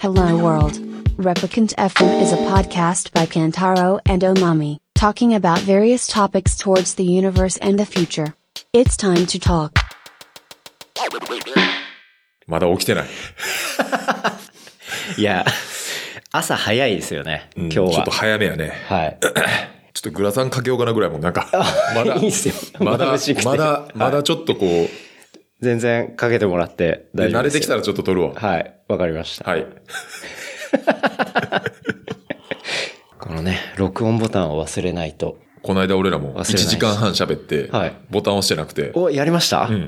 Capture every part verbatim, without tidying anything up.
Hello World. Replicant エフエム is a podcast by Kantaro and Omami, talking about various topics towards the universe and the future. It's time to talk. まだ起きてない。 いや、朝早いですよね、 うん、 今日は。 ちょっと早めやね。 はい。 ちょっとグラサンかけようかなぐらいもなんか、まだ、 いいっすよ。 まだ、まだ、 はい、 まだちょっとこう、 全然かけてもらって大丈夫ですよ。 慣れてきたらちょっと撮るわ。 はい、わかりました。 はい。 このね、録音ボタンを忘れないと。 この間俺らもいちじかんはん喋って、はい、ボタン押してなくて。 お、やりました？ うん。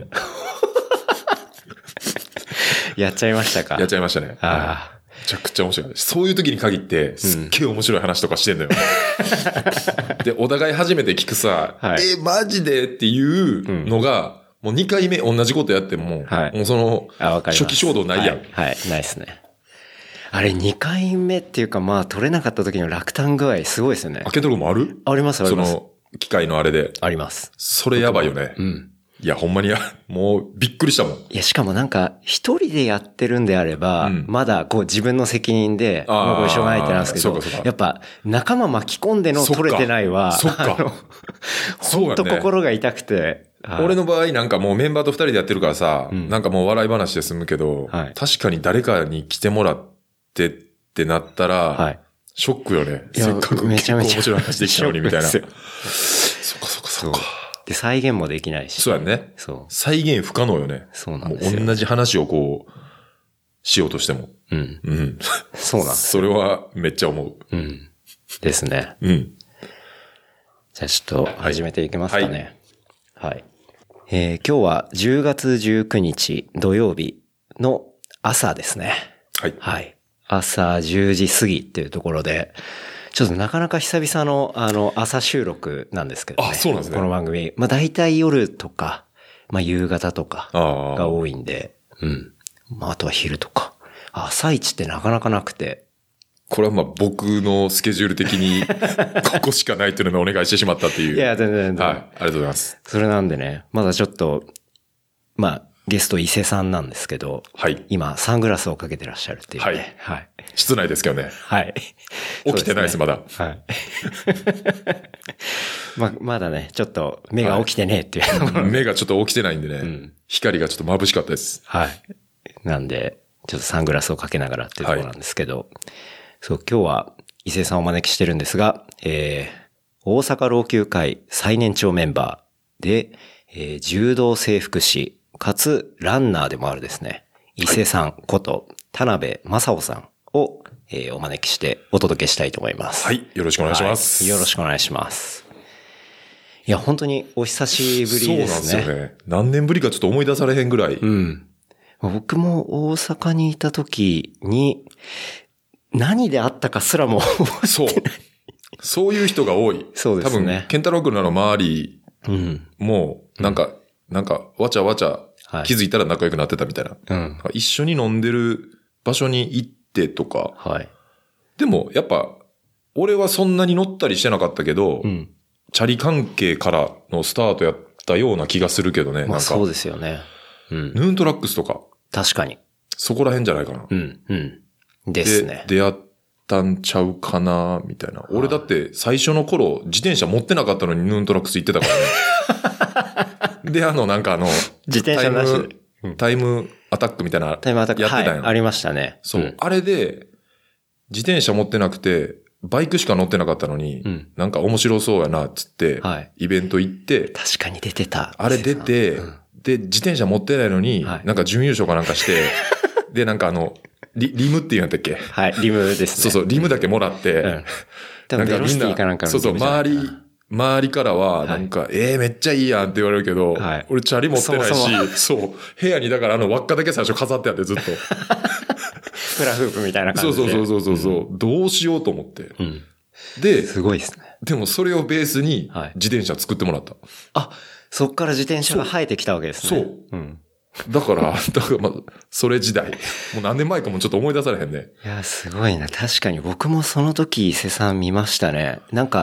やっちゃいましたか？ やっちゃいましたね。 ああ。 めちゃくちゃ面白い。そういう時に限って、すっげえ面白い話とかしてんだよ。うん、で、お互い初めて聞くさ、はい、え、マジでっていうのが、うん、もうにかいめ同じことやっても、はい、もうその、初期衝動ないやん。 はい、はい、ないっすね。あれにかいめっていうかまあ取れなかった時の落胆具合すごいですよね。 開けとるもある？ ありますあります。 その、機械のあれで。 あります。 それやばいよね。 うん。 いや、ほんまにや、もうびっくりしたもん。 いや、しかもなんか、一人でやってるんであれば、うん、まだこう自分の責任で、もうこれしょうがないってなんですけど、そうかそうか、やっぱ仲間巻き込んでの取れてないは、 そっか。 ほんと心が痛くて。 俺の場合なんかもうメンバーと二人でやってるからさ、うん、なんかもう笑い話で済むけど、はい、確かに誰かに来てもらってってなったら、はい、ショックよね。せっかく結構面白い話できたのにみたいな。そっかそっかそっか。 で、再現もできないし。 そうやね。そう。再現不可能よね。 そうなんですよ。 もう同じ話をこう、しようとしても。 うん。 うん。 そうなんです。 それはめっちゃ思う。 うん。ですね。 うん。 じゃあちょっと始めていきますかね。はい。はい、えー、今日はじゅうがつじゅうくにち土曜日の朝ですね。 はい。 はい。朝じゅうじ過ぎっていうところで、ちょっとなかなか久々のあの朝収録なんですけどね。 あ、そうなんですね。 この番組。まあ大体夜とか、まあ夕方とかが多いんで、うん。まああとは昼とか。朝一ってなかなかなくて。 これはまあ僕のスケジュール的にここしかないっていうのをお願いしてしまったっていう。 いや、全然全然。 はい。ありがとうございます。 それなんでね、まだちょっと、まあ、ゲスト伊勢さんなんですけど、 はい。 今サングラスをかけてらっしゃるっていうね。はい。はい。 室内ですけどね。 はい。 起きてないです、まだ。 はい。ま、まだね、ちょっと目が起きてねえっていう、 はい、目がちょっと起きてないんでね、うん、光がちょっと眩しかったです。 はい。なんで、ちょっとサングラスをかけながらっていうところなんですけど、はい、そう、今日は伊勢さんをお招きしてるんですが、えー、大阪老朽会最年長メンバーで、えー、柔道整復師、かつランナーでもあるですね、伊勢さんこと田辺正夫さんを、えー、お招きしてお届けしたいと思います。 はい。よろしくお願いします。 はい、よろしくお願いします。いや、本当にお久しぶりですね。 そうなんですよね。何年ぶりかちょっと思い出されへんぐらい。 うん。僕も大阪にいた時に、何であったかすらもそう。そういう人が多い。 そうですね。 多分、ケンタロウ君らの周りも、なんか、うん、なんか、わちゃわちゃ、気づいたら仲良くなってたみたいな。うん、一緒に飲んでる場所に行ってとか。 はい。 でも、やっぱ、俺はそんなに乗ったりしてなかったけど、うん、チャリ関係からのスタートやったような気がするけどね。 まあ、なんかそうですよね。 うん。ヌーントラックスとか。 確かに。 そこら辺じゃないかな。 うん、うん。ですね。 で、出会ったんちゃうかな、みたいな。俺だって最初の頃、自転車持ってなかったのにヌーントラックス行ってたからね。で、あの、なんかあの、 自転車なしで。 うん、タイムアタックみたいな。 タイムアタックやってたんよ、 はい、ありましたね。 そう、うん。あれで、自転車持ってなくて、バイクしか乗ってなかったのに、うん、なんか面白そうやな、っつって、はい、イベント行って。 確かに出てた。 あれ出て、うん、で、自転車持ってないのに、はい、なんか準優勝かなんかして、で、なんかあの、リ、リムって言うんだっけ？ はい、リムですね。 そうそう、リムだけもらって、うん、 なんかみんな、かなんかそうそう、周り、周りからは、なんか、はい、えー、めっちゃいいやんって言われるけど、はい、俺チャリ持ってないし、そもそもそう、部屋にだからあの輪っかだけ最初飾ってあってずっと。 フラフープみたいな感じで。 そうそうそうそう、うん、どうしようと思って。 うん、 で、 すごいですね。 でもそれをベースに、自転車作ってもらった。はい、 あ、そっから自転車が生えてきたわけですね。 そう。うん。だから、だからまあ、それ時代。もう何年前かもちょっと思い出されへんね。 いや、すごいな。確かに僕もその時伊勢さん見ましたね。なんか、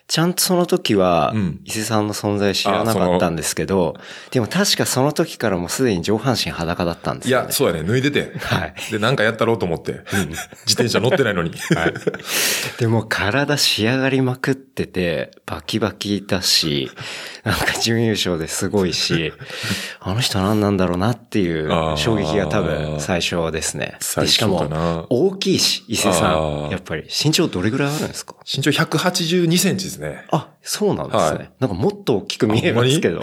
ちゃんとその時は、伊勢さんの存在知らなかったんですけど、でも確かその時からもうすでに上半身裸だったんですよね。 いや、そうやね。脱いでて。はい。で、なんかやったろうと思って。うん、自転車乗ってないのに。はい。 でも体仕上がりまくってて、バキバキだし、なんか準優勝ですごいし、あの人何なんだろうなっていう衝撃が多分最初ですね。 最初かな。 しかも大きいし、伊勢さん。やっぱり身長どれぐらいあるんですか？ 身長ひゃくはちじゅうにセンチですね。 あ、そうなんですね。はい、なんかもっと大きく見えますけど。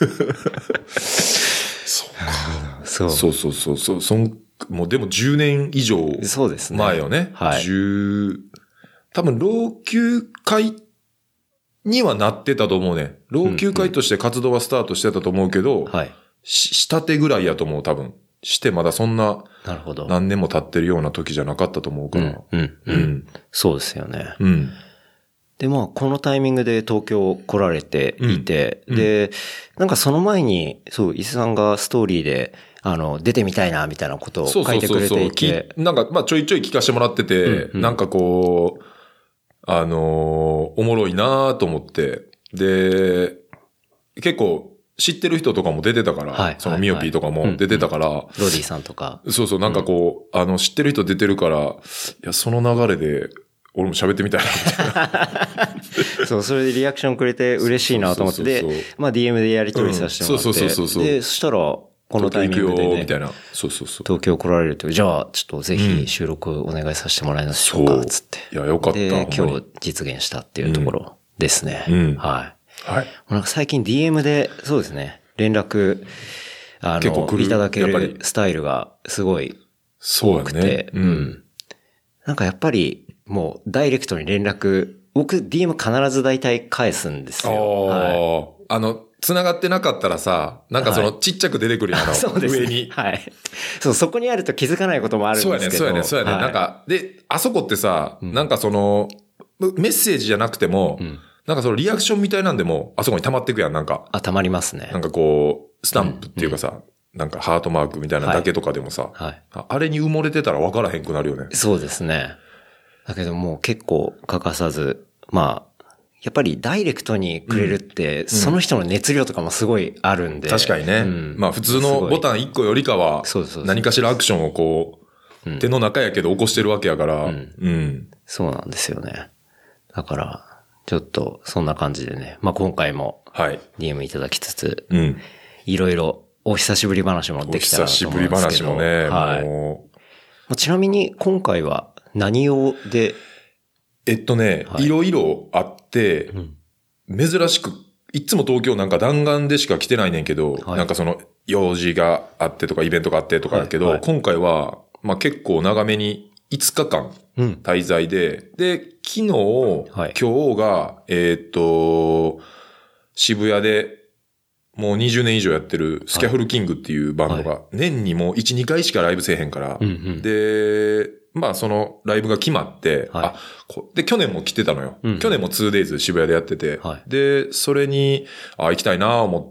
そうか。そう。そうそうそうそう。そん、もうでもじゅうねん以上前よね。そうですね。はい。じゅう、多分老朽会にはなってたと思うね。老朽会として活動はスタートしてたと思うけど、うんうん、はい。し、したてぐらいやと思う、多分。してまだそんな、なるほど。何年も経ってるような時じゃなかったと思うから。 うん。うん。うん。そうですよね。 うん。 で、まあ、このタイミングで東京来られていて、うん、で、なんかその前に、そう、伊勢さんがストーリーで、あの、出てみたいな、みたいなことを書いてくれていて。そうそうそうそう。なんか、まあ、ちょいちょい聞かせてもらってて、うんうん、なんかこう、あのー、おもろいなと思って、で、結構、知ってる人とかも出てたから、はい、そのミオピーとかも出てたから、はいはいうんうん、 ロディさんとか。 そうそう、なんかこう、うん、あの、知ってる人出てるから、いや、その流れで、俺も喋ってみたいなみたいな。 そう、それでリアクションくれて嬉しいなと思って、で、まあ ディーエム でやり取りさせてもらって、うん、そうそうそうそう。で、そしたら、このタイミングでね、みたいな。そうそうそう。東京来られると、じゃあ、ちょっとぜひ収録お願いさせてもらえますでしょうか、つって。 いや、よかった。 で、今日実現したっていうところですね。 うん。 はい。 はい。 なんか最近 ディーエム で、そうですね、連絡、あの、いただけるスタイルがすごい多くて、そうね、うん。うん。なんかやっぱり、もうダイレクトに連絡、僕 ディーエム 必ず大体返すんですよ。 はい、あの、繋がってなかったらさ、なんかそのちっちゃく出てくるやろ、はい、そうですね、上に。 はい。そう、そこにあると気づかないこともあるんですけど。 そうやね、そうやね、そうやね。はい、なんか、で、あそこってさ、うん、なんかその、メッセージじゃなくても、うん、なんかそのリアクションみたいなんでも、あそこに溜まっていくやん、なんか。 あ、溜まりますね。 なんかこう、スタンプっていうかさ、うんうん、なんかハートマークみたいなだけとかでもさ、はいはい、あれに埋もれてたら分からへんくなるよね。 そうですね。だけどもう結構欠かさず、まあ、やっぱりダイレクトにくれるって、うん、その人の熱量とかもすごいあるんで。 確かにね。うん、まあ普通のボタンいっこよりかは、何かしらアクションをこう、うん、手の中やけど起こしてるわけやから、うん。うん。 そうなんですよね。だから、ちょっとそんな感じでね、まあ今回も、はい。ディーエム いただきつつ、うん。いろいろお久しぶり話もできたらと思うんですけど。お久しぶり話もね、はい。もうちなみに今回は、何用でえっとね、はい、いろいろあって、うん、珍しく、いつも東京なんか弾丸でしか来てないねんけど、はい、なんかその用事があってとかイベントがあってとかだけど、はいはい、今回は、まあ結構長めにいつかかん滞在で、うん、で、昨日、はい、今日が、えー、っと、渋谷で、もうにじゅうねん以上やってるスキャフルキングっていうバンドが、年にもういち、にかいしかライブせえへんから、うんうん、で、まあそのライブが決まって、はい、あこで、去年も来てたのよ。うん、去年も ツーデイズ 渋谷でやってて、はい、で、それに、あ、行きたいなぁ思って、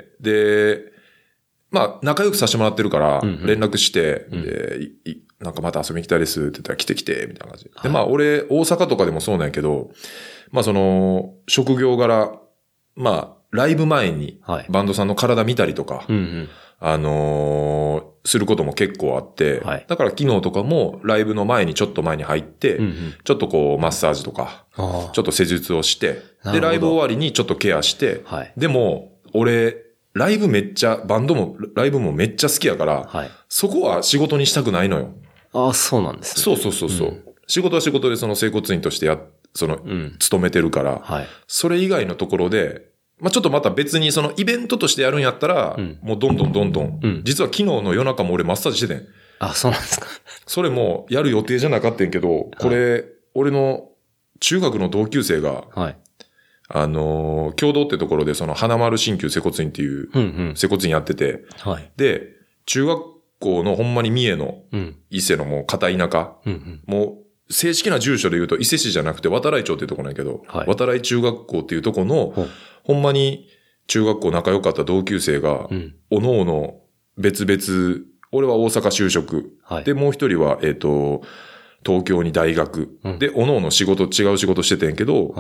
で、まあ仲良くさせてもらってるから連絡して、うんうん、で、いなんかまた遊びに来たいですって言ったら来て来て、みたいな感じで。はい、で、まあ俺、大阪とかでもそうなんやけど、まあその、職業柄、まあ、ライブ前にバンドさんの体見たりとか、はいうんうん、あのー、することも結構あって、はい、だから昨日とかもライブの前にちょっと前に入って、うんうん、ちょっとこうマッサージとか、ちょっと施術をして、で、ライブ終わりにちょっとケアして、はい、でも、俺、ライブめっちゃ、バンドも、ライブもめっちゃ好きやから、はい、そこは仕事にしたくないのよ。 ああ、そうなんですね。 そうそうそうそう、うん。仕事は仕事でその整骨院としてや、その、うん、勤めてるから、はい、それ以外のところで、まあ、ちょっとまた別にそのイベントとしてやるんやったら、うん、もうどんどんどんどん、うん、実は昨日の夜中も俺マッサージしててん。 あ、そうなんですか。 それもやる予定じゃなかったんけど、これ、はい、俺の中学の同級生が、はい、あのー、共同ってところでその花丸鍼灸整骨院っていう整骨院やってて、うんうん、で、中学校のほんまに三重の伊勢のもう片田舎、うんうん、もう正式な住所で言うと伊勢市じゃなくて渡来町っていうところなんやけど、はい、渡来中学校っていうところの、ほんまに中学校仲良かった同級生が、うん、おのおの別々、俺は大阪就職、はい、で、もう一人は、えっと、東京に大学、うん、で、おのおの仕事、違う仕事しててんけど、はい、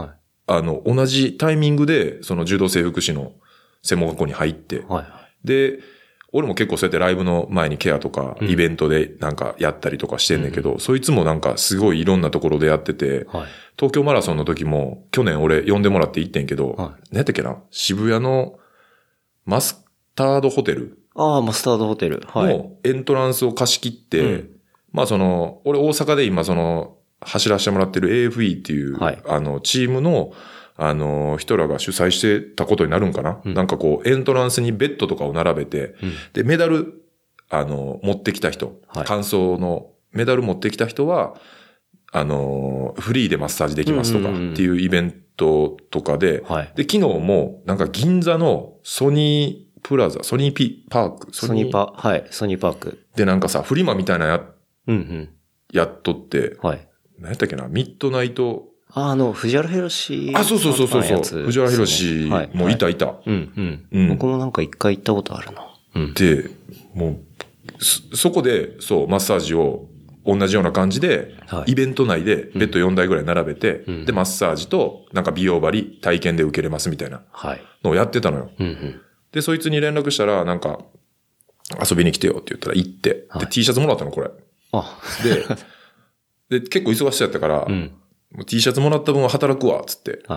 あの、同じタイミングで、その柔道整復師の専門学校に入って、はいはい、で、俺も結構そうやってライブの前にケアとか、イベントでなんかやったりとかしてんねんけど、うん、そいつもなんかすごいいろんなところでやってて、はい、東京マラソンの時も、去年俺呼んでもらって行ってんけど、はい、何やったっけな渋谷のマスタードホテル。 ああ、マスタードホテル。はい。 のエントランスを貸し切って、うん、まあその、俺大阪で今その、走らせてもらってる エーエフイー っていう、はい、あの、チームの、あの、人らが主催してたことになるんかな、うん、なんかこう、エントランスにベッドとかを並べて、うん、で、メダル、あの、持ってきた人、はい、感想のメダル持ってきた人は、あの、フリーでマッサージできますとかっていうイベントとかで、うんうんうん、で、昨日も、なんか銀座のソニープラザ、ソニーピパーク、 ソニーパ、はい、ソニーパーク。 で、なんかさ、フリマみたいなや、 うんうん、 やっとって、 はい。 何やったっけな、ミッドナイト、 あ、あの、藤原博士。 あ、そうそうそうそうそう。藤原博士もいたいた。はいはい、 うんうん、うん。僕もなんか一回行ったことあるな。 うん、で、もう、そこで、そう、マッサージを同じような感じで、はい、イベント内でベッドよんだいぐらい並べて、うん、で、マッサージと、なんか美容針体験で受けれますみたいなのをやってたのよ。 うんうん、 で、そいつに連絡したら、なんか、遊びに来てよって言ったら行って、はい、で、T シャツもらったの、これ。 あで、で、結構忙しそうやったから、うん、T シャツもらった分は働くわ、つって。 はい、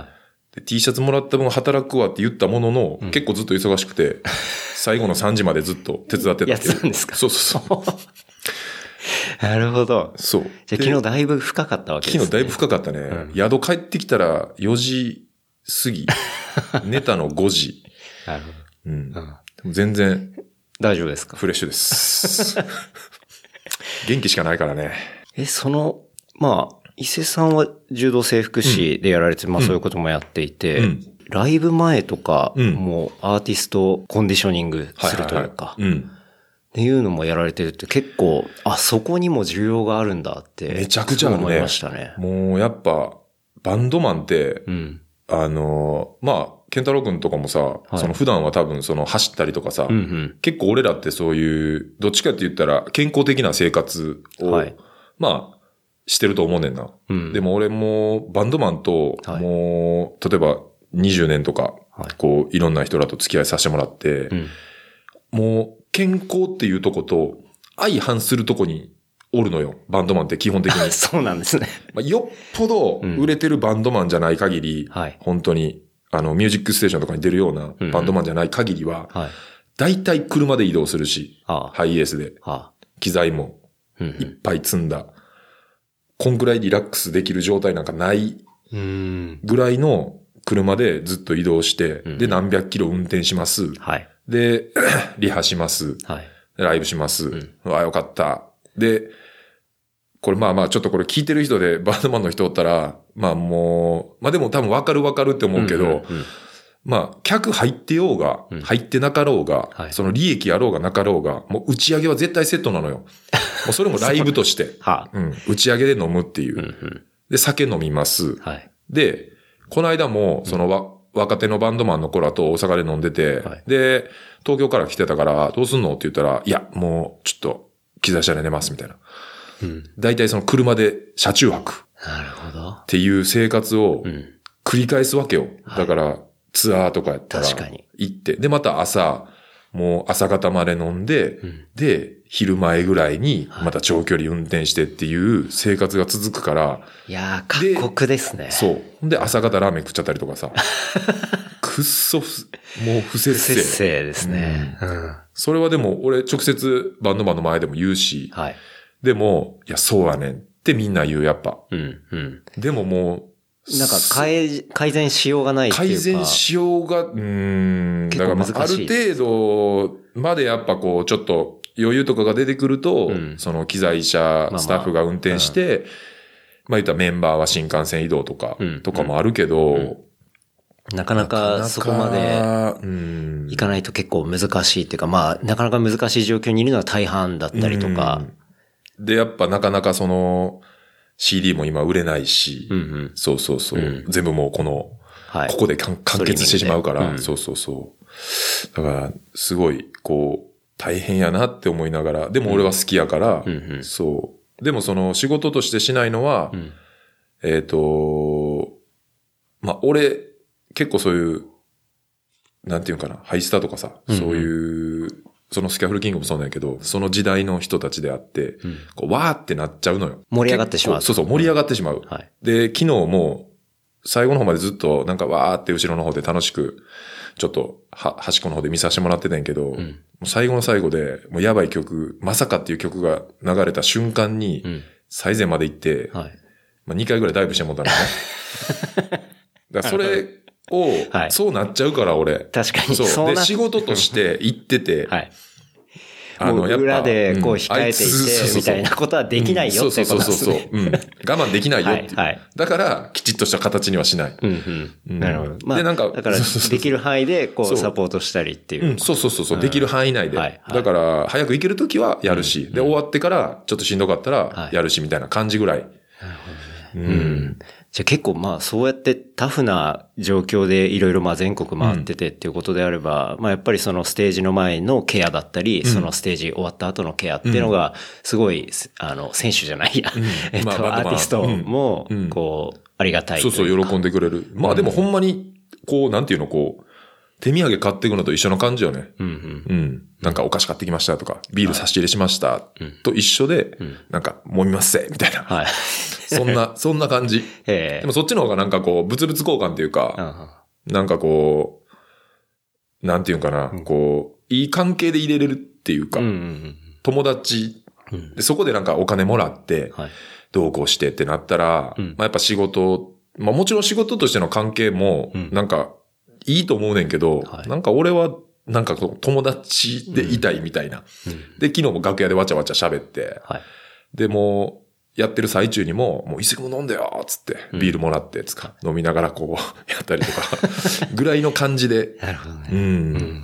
で T シャツもらった分は働くわって言ったものの、うん、結構ずっと忙しくて、最後のさんじまでずっと手伝ってた。 やってたんですか？ そうそうそう。 なるほど。 そう。 じゃあ昨日だいぶ深かったわけですね。 昨日だいぶ深かったね。うん、宿帰ってきたらよじ過ぎ。寝たのごじ。 なるほど。 うん。でも全然。 大丈夫ですか？ フレッシュです。元気しかないからね。 え、その、まあ、伊勢さんは柔道整復師でやられて、うん、まあそういうこともやっていて、うん、ライブ前とか、うん、もうアーティストコンディショニングするというか、っていうのもやられてるって結構、あ、そこにも需要があるんだって。 めちゃくちゃあるね。 思いましたね。 もうやっぱ、バンドマンって、うん、あの、まあ、ケンタロウ君とかもさ、はい、その普段は多分その走ったりとかさ、 うんうん、 結構俺らってそういう、どっちかって言ったら健康的な生活を、はい、まあ、してると思うねんな。うん、でも俺もバンドマンと、もう、はい、例えばにじゅうねんとか、はい、こう、いろんな人らと付き合いさせてもらって、うん、もう、健康っていうとこと相反するとこにおるのよ。バンドマンって基本的に。 そうなんですね。 まあ、よっぽど売れてるバンドマンじゃない限り、 うん、 本当に、あの、ミュージックステーションとかに出るようなバンドマンじゃない限りは、大体車で移動するし、 はハイエースで、 は機材もいっぱい積んだ。うんうん、こんくらいリラックスできる状態なんかないぐらいの車でずっと移動して、 うん、 で、何百キロ運転します。 はい、 で、リハします。 はい、 ライブします。 うん、 ああ、よかった。で、これまあまあちょっとこれ聞いてる人でバンドマンの人おったら、まあもう、まあでも多分わかるわかるって思うけど、うんうんうん、まあ客入ってようが、入ってなかろうが、 はい、 その利益あろうがなかろうが、もう打ち上げは絶対セットなのよ。もうそれもライブとして、 はうん、打ち上げで飲むっていう。 うんうん、 で、酒飲みます。 はい、 で、この間も、そのわ、うん、若手のバンドマンの子らと大阪で飲んでて、 はい、 で、東京から来てたから、どうすんのって言ったら、いや、もうちょっと機材車で寝ますみたいな。 うん、 大体その車で車中泊。 なるほど。 っていう生活を繰り返すわけよ。 うん、 だからツアーとかやったら行って、でまた朝、もう朝方まで飲んで、 うん、 で、昼前ぐらいにまた長距離運転してっていう生活が続くから。 いやー、過酷ですね。 そう。で、朝方ラーメン食っちゃったりとかさ。くっそふ、もう不節制。 不節制ですね、 うんうん。それはでも俺直接バンドマンの前でも言うし、 はい、 でも、いや、そうやねんってみんな言う、やっぱ。 うんうん、 でももう、なんか改、改善しようがないっていうか。 改善しようが、うーん。 結構難しい。 だからある程度までやっぱこう、ちょっと余裕とかが出てくると、うん、その機材車、スタッフが運転して、まあ、まあ、うん、まあ言ったらメンバーは新幹線移動とか、うん、とかもあるけど、うんうん、 なかなかそこまで行かないと結構難しいっていうか、まあ、なかなか難しい状況にいるのは大半だったりとか。 で、やっぱなかなかその シーディー も今売れないし、 うんうん、 そうそうそう、うん、全部もうこの、 はい、 ここで完結してしまうから、うん、そうそうそう。だから、すごい、こう、大変やなって思いながら、でも俺は好きやから、 うんうんうん、 そう。でもその仕事としてしないのは、うん、えっと、 まあ俺、結構そういう、なんていうかな、ハイスタとかさ、うんうん、そういう、そのスキャフルキングもそうなんやけど、その時代の人たちであって、うん、こうわーってなっちゃうのよ。 盛り上がってしまう。 そうそう、盛り上がってしまう。はい、で、昨日も、最後の方までずっと、なんかわーって後ろの方で楽しく、ちょっと、は、端っこの方で見させてもらってたんやけど、うん、もう最後の最後で、もうやばい曲、まさかっていう曲が流れた瞬間に、うん、最前まで行って、はい、まあにかいぐらいダイブしてもらったのね。だからそれを、はい、そうなっちゃうから俺。 確かに。 そう。そうで、仕事として行ってて、はい、 あの、やっぱ裏でこう控えていて、みたいなことはできないよってことですね。 そうそうそうそう。うん。我慢できないよっていう。はいはい、だから、きちっとした形にはしない。 うんうん。なるほど。まあ、で、なんか、だから、できる範囲で、こう、サポートしたりっていう。 うん、そうそうそうそう。できる範囲内で。はいはい、だから、早く行けるときはやるし、うん、で、終わってから、ちょっとしんどかったら、やるし、みたいな感じぐらい。なるほどね。うん。うんじゃあ結構まあそうやってタフな状況でいろいろまあ全国回っててっていうことであれば、うん、まあやっぱりそのステージの前のケアだったり、うん、そのステージ終わった後のケアっていうのがすごい、あの選手じゃないや、うん、えっと、まあまあまあ、アーティストもこうありがたいというか。 そうそう喜んでくれる。まあでもほんまにこうなんていうのこう手土産買っていくのと一緒の感じよね。うんうん。うん。なんかお菓子買ってきましたとか、ビール差し入れしましたと一緒で、なんか揉みますせみたいな。はい。そんな、そんな感じ。でもそっちの方がなんかこう、物々交換っていうか、なんかこう、なんていうかな、こう、いい関係で入れれるっていうか、友達、でそこでなんかお金もらって、どうこうしてってなったら、まあやっぱ仕事、まあもちろん仕事としての関係も、なんか、いいと思うねんけど、はい、なんか俺は、なんか友達でいたいみたいな。うんうん、で、昨日も楽屋でわちゃわちゃ喋って、はい、で、もう、やってる最中にも、もう一石も飲んでよつって、ビールもらって、つか、うん、飲みながらこう、やったりとか、ぐらいの感じで。 なるほどね、うんうん。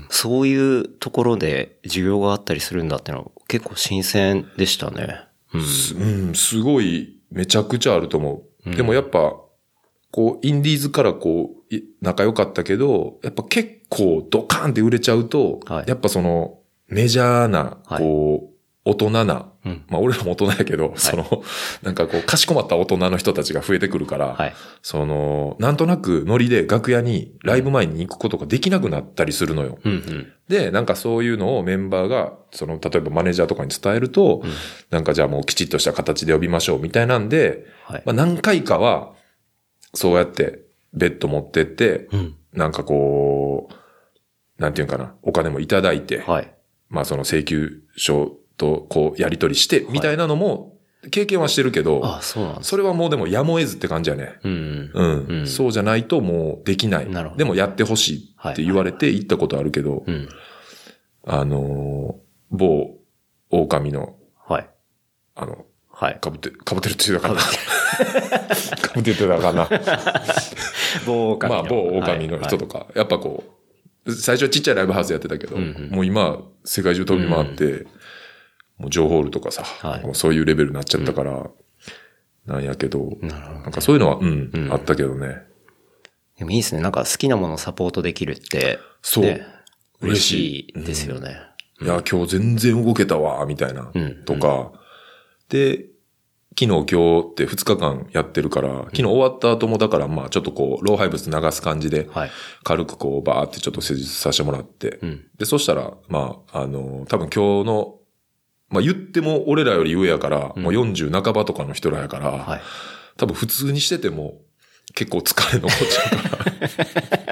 そういうところで需要があったりするんだってのは結構新鮮でしたね。 うん、す, うん、すごい、めちゃくちゃあると思う。うん、でもやっぱ、こう、インディーズからこう、仲良かったけど、やっぱ結構ドカーンって売れちゃうと、はい、やっぱその、メジャーな、こう、はい、大人な、うん、まあ俺らも大人やけど、はい、その、なんかこう、かしこまった大人の人たちが増えてくるから、はい、その、なんとなくノリで楽屋にライブ前に行くことができなくなったりするのよ。うんうん、で、なんかそういうのをメンバーが、その、例えばマネージャーとかに伝えると、うん、なんかじゃあもうきちっとした形で呼びましょうみたいなんで、はい、まあ何回かは、そうやってベッド持ってって、うん、なんかこう、なんていうかな、お金もいただいて、はい、まあその請求書とこうやり取りして、みたいなのも経験はしてるけど、はい、あ、そうなんです。それはもうでもやむを得ずって感じやね。うん。うん。うん、そうじゃないともうできない。なるほど。でもやってほしいって言われて行ったことあるけど、はいはいはい、あのー、某狼の、はい。あの、はい。かぶって、かぶってるって言うかな。かぶってたかな。 某狼の。 まあ、某狼の人とか、はいはい、やっぱこう、最初はちっちゃいライブハウスやってたけど、うんうん、もう今、世界中飛び回って、うん、もうジョーホールとかさ、はい、もうそういうレベルになっちゃったから、うん、なんやけど、なるほどね、なんかそういうのは、うん、うん、あったけどね。 でもいいですね。なんか好きなものをサポートできるって、そう。ね、嬉しいですよね。 うん、いや、今日全然動けたわ、みたいな、うん、とか、うんで、昨日今日ってふつかかんやってるから、昨日終わった後もだからまあちょっとこう、老廃物流す感じで、軽くこうバーってちょっと施術させてもらって、うん、で、そしたら、まあ、あの、多分今日の、まあ言っても俺らより上やから、うん、もうよんじゅう半ばとかの人らやから、はい、多分普通にしてても結構疲れ残っちゃうから。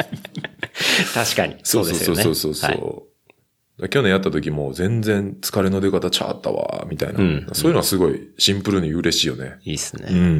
確かに。そうですよね。 そうそうそうそう。はい去年やった時も全然疲れの出方ちゃったわ、みたいな、うん。そういうのはすごいシンプルに嬉しいよね。 いいっすね。うん。うん、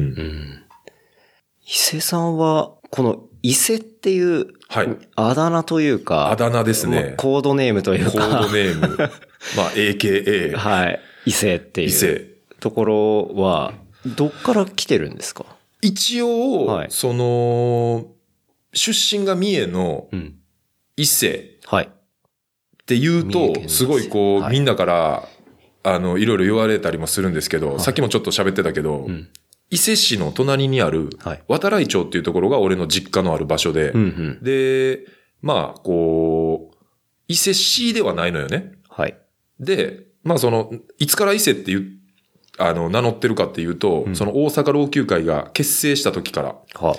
伊勢さんは、この伊勢っていう、はい。あだ名というか。 あだ名ですね。 まあ、コードネームというか。 コードネーム。まあ、エーケーエー。 はい。伊勢っていう。伊勢。ところは、どっから来てるんですか？ 一応、はい、その、出身が三重の伊勢。うん、はい。って言うと、すごいこう、はい、みんなから、あの、いろいろ言われたりもするんですけど、はい、さっきもちょっと喋ってたけど、うん、伊勢市の隣にある、渡来町っていうところが俺の実家のある場所で、うんうん、で、まあ、こう、伊勢市ではないのよね。はい。で、まあその、いつから伊勢っていう、あの、名乗ってるかっていうと、うん、その大阪老朽会が結成した時から、は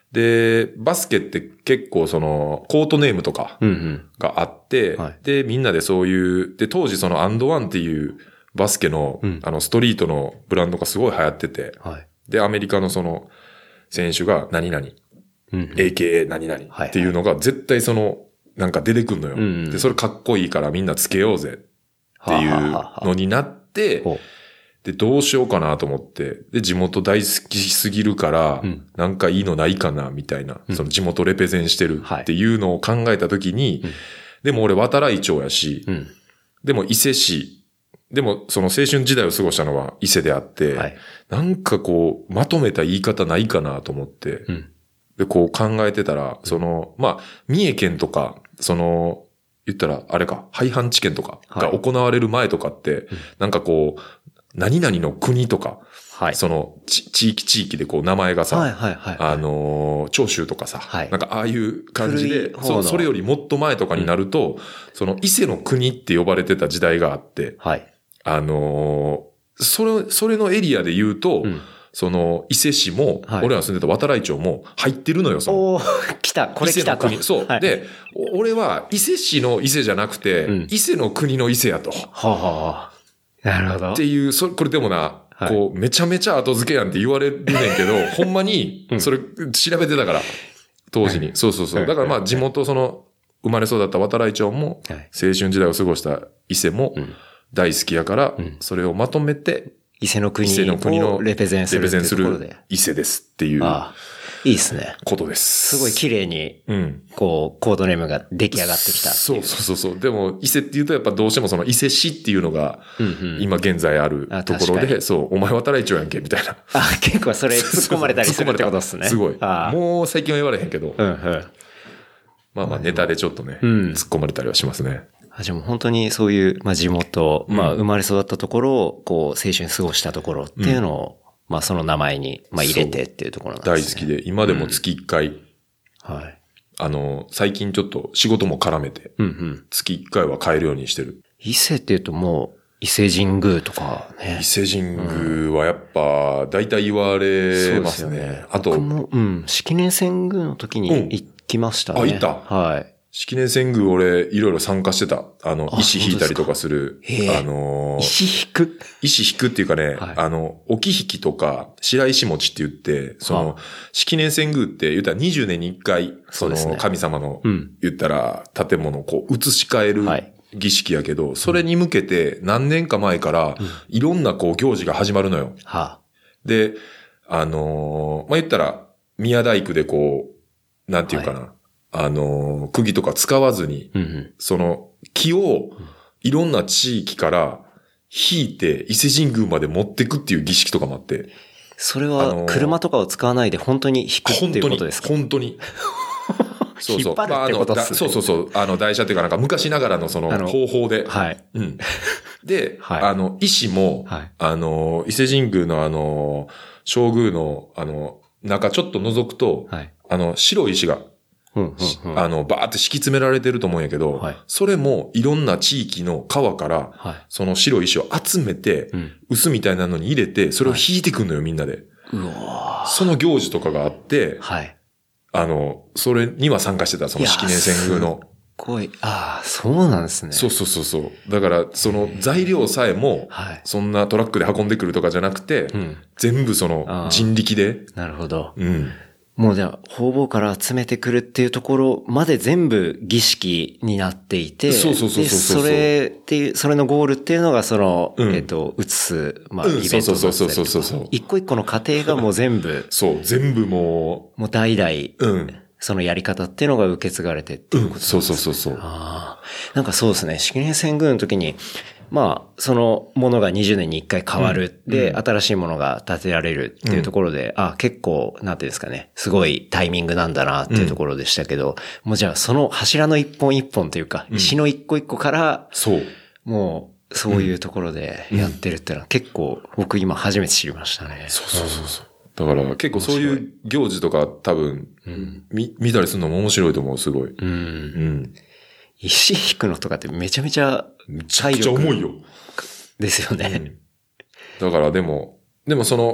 で、バスケって結構その、コートネームとかがあって、うんうんはい、で、みんなでそういう、で、当時そのアンドワンっていうバスケの、うん、あの、ストリートのブランドがすごい流行ってて、はい、で、アメリカのその、選手が何々、うんうん、エーケーエー 何々っていうのが絶対その、なんか出てくんのよ、はいはい。で、それかっこいいからみんなつけようぜっていうのになって、ははははで、どうしようかなと思って、で、地元大好きすぎるから、うん、なんかいいのないかな、みたいな、うん、その地元レペゼンしてるっていうのを考えたときに、はい、でも俺渡来町やし、うん、でも伊勢市、でもその青春時代を過ごしたのは伊勢であって、はい、なんかこう、まとめた言い方ないかなと思って、うん、で、こう考えてたら、その、まあ、三重県とか、その、言ったら、あれか、廃藩置県とかが行われる前とかって、はい、なんかこう、何々の国とか、はい、その地域地域でこう名前がさ、はいはいはいはい、あのー、長州とかさ、はい、なんかああいう感じで、そ, それよりもっと前とかになると、うん、その伊勢の国って呼ばれてた時代があって、はい、あのー、それ、それのエリアで言うと、うん、その伊勢市も、はい、俺ら住んでた渡来町も入ってるのよ、その。 おー、来た、これ来たと。 伊勢の国。そう、はい。で、俺は伊勢市の伊勢じゃなくて、うん、伊勢の国の伊勢やと。はあはあなるほど。 っていう、それ、これでもな、はい、こう、めちゃめちゃ後付けやんって言われるねんけど、ほんまに、それ、調べてたから、当時に。はい、そうそうそう。だからまあ、地元、その、生まれそうだった渡来町も、青春時代を過ごした伊勢も、大好きやから、それをまとめて、 伊勢の国をレペゼンするっていうところで。 伊勢ですっていう。ああいいですね。 ことです。 すごい綺麗に、うん、こう、コードネームが出来上がってきたそうそうそう。でも、伊勢って言うとやっぱどうしてもその伊勢市っていうのが、今現在あるところで、うんうん、そう、お前渡来町やんけ、みたいな。 あ、結構それ突っ込まれたりするってことですね。 すごい。もう最近は言われへんけど。うんうん、まあまあネタでちょっとね、うん、突っ込まれたりはしますね。 あじゃあもう本当にそういう、まあ地元、まあ生まれ育ったところを、こう、青春過ごしたところっていうのを、うんまあその名前に、まあ入れてっていうところなんですね。 大好きで、今でも月一回、うん、はい。あの、最近ちょっと仕事も絡めて、うんうん、月一回は帰るようにしてる。 伊勢って言うともう、伊勢神宮とかね。 伊勢神宮はやっぱ、大体言われますね。うん、すねあと、 僕も、うん、式年遷宮の時に行きましたね。 うん、あ、行ったはい。 式年遷宮俺いろいろ参加してた。あの、石引いたりとかする。あのー、石引く石引くっていうかね、はい、あの、置き引きとか、白石餅って言って、その、式年遷宮って言ったらにじゅうねんにいっかい、その、神様の、言ったら建物をこう移し替える儀式やけど、それに向けて何年か前から、いろんなこう行事が始まるのよ。で、あのー、まあ、言ったら、宮大工でこう、なんていうかな。はいあの、釘とか使わずに、うんうん、その木をいろんな地域から引いて伊勢神宮まで持ってくっていう儀式とかもあって。 それは車とかを使わないで本当に引くっていうことですか？ 本当に。本当に。そうそう。 引っ張るってことですね。 そうそうそう。あの、台車っていうかなんか昔ながらのその方法で。はい。うん。で、はい、あの、石も、はい、あの、伊勢神宮のあの、正宮のあの、中ちょっと覗くと、はい、あの、白い石が、うんうんうん、あの、バーって敷き詰められてると思うんやけど、はい、それもいろんな地域の川から、はい、その白い石を集めて、うん、臼みたいなのに入れて、それを引いてくんのよ、みんなで。うわその行事とかがあって、はい、あの、それには参加してた、その式年遷宮の。 すごい。ああ、そうなんですね。 そうそうそうそう。だから、その材料さえも、そんなトラックで運んでくるとかじゃなくて、うん、全部その人力で。 なるほど。うん。もうじゃあ、方々から集めてくるっていうところまで全部儀式になっていて、 そうそうそうそう。 それっていう、それのゴールっていうのがその、うん、えっと、移す、まあ、イベントだったりとか、そうそうそうそうそう。一個一個の過程がもう全部、 そう、全部もう、もう代々、うん。そのやり方っていうのが受け継がれてっていうことですね。 うん、そうそうそうそう。 ああ。なんかそうですね、式年遷宮の時に、まあ、そのものがにじゅうねんにいっかい変わる。うん、で、新しいものが建てられるっていうところで、うん、あ、結構、なんていうんですかね、すごいタイミングなんだなっていうところでしたけど、うん、もうじゃあその柱の一本一本というか、うん、石の一個一個から、そう。もう、そういうところでやってるっていうのは結構、僕今初めて知りましたね。 そうそうそうそう。だから結構そういう行事とか多分、うん、見、見たりするのも面白いと思う、すごい。うん。うん。 石引くのとかってめちゃめちゃめちゃくちゃ重いよ。 ですよね、 うん。だからでも、でもその、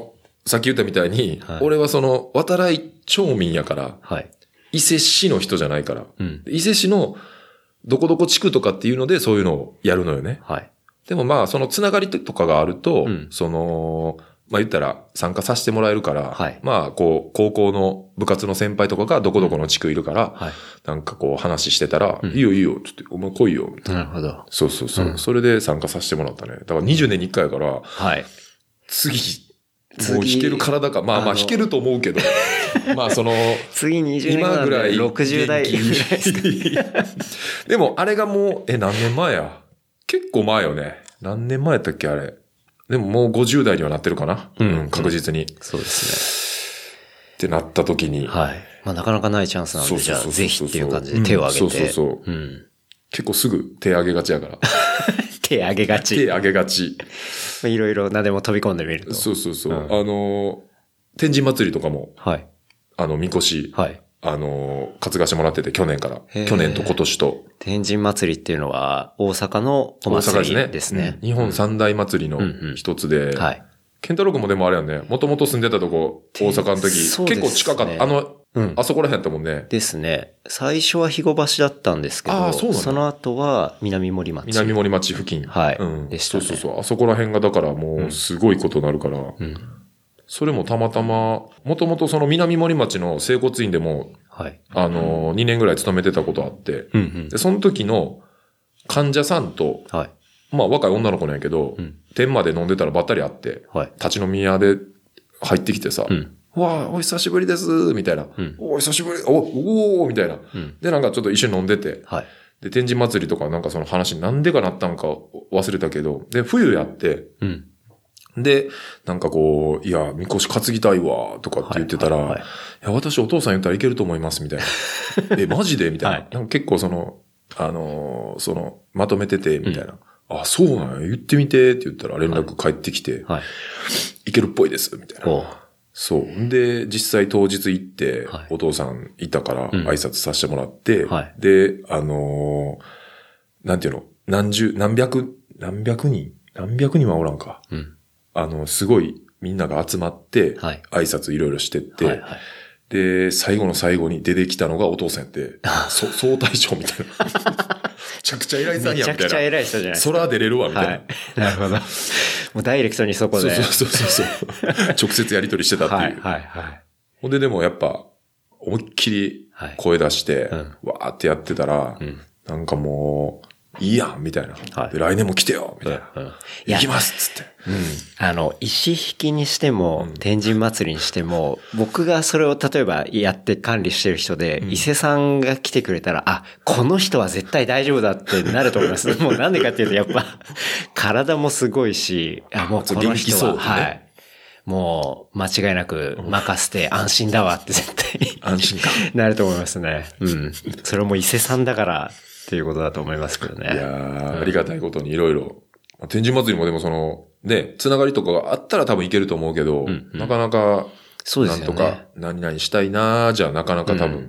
さっき言ったみたいに、はい、俺はその、渡来町民やから、はい、伊勢市の人じゃないから、うん、伊勢市のどこどこ地区とかっていうのでそういうのをやるのよね。はい、でもまあ、そのつながりとかがあると、うん、その、まあ言ったら参加させてもらえるから、はい、まあこう、高校の部活の先輩とかがどこどこの地区いるから、はい、なんかこう話してたら、うん、いいよいいよ、つって、お前来いよ、みたいな。 なるほど。 そうそうそう、うん。それで参加させてもらったね。だからにじゅうねんにいっかいやから、はい、次、もう弾ける体か。まあまあ弾けると思うけど。まあその、 次にじゅうねんぐらい。ろくじゅう代ぐらいですか。 でもあれがもう、え、何年前や結構前よね。何年前やったっけあれ。でももうごじゅう代にはなってるかな。うん、うん、確実に、うん。 そうですね。ってなった時に。 はい。まあなかなかないチャンスなんで、じゃあぜひっていう感じで手を挙げて。 うん、そうそうそう。うん、結構すぐ手挙げがちやから。 手挙げがち。 手挙げがち。 いろいろ何でも飛び込んでみると。 そうそうそう。うん、あの、天神祭りとかも。はい。あの、みこし。はい。あの、担がしてもらってて、去年から。去年と今年と。 天神祭りっていうのは、大阪のお祭りですね。大阪ですね。 うん、日本三大祭りの一つで。うんうん、はい。ケンタロウ君もでもあれやんね。もともと住んでたとこ、大阪の時、ね、結構近かった。あの、うん、あそこら辺やったもんね。 ですね。最初は肥後橋だったんですけど、ああ、そうなんだ。その後は南森町。 南森町付近。 はい。 うん。 でしたね。 そうそうそう。あそこら辺がだからもう、すごいことになるから。うん。それもたまたま、もともとその南森町の整骨院でも、はい。あの、にねんぐらい勤めてたことあって、うんうん。で、その時の患者さんと、はい。まあ若い女の子なんやけど、うん、天まで飲んでたらばったり会って、はい。立ち飲み屋で入ってきてさ、うん。わあ、お久しぶりです、みたいな。うん、お久しぶり、お、おおみたいな、うん。で、なんかちょっと一緒に飲んでて、はい。で、天神祭りとかなんかその話なんでかなったんか忘れたけど、で、冬やって、うん。で、なんかこう、いや、みこし担ぎたいわ、とかって言ってたら、はいはいはい、いや、私お父さん言ったらいけると思います、みたいな。え、マジでみたいな。はい、なんか結構その、あのー、その、まとめてて、みたいな。うん、あ、そうなんや、言ってみて、って言ったら連絡返ってきて、はい。いけるっぽいです、みたいな。そう。で、実際当日行って、はい、お父さんいたから挨拶させてもらって、うんはい、で、あのー、なんていうの、何十、何百、何百人何百人はおらんか。うんあの、すごいみんなが集まって、挨拶いろいろしてって、はいはいはい、で、最後の最後に出てきたのがお父さんやって、そ総大将みたいな。めちゃくちゃ偉いさんやみたいな。 めちゃくちゃ偉い人じゃないですか。 空出れるわ、みたいな、はい。 なるほど。もうダイレクトにそこで。 そうそうそうそう。直接やり取りしてたっていう。はいはいはい。ほんででもやっぱ、思いっきり声出して、はいうん、わーってやってたら、うん、なんかもう、いいやんみたいな、はい。で、来年も来てよみたいな。うんうん、行きますっつって。 うん。あの、石引きにしても、うん、天神祭りにしても、僕がそれを例えばやって管理してる人で、うん、伊勢さんが来てくれたら、あ、この人は絶対大丈夫だってなると思います。もうなんでかっていうと、やっぱ、体もすごいし、あ、もうこの人は、ね、はい。もう、間違いなく任せて安心だわって絶対安心感なると思いますね。うん。それも伊勢さんだから、っていうことだと思いますけどね。 いやー、うん、ありがたいことにいろいろ。天神祭りもでもその、ね、つながりとかがあったら多分いけると思うけど、うんうん、なかなか、 そうですよね。 なんとか、何々したいなーじゃなかなか多分、うん、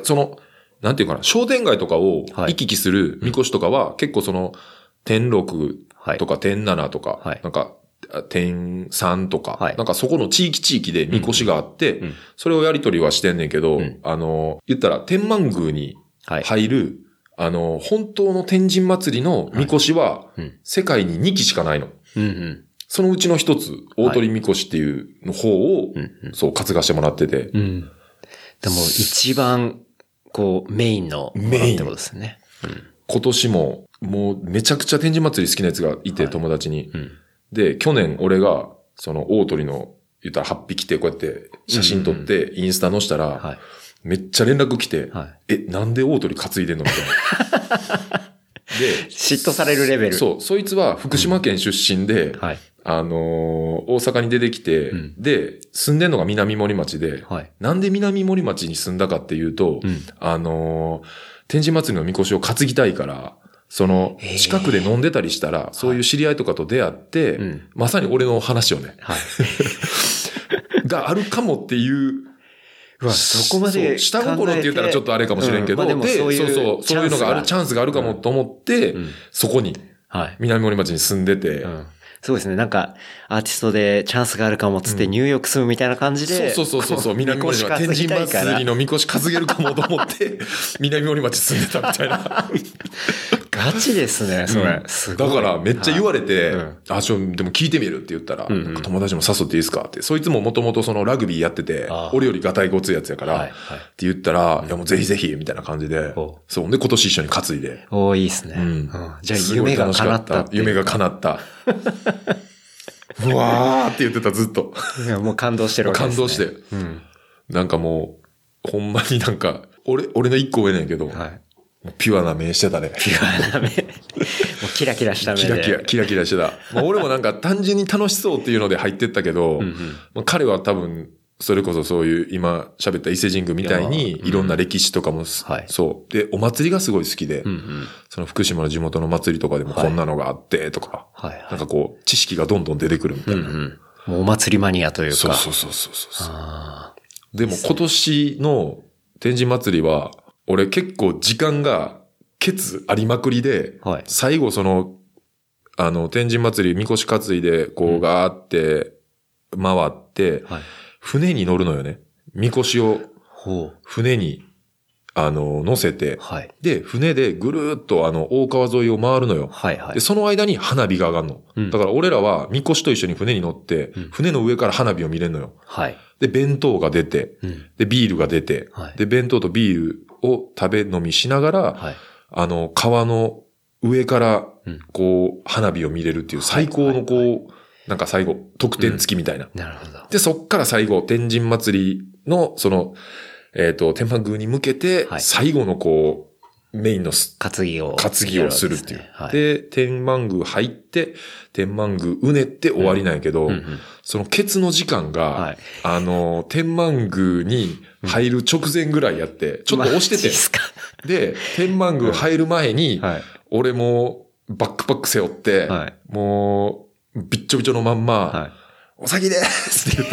その、なんていうかな、商店街とかを行き来するみこしとかは、はい、結構その、天六とか天七とか、はい、なんか、天三とか、はい、なんかそこの地域地域でみこしがあって、うんうん、それをやり取りはしてんねんけど、うん、あの、言ったら天満宮に入る、はいあの、本当の天神祭りのみこしは、世界ににきしかないの。うんうん、そのうちの一つ、大鳥みこしっていうの方を、はいそう、担がしてもらってて。うん、 でも、一番、こう、メインの、メインってことですね。 うん、今年も、もう、めちゃくちゃ天神祭り好きなやつがいて、はい、友達に、うん。で、去年俺が、その、大鳥の、言ったらはっぴきて、こうやって写真撮って、インスタ載したら、うんうんはいめっちゃ連絡来て、はい、え、なんで大鳥担いでんのみたいな。 で、嫉妬されるレベル。 そう、そいつは福島県出身で、うんはい、あのー、大阪に出てきて、うん、で、住んでんのが南森町で、はい、なんで南森町に住んだかっていうと、うん、あのー、天神祭りのみこしを担ぎたいから、その、近くで飲んでたりしたら、そういう知り合いとかと出会って、はい、まさに俺の話をね、はい、があるかもっていう、 うわそこまで下心って言ったらちょっとあれかもしれんけど、うんまあ、でそうそうそうそういうのがあるチャンスがあるかもと思って、うん、そこに、はい、南森町に住んでて、うん、 そうですね。なんか、アーティストでチャンスがあるかもっつってニューヨーク住むみたいな感じで。 うん、そうそうそうそう。南森町、天神祭りのみこし担げるかもと思って、南森町住んでたみたいな。 ガチですね、それ。うん、すごい。 だからめっちゃ言われて、はい、うん、あ、ちょ、でも聞いてみるって言ったら、うんうん、友達も誘っていいですかって。そいつももともとそのラグビーやってて、俺よりガタイごついやつやから、はいはい、って言ったら、うん、いやもうぜひぜひ、みたいな感じで、そう。で、今年一緒に担いで。 おー、いいですね。うん。うん、じゃあ夢が叶った。 夢が叶った。うわーって言ってた、ずっと。 いや、もう感動してるわけですね。 感動して。うん。なんかもう、ほんまになんか、俺、俺の一個上ねんけど、はい。ピュアな目してたね。 ピュアな目。もうキラキラした目で。 キラキラ、キラキラしてた。まあ、俺もなんか単純に楽しそうっていうので入ってったけど、うんうん、まあ、彼は多分、それこそそういう今喋った伊勢神宮みたいにいろんな歴史とかも、うん、そう。で、お祭りがすごい好きで、うんうん、その福島の地元の祭りとかでもこんなのがあってとか、はいはいはい、なんかこう、知識がどんどん出てくるみたいな。うんうん、 もうお祭りマニアというか。 そうそうそうそうそうあ。でも今年の天神祭りは、俺結構時間がケツありまくりで、はい、最後その、あの、天神祭り、みこし担いで、こうガーって回って、はい、船に乗るのよね。みこしを、船に、あの、乗せて、はい、で、船でぐるーっとあの、大川沿いを回るのよ。はいはい、で、その間に花火が上がるの。うん、だから俺らは、みこしと一緒に船に乗って、うん、船の上から花火を見れるのよ。はい、で、弁当が出て、うん、で、ビールが出て、はい、で、弁当とビールを食べ飲みしながら、はい、あの、川の上から、こう、花火を見れるっていう最高のこう、はいはいはい、なんか最後、特典付きみたいな。うん、なるほど。で、そっから最後、天神祭りの、その、えっと、天満宮に向けて、最後のこう、メインの担ぎを。 担ぎをするっていう。はい、で、天満宮入って、天満宮うねって終わりなんやけど、うんうんうん、そのケツの時間が、はい、あの、天満宮に入る直前ぐらいやって、ちょっと押してて。で、天満宮入る前に、はい、俺もバックパック背負って、はい、もう、びっちょびちょのまんま、はい、お先でーすって言って。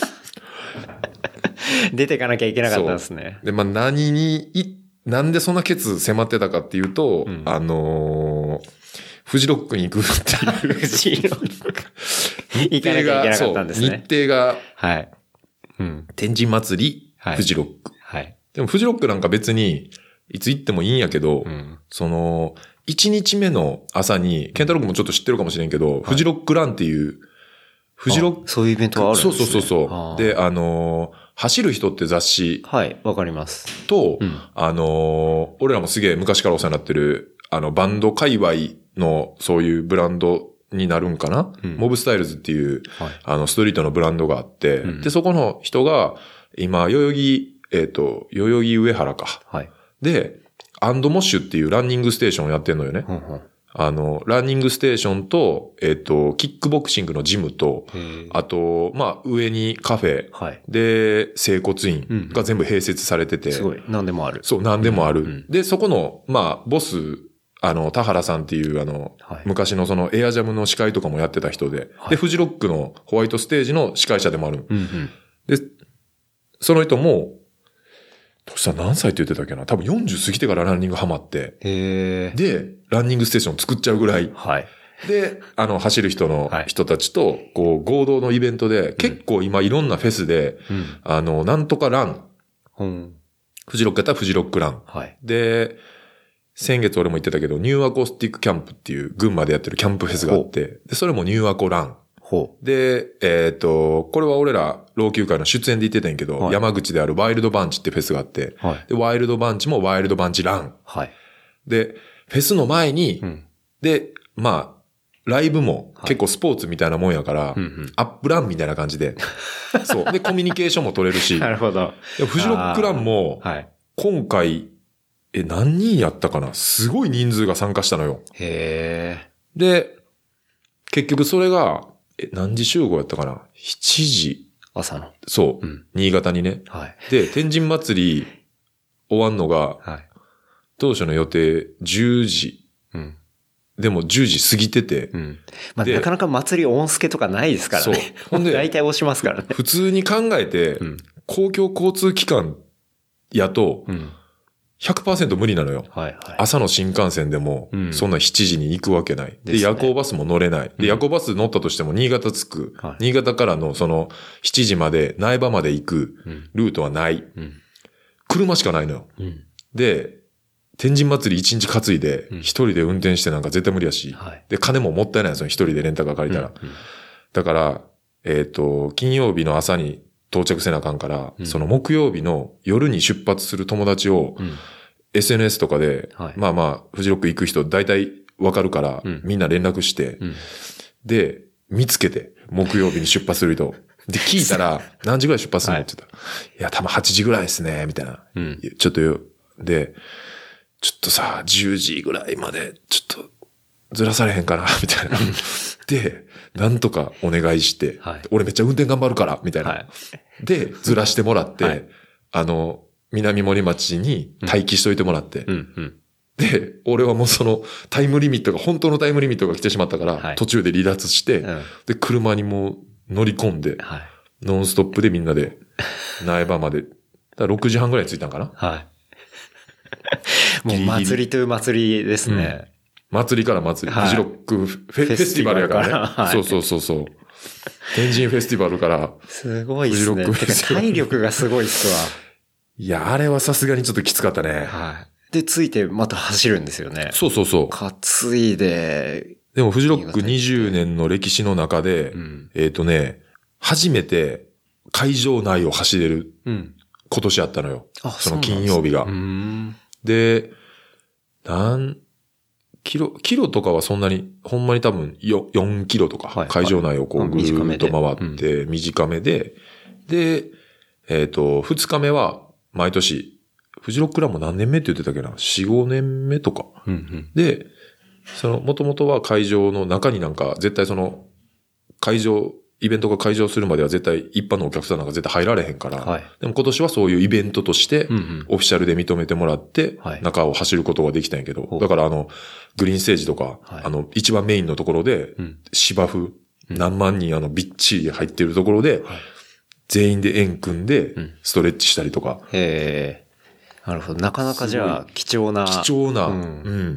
出てかなきゃいけなかったんですね。 で、まあ、何にい、なんでそんなケツ迫ってたかっていうと、うん、あのー、フジロックに行くっていう。フジロック。 行かなきゃいけなかったんですね。 日程が、 はい。 うん。天神祭り、はい、フジロック。はい。でもフジロックなんか別に、いつ行ってもいいんやけど、うん、その、一日目の朝に、ケンタロウ君もちょっと知ってるかもしれんけど、はい、フジロックランっていう、フジロック。 そういうイベントがあるんですね。 そうそうそうそう。で、あのー、走る人って雑誌。 はい、わかります。 と、うん、あのー、俺らもすげえ昔からお世話になってる、あの、バンド界隈のそういうブランドになるんかな、うん、モブスタイルズっていう、はい、あの、ストリートのブランドがあって、うん、で、そこの人が、今、代々木、えっと、代々木上原か。はい。で、アンドモッシュっていうランニングステーションをやってんのよね。うんうん、あの、ランニングステーションと、えっと、キックボクシングのジムと、あと、まあ、上にカフェ、はい、で、整骨院が全部併設されてて。 すごい。何でもある。 そう、何でもある。うんうん、で、そこの、まあ、ボス、あの、田原さんっていう、あの、はい、昔のそのエアジャムの司会とかもやってた人で、はい、で、フジロックのホワイトステージの司会者でもある。うんうん、で、その人も、としたら何歳って言ってたっけな、多分よんじゅう過ぎてからランニングハマって。へー。で、ランニングステーション作っちゃうぐらい。はい。で、あの、走る人の人たちと、こう、合同のイベントで、結構今いろんなフェスで、うん、あの、なんとかラン。うん。フジロックやったらフジロックラン。はい。で、先月俺も言ってたけど、ニューアコースティックキャンプっていう群馬でやってるキャンプフェスがあって、で、それもニューアコラン。ほう。で、えっと、これは俺ら、老朽会の出演で言ってたんやけど、はい、山口であるワイルドバンチってフェスがあって、はい、で、ワイルドバンチもワイルドバンチラン。はい。で、フェスの前に、うん、で、まあ、ライブも結構スポーツみたいなもんやから、はい、アップランみたいな感じで、そう。で、コミュニケーションも取れるし、 なるほど。 フジロックランも、はい、今回、え、何人やったかな？すごい人数が参加したのよ。へー。で、結局それが、え、何時集合やったかな ?しち 時。 朝の。 そう、うん。新潟にね。はい。で、天神祭り終わんのが、はい。当初の予定じゅうじ。うん。でもじゅうじ過ぎてて。うん。 まあ、なかなか祭り音助とかないですからね。そう。ほんで、大体押しますからね。 普通に考えて、うん、公共交通機関やと、うん、 ひゃくパーセント 無理なのよ。はいはい、朝の新幹線でも、そんなしちじに行くわけない。うん、で、夜行バスも乗れない。で、夜行バス乗ったとしても新潟着く。うん、新潟からのそのしちじまで、苗場まで行くルートはない。うん、車しかないのよ。うん、で、天神祭り一日担いで、一人で運転してなんか絶対無理やし。うん、で、金ももったいないですよ。一人でレンタカー借りたら。うんうん、だから、えっと、金曜日の朝に到着せなあかんから、うん、その木曜日の夜に出発する友達を、うん、エスエヌエス とかで、はい、まあまあ、フジロック行く人大体わかるから、うん、みんな連絡して、うん、で、見つけて、木曜日に出発する人。で、聞いたら、何時ぐらい出発するのって言ったら、はい、いや、多分はちじぐらいですね、みたいな。うん、ちょっとよ、で、ちょっとさ、じゅうじぐらいまで、ちょっと、ずらされへんかな、みたいな。で、なんとかお願いして、はい、俺めっちゃ運転頑張るから、みたいな。はい、で、ずらしてもらって、はい、あの、南森町に待機しといてもらって、うんうんうん、で、俺はもうそのタイムリミットが、本当のタイムリミットが来てしまったから、はい、途中で離脱して、うん、で、車にもう乗り込んで、はい、ノンストップでみんなで、苗場まで、だろくじはんぐらいに着いたんかな。はい。 もう祭りという祭りですね。 うん、祭りから祭り。フジロックフ ェ, フェスティバルやからね。はい、そうそうそうそう。天神フェスティバルから。 すごいっすね。てか体力がすごいっすわ。 いや、あれはさすがにちょっときつかったね。 はい。で、ついてまた走るんですよね。 そうそうそう。 担いで。 でもフジロックにじゅうねんの歴史の中で、うん、えっとね、初めて会場内を走れる、うん、今年あったのよ。あ、その金曜日が。で、何キロ、キロとかはそんなに、ほんまに多分 よ, よんキロとか、はい、会場内をこうぐるっと回って、短めで、で、えっと、二日目は毎年、フジロックランも何年目って言ってたっけな ?よん、ごねんめとか。うんうん、で、その、もともとは会場の中になんか、絶対その、会場、イベントが開場するまでは絶対一般のお客さんなんか絶対入られへんから、はい、でも今年はそういうイベントとして、オフィシャルで認めてもらって、中を走ることができたんやけど、はい、だからあの、グリーンステージとか、はい、あの、一番メインのところで、芝生、うん、何万人あの、びっちり入ってるところで、はい、全員で円組んで、ストレッチしたりとか。 うん、へー。なるほど。なかなかじゃあ、貴重な。 貴重な、うん、うん、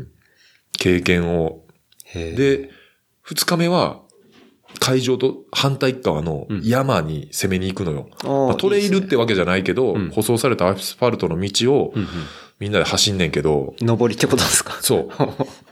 経験を。で、二日目は、会場と反対側の山に攻めに行くのよ。うんまあ、トレイルってわけじゃないけど、いいねうん、舗装されたアスファルトの道をみんなで走んねんけど。 登りってことですか？ そう。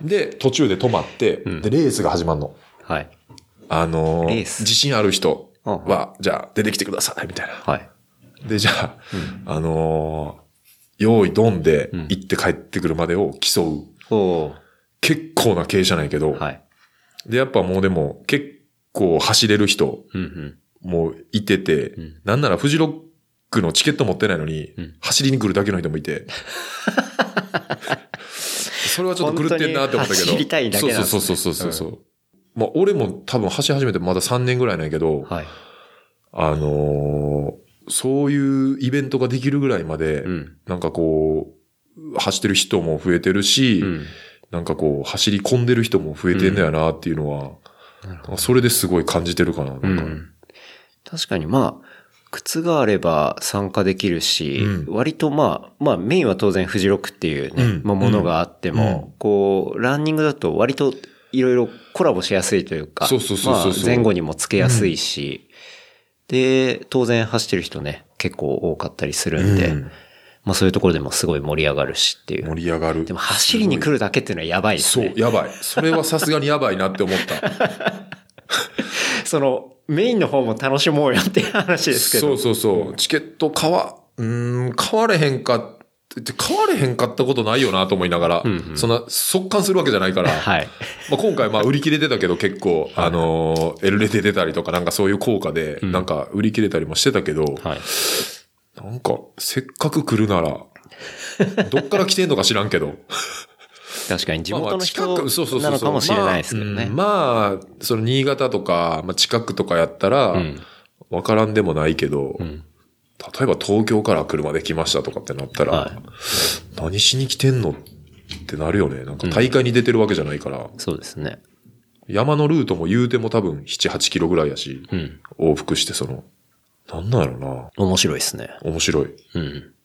で、途中で止まって、うん、で、レースが始まるの。はい。あのー、自信ある人は、じゃあ出てきてください、みたいな。はい。で、じゃあ、うん、あのー、用意ドンで行って帰ってくるまでを競う。うん、結構な傾斜ないけど。はい。で、やっぱもうでも、結構、こう走れる人もいてて、うんうん、なんならフジロックのチケット持ってないのに、うん、走りに来るだけの人もいて、それはちょっと狂ってんなって思ったけど、 走りたいだけなんですね。 そうそうそうそうそう、うん、まあ俺も多分走り始めてまださんねんぐらいなんやけど、はい、あのー、そういうイベントができるぐらいまで、うん、なんかこう走ってる人も増えてるし、うん、なんかこう走り込んでる人も増えてんのやなっていうのは。うんそれですごい感じてるかな。なんか、うん、 確かにまあ、靴があれば参加できるし、うん、割とまあ、まあメインは当然フジロックっていうね、うん、まあものがあっても、うん、こう、ランニングだと割といろいろコラボしやすいというか、 そうそうそうそう、 まあ前後にもつけやすいし、うん、で、当然走ってる人ね、結構多かったりするんで、うんまあそういうところでもすごい盛り上がるしっていう。 盛り上がる。 でも走りに来るだけっていうのはやばいですね。 そう、やばい。それはさすがにやばいなって思った。 その、メインの方も楽しもうよっていう話ですけど。 そうそうそう。チケット買わ、うーん、買われへんかって、買われへんかったことないよなと思いながら、うんうん、そんな速乾するわけじゃないから、はい。まあ今回まあ売り切れてたけど結構、あのー、エルレテ出たりとかなんかそういう効果で、なんか売り切れたりもしてたけど、うん、はい。なんか、せっかく来るなら、どっから来てんのか知らんけど。 確かに地元の人なのかもしれないですけどね。 まあ、その新潟とか、まあ、近くとかやったら、わからんでもないけど、うん、例えば東京から車で来ましたとかってなったら、はい、何しに来てんのってなるよね。なんか大会に出てるわけじゃないから。 うん、そうですね。 山のルートも言うても多分なな、はちキロぐらいやし、うん、往復してその、なんなんやろな。 面白いですね。 面白い。うん。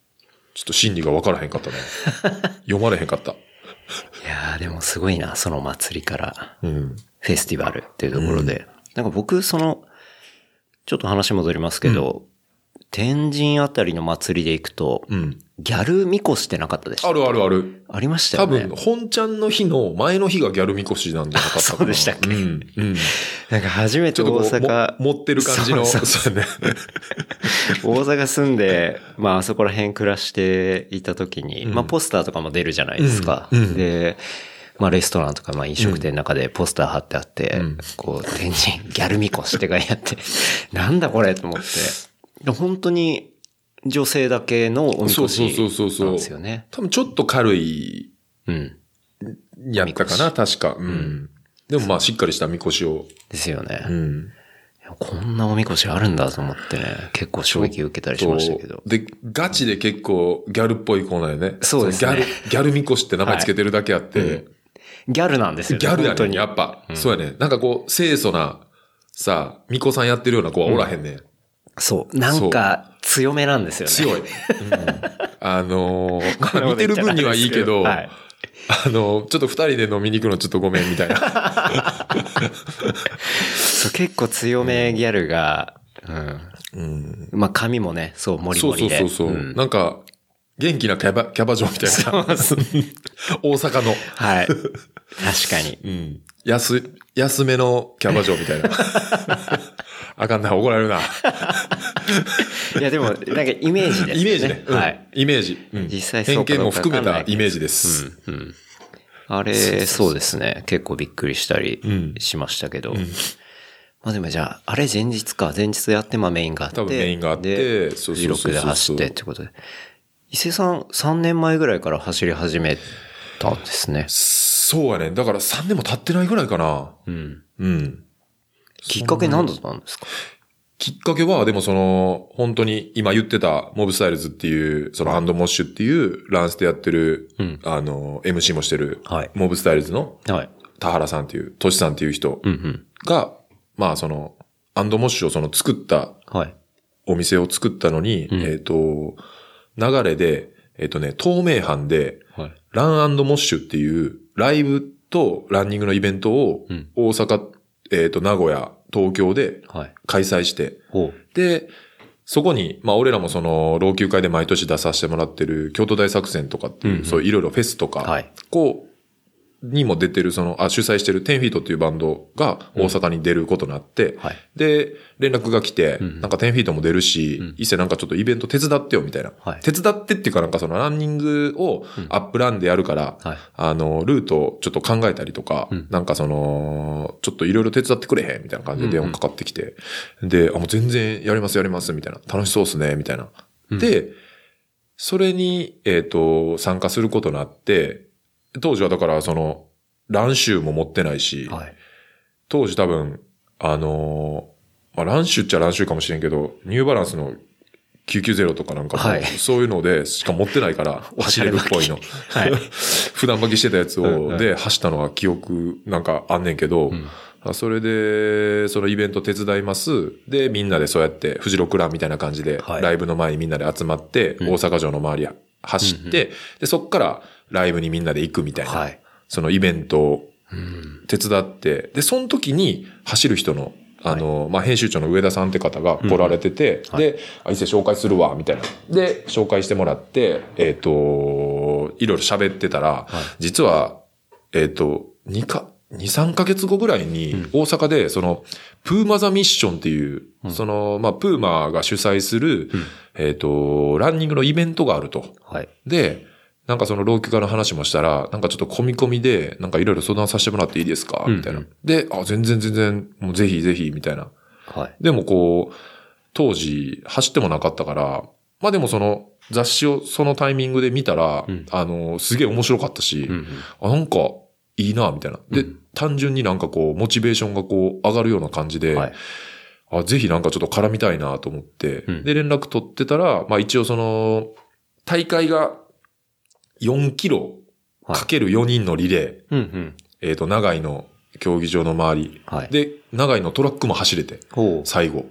ちょっと心理が分からへんかったね。読まれへんかった。 いやーでもすごいな、その祭りから、 うん、 フェスティバルっていうところで。うん、なんか僕、その、ちょっと話戻りますけど、うん、天神あたりの祭りで行くと、うん、ギャルみこしってなかったでした？ あるあるある。 ありましたよね。 多分、本ちゃんの日の前の日がギャルみこしなんじゃなかったかな。 そうでしたっけ？ うん。うん。 なんか初めて大阪。 持ってる感じの。 そうそうね。大阪住んで、まああそこら辺暮らしていた時に、うん、まあポスターとかも出るじゃないですか。うんうん、で、まあレストランとかまあ飲食店の中でポスター貼ってあって、うん、こう、天神ギャルみこしって書いてあって、なんだこれと思って。本当に、女性だけのおみこしなんですよね。そうそうそうそう。 多分ちょっと軽い、うん。やったかな、確か。うん。でもまあしっかりしたみこしを。 ですよね。 うん。 こんなおみこしあるんだと思ってね、結構衝撃受けたりしましたけど。 で、ガチで結構ギャルっぽいコーナーよね。 そうですね。 ギャル、ギャルみこしって名前つけてるだけあって。はい、うん、 ギャルなんですよね。 ギャルやねん、やっぱ、うん。そうやね。なんかこう、清楚な、さ、みこさんやってるような子はおらへんねん。うん、 そう。なんか、強めなんですよね。 強い。うん、あのー、見てる分にはいいけど、はい、あのー、ちょっと二人で飲みに行くのちょっとごめんみたいな。 そう結構強めギャルが、うんうん、まあ髪もね、そう、モリモリで。 そうそうそうそう、うん。なんか、元気なキャバ、キャバ嬢みたいな。大阪の。 はい。確かに。 うん。安、安めのキャバ嬢みたいな。あかんな、怒られるな。 いやでも、なんかイメージですね。 イメージね。うん、はい。イメージ。 うん、実際そうかどうか偏見も含めたイメージです。 うん。うん、あれそうそうそう、そうですね。結構びっくりしたりしましたけど。うんうん、まあでもじゃあ、あれ前日か。前日やって、まあメインがあって。 多分メインがあって、 そうそうそうそう。フジロックで走ってってことで。伊勢さん、さんねんまえぐらいから走り始めたんですね。 そうやね。だからさんねんも経ってないぐらいかな。 うん。 うん。 きっかけ何だったんですか？ きっかけは、でもその、本当に今言ってたモブスタイルズっていう、そのアンドモッシュっていうランスでやってる、うん、あの、エムシー もしてる、はい、モブスタイルズの、はい、田原さんっていう、トシさんっていう人が、うんうん、まあその、アンドモッシュをその作った、お店を作ったのに、はい、えっと、流れで、えっとね、東名阪で、はい、ラン&モッシュっていうライブとランニングのイベントを、うん、大阪、えっと、名古屋、東京で開催して、はい、で、そこに、まあ俺らもその、老朽会で毎年出させてもらってる京都大作戦とかっていう、うんうん、そういろいろフェスとか、はい、こう、にも出てるその、あ、主催してるテンフィートっていうバンドが大阪に出ることになって、うんはい、で、連絡が来て、うん、なんかテンフィートも出るし、うん、伊勢なんかちょっとイベント手伝ってよみたいな、はい。手伝ってっていうかなんかそのランニングをアップランでやるから、うんはい、あの、ルートをちょっと考えたりとか、うん、なんかその、ちょっといろいろ手伝ってくれへんみたいな感じで電話かかってきて、うんうん、で、あ、もう全然やりますやりますみたいな、楽しそうっすね、みたいな。うん、で、それに、えっと、参加することになって、当時はだからその、ランシューも持ってないし、はい、当時多分、あのー、まあ、ランシューっちゃランシューかもしれんけど、ニューバランスのきゅうきゅうゼロとかなんかも、はい、そういうのでしか持ってないから、走れるっぽいの。はい、普段履きしてたやつを、で、走ったのは記憶なんかあんねんけど、うん、それで、そのイベント手伝います。で、みんなでそうやって、フジロックランみたいな感じで、はい、ライブの前にみんなで集まって、うん、大阪城の周り走って、うんうん、で、そっからライブにみんなで行くみたいな。はい、そのイベントを手伝って、で、その時に走る人の、あの、はい、まあ、編集長の上田さんって方が来られてて、うんはい、で、あ、伊勢紹介するわ、みたいな。で、紹介してもらって、えっと、いろいろ喋ってたら、はい、実は、えっと、にか、に、さんかげつごぐらいに、大阪で、その、プーマザミッションっていう、うん、その、まあ、プーマが主催する、うん、えっと、ランニングのイベントがあると。はい、で、なんかその老朽化の話もしたら、なんかちょっと込み込みで、なんかいろいろ相談させてもらっていいですかみたいな。うんうん、で、あ、全然全然、もうぜひぜひ、みたいな。はい。でもこう、当時走ってもなかったから、まあでもその雑誌をそのタイミングで見たら、うん、あの、すげえ面白かったし、うんうん、あ、なんかいいな、みたいな。で、うん、単純になんかこう、モチベーションがこう、上がるような感じで、はい、あ、ぜひなんかちょっと絡みたいなと思って、うん、で、連絡取ってたら、まあ一応その、大会が、よんキロかけるよにんのリレー。はいうんうん、えっと、長井の競技場の周り。はい、で、長井のトラックも走れて。最後。はい、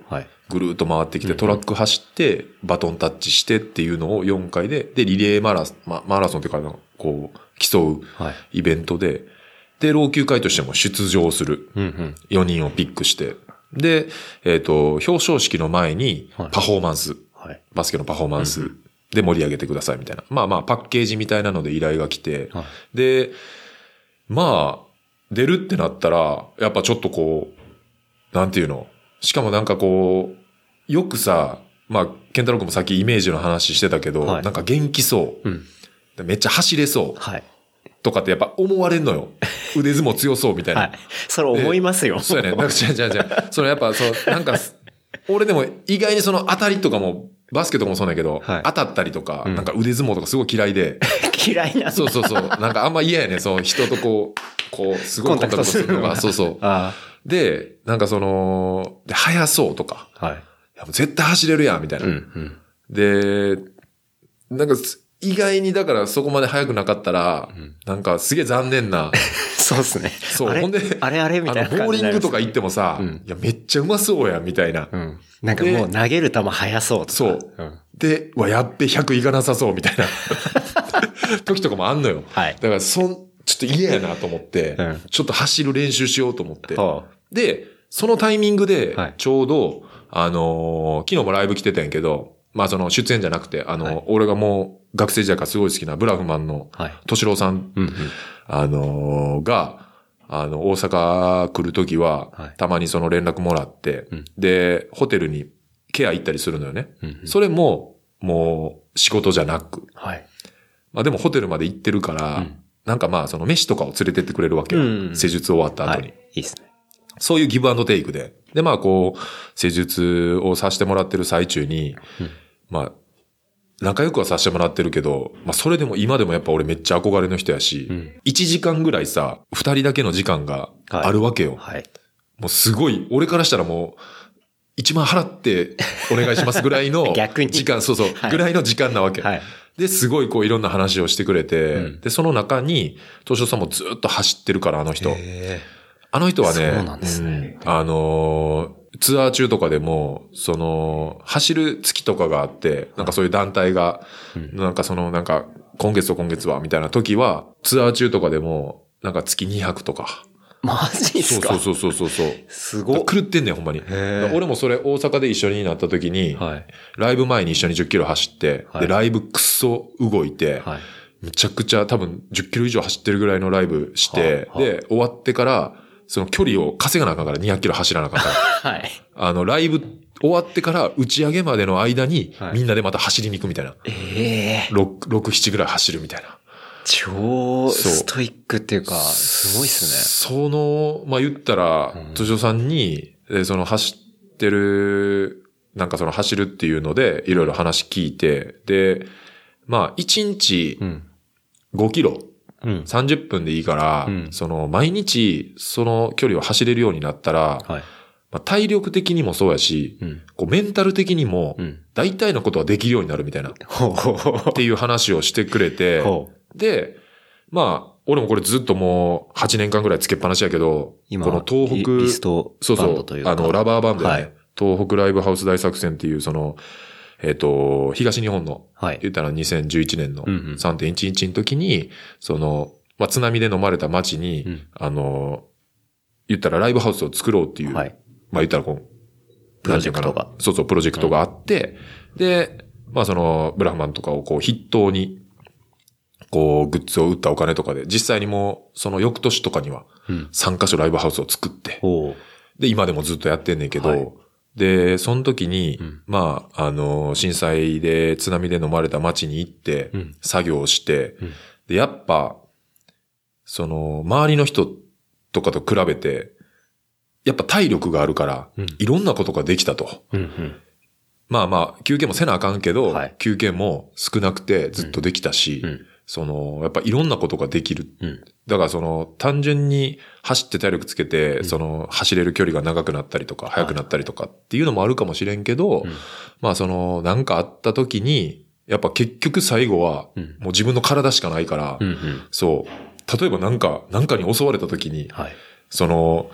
ぐるーっと回ってきて、トラック走って、バトンタッチしてっていうのをよんかいで、で、リレーマラソン、ま、マラソンっていうか、こう、競うイベントで、はい、で、老朽会としても出場する。うんうん、よにんをピックして、で、えっと、表彰式の前にパフォーマンス、はい、バスケのパフォーマンスで盛り上げてくださいみたいな。まあまあ、パッケージみたいなので依頼が来て、はい、で、まあ、出るってなったら、やっぱちょっとこう、なんていうの、しかもなんかこう、よくさ、まあ、健太郎君もさっきイメージの話してたけど、はい、なんか元気そう、うん、めっちゃ走れそう、はい、とかってやっぱ思われんのよ。腕相撲強そうみたいな。はい。 それ思いますよ。 そうやね。なんか違う違う違う。それやっぱそう、なんか、俺でも意外にその当たりとかも、バスケとかもそうなんやけど、はい、当たったりとか、うん、なんか腕相撲とかすごい嫌いで。 嫌いなんだ。 そうそうそう。なんかあんま嫌やね。そう、人とこう、こう、すごいコンタクトするのが、そうそう。あで、なんかその、で、速そうとか。はい。いやもう絶対走れるやん、みたいな。うんうん、で、なんか、意外にだからそこまで速くなかったら、うん、なんかすげえ残念な。 そうですね。 そう。ほんで、 あれあれみたいな感じ、ね。 ボーリングとか行ってもさ、うん、いや、めっちゃうまそうやん、みたいな。うん。 なんかもう投げる球速そうとか。 そう。うん、で、わ、やっべ、ひゃくいかなさそう、みたいな。時とかもあんのよ。はい。だから、そん、ちょっと嫌やなと思って、うん、ちょっと走る練習しようと思って。はあ、で、そのタイミングで、ちょうど、はい、あのー、昨日もライブ来てたんやけど、まあその出演じゃなくて、あの、はい、俺がもう学生時代からすごい好きなブラフマンの、敏郎さん、うんうん、あのー、が、あの、大阪来るときは、はい、たまにその連絡もらって、うん、で、ホテルにケア行ったりするのよね。うんうん、それも、もう仕事じゃなく。はい、まあでもホテルまで行ってるから、うん、なんかまあその飯とかを連れてってくれるわけよ。うんうん、施術終わった後に。はい、 いいっすね。 そういうギブアンドテイクで。で、まあこう、施術をさせてもらってる最中に、うん、まあ、仲良くはさせてもらってるけど、まあそれでも今でもやっぱ俺めっちゃ憧れの人やし、うん、いちじかんぐらいさ、二人だけの時間があるわけよ。はいはい、もうすごい、俺からしたらもう、いちまん払ってお願いしますぐらいの時間、そうそう、はい、ぐらいの時間なわけ。はい、で、すごいこういろんな話をしてくれて、うん、で、その中に、東証さんもずっと走ってるから、あの人。あの人はね、 そうなんですね。 うん、あのー、ツアー中とかでも、その、走る月とかがあって、なんかそういう団体が、うん、なんかその、なんか、今月と今月は、みたいな時は、ツアー中とかでも、なんか月にひゃくとか。 マジっすか？ そうそうそうそうそう。 すごい。 狂ってんねん、ほんまに。俺もそれ大阪で一緒になった時に、はい、ライブ前に一緒にじゅっキロ走って、はい、で、ライブくっそ動いて、はい、めちゃくちゃ多分じゅっキロ以上走ってるぐらいのライブして、はあはあ、で、終わってから、その距離を稼がなあかんからにひゃくキロ走らなあかんから。はい。あの、ライブ終わってから打ち上げまでの間に、みんなでまた走りに行くみたいな。ええー。ろく、ろく、ななぐらい走るみたいな。 超ストイックっていうか、すごいっすね。その、まあ、言ったら、としおさんに、その走ってる、なんかその走るっていうので、いろいろ話聞いて、で、まあ、いちにちごキロ。うん、さんじゅっぷんでいいから、うん、その、毎日、その距離を走れるようになったら、はい、まあ、体力的にもそうやし、うん、こうメンタル的にも、大体のことはできるようになるみたいな、うん、っていう話をしてくれて、で、まあ、俺もこれずっともうはちねんかんぐらいつけっぱなしやけど、 今この東北、 リストバンドというか、 そうそう、あの、ラバーバンドでね、はい、東北ライブハウス大作戦っていう、その、えっと、東日本の、はい、言ったらにせんじゅういちねんの さんてんいちいち の時に、その、まあ、津波で飲まれた町に、うん、あの、言ったらライブハウスを作ろうっていう、はい、まあ、言ったらこう、 プロジェクトが。 そうそう、プロジェクトがあって、うん、で、まあ、その、ブラフマンとかをこう、筆頭に、こう、グッズを売ったお金とかで、実際にもう、その翌年とかには、さんカ所ライブハウスを作って、うん、で、今でもずっとやってんねんけど、はい、で、その時に、うん、まあ、あの、震災で津波で飲まれた町に行って、うん、作業をして、うん、で、やっぱ、その、周りの人とかと比べて、やっぱ体力があるから、うん、いろんなことができたと。うんうん、まあまあ、休憩もせなあかんけど、はい、休憩も少なくてずっとできたし、うんうん、その、やっぱいろんなことができる。うん、だからその、単純に走って体力つけて、うん、その、走れる距離が長くなったりとか、速くなったりとかっていうのもあるかもしれんけど、うん、まあその、なんかあった時に、やっぱ結局最後は、もう自分の体しかないから、うんうん、そう、例えばなんか、なんかに襲われた時に、はい、その、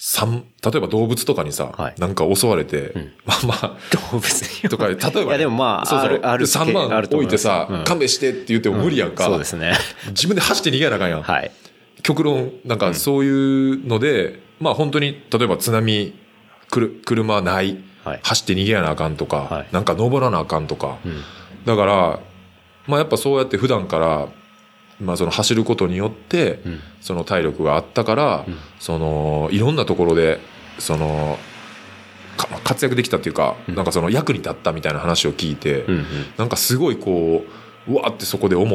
三、例えば動物とかにさ、はい、なんか襲われて、うん、まあまあ、 動物とか、例えば、ね、 いやでもまあ、 そうそう、 ある、あるさんまん置いてさ、うん、勘弁してって言っても無理やんか。 うん、そうですね。 自分で走って逃げなあかんやん。 はい。 極論、なんかそういうので、うん、まあ本当に、例えば津波、くる、車ない、はい、走って逃げなあかんとか、はい、なんか登らなあかんとか、うん、だから、まあやっぱそうやって普段から、まあその走ることによって、うん、その体力があったから、うん、その、いろんなところで、その、活躍できたっていうか、うん、なんかその役に立ったみたいな話を聞いて、うんうん、なんかすごいこう、うわーってそこで思って、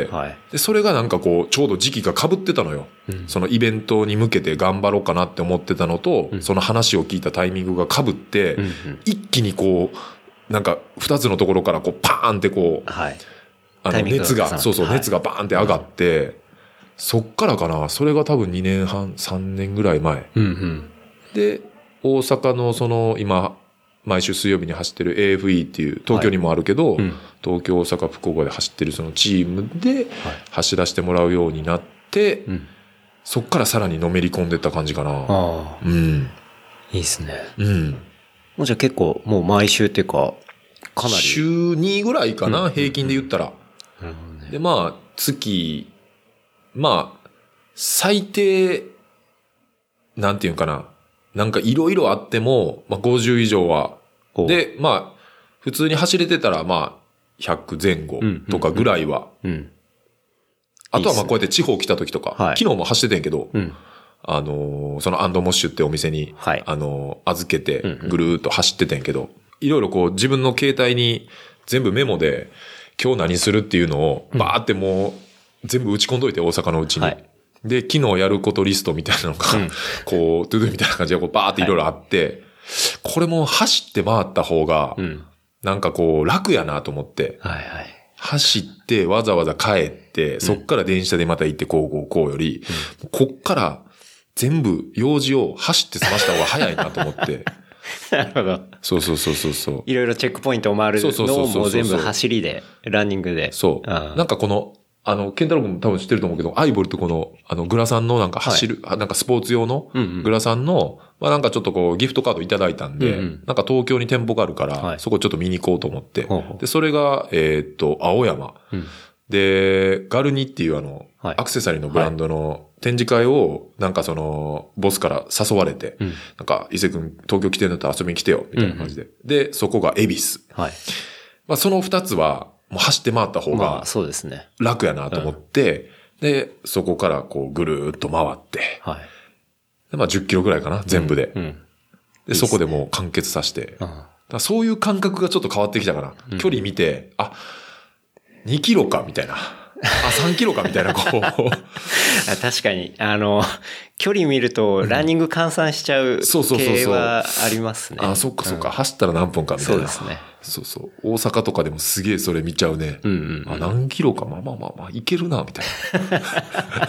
はい、で、それがなんかこう、ちょうど時期が被ってたのよ。うん、そのイベントに向けて頑張ろうかなって思ってたのと、うん、その話を聞いたタイミングが被って、うんうん、一気にこう、なんか二つのところからこう、パーンってこう、はい、あの熱が、そうそう、はい、熱がバーンって上がって、うん、そっからかな、それが多分にねんはん、さんねんぐらい前。うんうん、で、大阪のその今毎週水曜日に走ってる エーエフイー っていう東京にもあるけど、はいうん、東京大阪福岡で走ってるそのチームで走らせてもらうようになって、はい、そっからさらにのめり込んでった感じかな。あうん、 いいですね。 うん。 もうじゃあ結構もう毎週っていうかかなり週にぐらいかな、うん、平均で言ったら。なるほどね。でまあ月まあ最低なんていうかな。なんかいろいろあっても、まあ、ごじゅう以上は。で、まあ、普通に走れてたら、まあ、ひゃくぜん後とかぐらいは。うんうんうん、あとはまあこうやって地方来た時とか、はい、昨日も走ってたんやけど、うん、あのー、そのアンドモッシュってお店に、はい、あのー、預けてぐるーっと走ってたんやけど、いろいろこう自分の携帯に全部メモで、今日何するっていうのを、バーってもう全部打ち込んどいて、大阪のうちに。はいで、昨日やることリストみたいなのが、うん、こう、トゥドゥみたいな感じでこうバーっていろいろあって、はい、これも走って回った方が、うん、なんかこう楽やなと思って、はいはい、走ってわざわざ帰って、うん、そっから電車でまた行ってこうこうこうより、うん、こっから全部用事を走って済ました方が早いなと思って。 なるほど。 そうそうそうそうそう。 いろいろチェックポイントを回るのをもう全部走りで、ランニングで。 そう。なんかこの、あの、ケンタロウ君も多分知ってると思うけど、アイボルってこの、あの、グラサンのなんか走る、はい、なんかスポーツ用のグラサンの、うんうん、まあなんかちょっとこう、ギフトカードいただいたんで、うんうん、なんか東京に店舗があるから、はい、そこちょっと見に行こうと思って、ほうほうで、それが、えー、っと、青山、うん。で、ガルニっていうあの、はい、アクセサリーのブランドの展示会を、なんかその、ボスから誘われて、うん、なんか、伊勢君東京来てんだったら遊びに来てよ、みたいな感じで。うんうん、で、そこが恵比寿。はい。まあその二つは、もう走って回った方が、そうですね。楽やなと思って、で、そこからこうぐるーっと回って、はい。で、まあじゅっキロぐらいかな、全部で。うん。うん、で、そこでもう完結させて、うん、だそういう感覚がちょっと変わってきたかな。うん、距離見て、あ、にキロか、みたいな。あ、さんキロか、みたいな、こう。 確かに、あの、距離見ると、ランニング換算しちゃう系はありますね。 あ、そっかそっか、うん、走ったら何分か、みたいな。 そうですね。 そうそう。大阪とかでもすげえそれ見ちゃうね。うんうんうん、あ、何キロか、まあまあまあまあ、いけるな、みたいな。確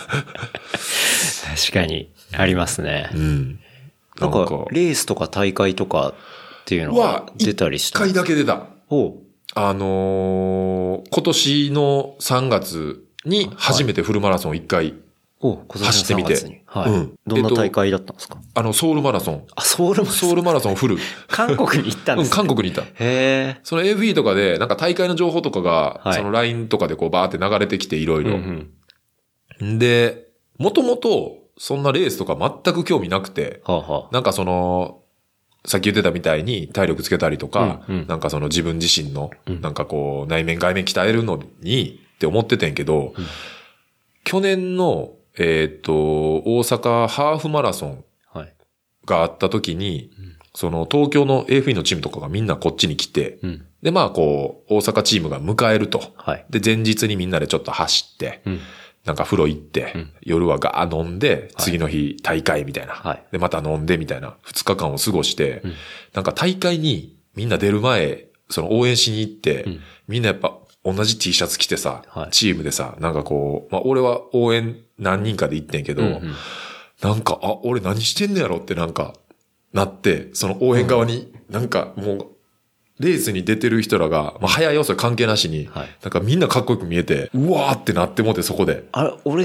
かに、ありますね。うん。なんか、レースとか大会とかっていうのは出たりして一回だけ出た。 おあのー、今年のさんがつに初めてフルマラソンを一回走ってみて。 はい。うん。どんな大会だったんですか？ えっと、あの、ソウルマラソン。 あ、ソウルマラソン。 ソウルマラソンフル。 韓国に行ったんですか？ うん、韓国に行った。 へー。 その エーエフイー とかで、なんか大会の情報とかが、はい、その ライン とかでこうバーって流れてきていろいろ。で、もともと、そんなレースとか全く興味なくて、はあはあ、なんかその、さっき言ってたみたいに体力つけたりとか、うんうん、なんかその自分自身の、なんかこう内面外面鍛えるのにって思ってたんやけど、うん、去年の、えっと、大阪ハーフマラソンがあった時に、はい、その東京の エーエフイー のチームとかがみんなこっちに来て、うん、でまあこう大阪チームが迎えると、はい、で前日にみんなでちょっと走って、うんなんか風呂行って、うん、夜はガー飲んで、次の日大会みたいな、はい。で、また飲んでみたいな、二日間を過ごして、うん、なんか大会にみんな出る前、その応援しに行って、うん、みんなやっぱ同じ T シャツ着てさ、はい、チームでさ、なんかこう、まあ俺は応援何人かで行ってんけど、うんうん、なんか、あ、俺何してんねやろってなんか、なって、その応援側に、なんかもう、レースに出てる人らが、まあ、早い要素関係なしに、はい、なんかみんなかっこよく見えて、うわーってなってもってそこで。 あれ、俺、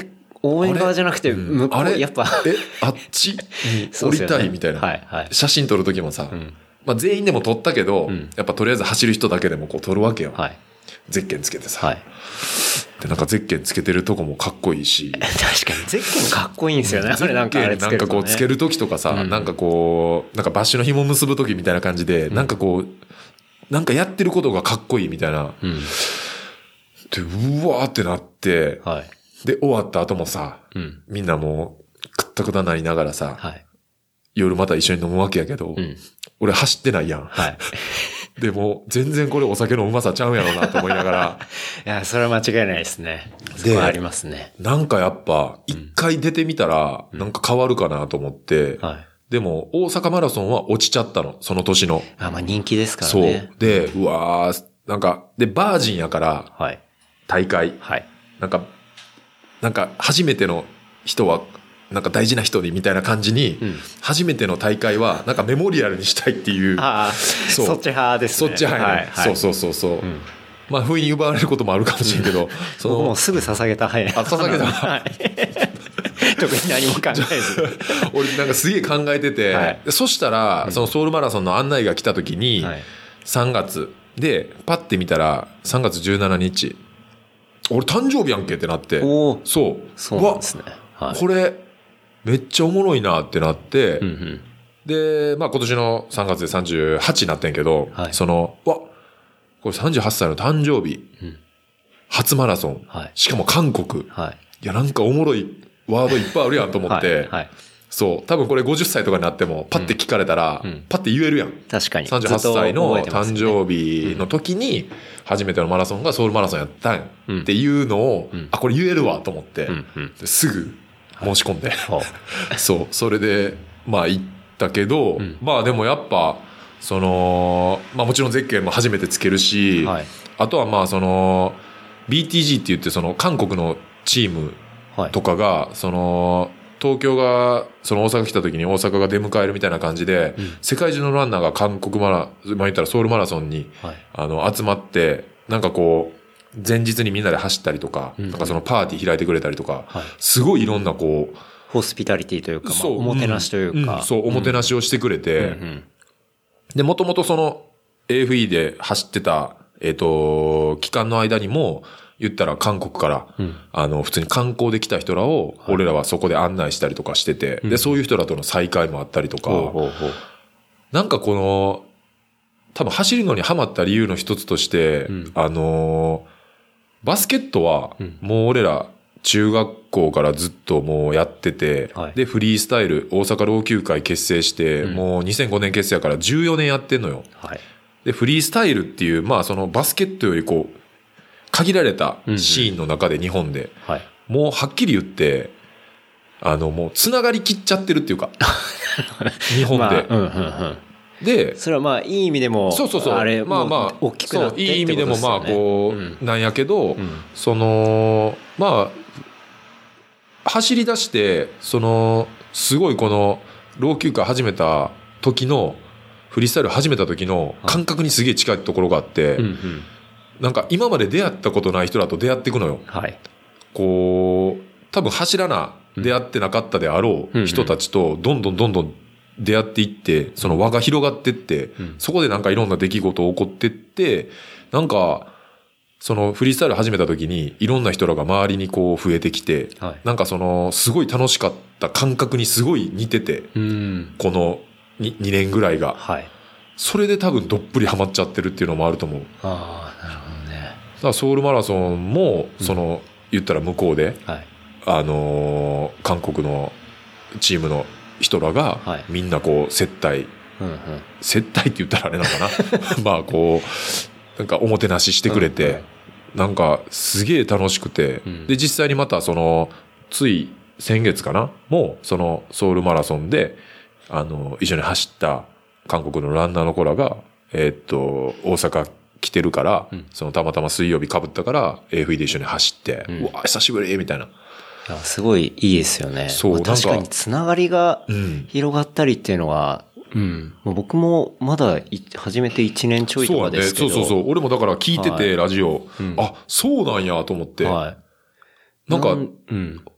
応援側じゃなくて、向こう、 あれやっぱ。 え、あっちに降りたいみたいな。 はいはい。 写真撮るときもさ、うん、まあ全員でも撮ったけど、うん、やっぱとりあえず走る人だけでもこう撮るわけよ。はい。ゼッケンつけてさ。はい。で、なんかゼッケンつけてるとこもかっこいいし。 確かに、ゼッケンかっこいいんですよね。 ゼッケンなんかこうつけるときとかさ、うん、なんかこう、なんかバッシュの紐結ぶときみたいな感じで、うん、なんかこう、なんかやってることがかっこいいみたいな。うん、で、うわーってなって、はい。で、終わった後もさ、うん、みんなもう、くったくたなりながらさ、はい、夜また一緒に飲むわけやけど、うん、俺走ってないやん。はい。でも、全然これお酒のうまさちゃうんやろうなと思いながら。 いや、それは間違いないですね。そこはありますね。 なんかやっぱ、一回出てみたら、なんか変わるかなと思って、うん、はい。でも、大阪マラソンは落ちちゃったの、その年の。 あ、まあ人気ですからね。 そう。で、うわー、なんか、で、バージンやから、はい。大会。はい。なんか、なんか、初めての人は、なんか大事な人にみたいな感じに、うん、初めての大会はなんかメモリアルにしたいっていう。 ああ、そう。そっち派ですね。 そっち派、ね、はい、はい。そうそうそうそう。うん、まあ不意に奪われることもあるかもしれんけど、うん、 そのもうすぐ捧げた派や。 あ、捧げた。 はい。特に何も考えず。 俺なんかすげえ考えてて、はい、そしたらそのソウルマラソンの案内が来た時に、はい、さんがつでパッて見たらさんがつじゅうしちにち、俺誕生日やんけってなって、おそう。 そうなんですね。 はい、これ。めっちゃおもろいなってなって、うんうん、で、まあ今年のさんがつでさんじゅうはちになってんけど、はい、その、わ、これさんじゅうはっさいの誕生日、うん、初マラソン、はい、しかも韓国、はい、いやなんかおもろいワードいっぱいあるやんと思って、はいはい、そう、多分これごじゅっさいとかになってもパッて聞かれたら、うん、パッて言えるやん。 確かに。 さんじゅうはっさいの誕生日の時に、初めてのマラソンがソウルマラソンやったんっていうのを、うん、あ、これ言えるわと思って、うんうん、すぐ、申し込んで、はい、そうそれでまあ行ったけど、うん、まあでもやっぱそのまあもちろんゼッケンも初めてつけるし、はい、あとはまあその ビーティージー って言ってその韓国のチームとかが、はい、その東京がその大阪来た時に大阪が出迎えるみたいな感じで、うん、世界中のランナーが韓国マラ、まあ言ったらソウルマラソンに、はい、あの集まってなんかこう前日にみんなで走ったりとか、うん、なんかそのパーティー開いてくれたりとか、はい、すごいいろんなこう、 ホスピタリティというか、まあ、おもてなしというか、 うんうん、そう、おもてなしをしてくれて、うんうん、で、もともとその エーエフイー で走ってた、えっと、期間の間にも、言ったら韓国から、うん、あの、普通に観光で来た人らを、俺らはそこで案内したりとかしてて、はい、で、そういう人らとの再会もあったりとか、うん、なんかこの、多分走るのにハマった理由の一つとして、うん、あのー、バスケットは、もう俺ら、中学校からずっともうやってて、はい、で、フリースタイル、大阪老朽会結成して、うん、もうにせんごねん結成やからじゅうよねんやってんのよ。はい、で、フリースタイルっていう、まあそのバスケットよりこう、限られたシーンの中で日本で、うんうんはい、もうはっきり言って、あの、もう繋がりきっちゃってるっていうか、日本で。まあうんうんうんで、それはまあいい意味でも、 そうそうそう。 あれ、 まあまあ、 大きくなってってことですよね。 いい意味でもまあこう、うん、なんやけど、うん、その、まあ、走り出して、その、すごいこの、老朽化始めた時の、フリースタイル始めた時の感覚にすげえ近いところがあって、はいうんうん、なんか今まで出会ったことない人らと出会っていくのよ。はい、こう、多分走らな、出会ってなかったであろう人たちと、どんどんどんどん出会っていって、その輪が広がってって、うん、そこでなんかいろんな出来事起こってって、なんか、そのフリースタイル始めた時にいろんな人らが周りにこう増えてきて、はい、なんかそのすごい楽しかった感覚にすごい似てて、うん、この 2, にねんぐらいが、はい、それで多分どっぷりハマっちゃってるっていうのもあると思う。 ああ、なるほどね。 だからソウルマラソンも、その、うん、言ったら向こうで、はい、あのー、韓国のチームの人らが、はい、みんなこう接待、うんうん、接待って言ったらあれなのかなまあこうなんかおもてなししてくれて、うんうん、なんかすげえ楽しくて、うん、で実際にまたそのつい先月かなもうそのソウルマラソンであの一緒に走った韓国のランナーの子らがえー、っと大阪来てるから、うん、そのたまたま水曜日被ったから エーエフイー で一緒に走って、うん、うわ久しぶりみたいな。 すごいいいですよね。そう、確かにつながりが広がったりっていうのは、うん、もう僕もまだ始めていちねんちょいとかですけど。 そうね、そうそうそう。俺もだから聞いてて、はい、ラジオ、うん、あ、そうなんやと思って。はい、なんか、うん、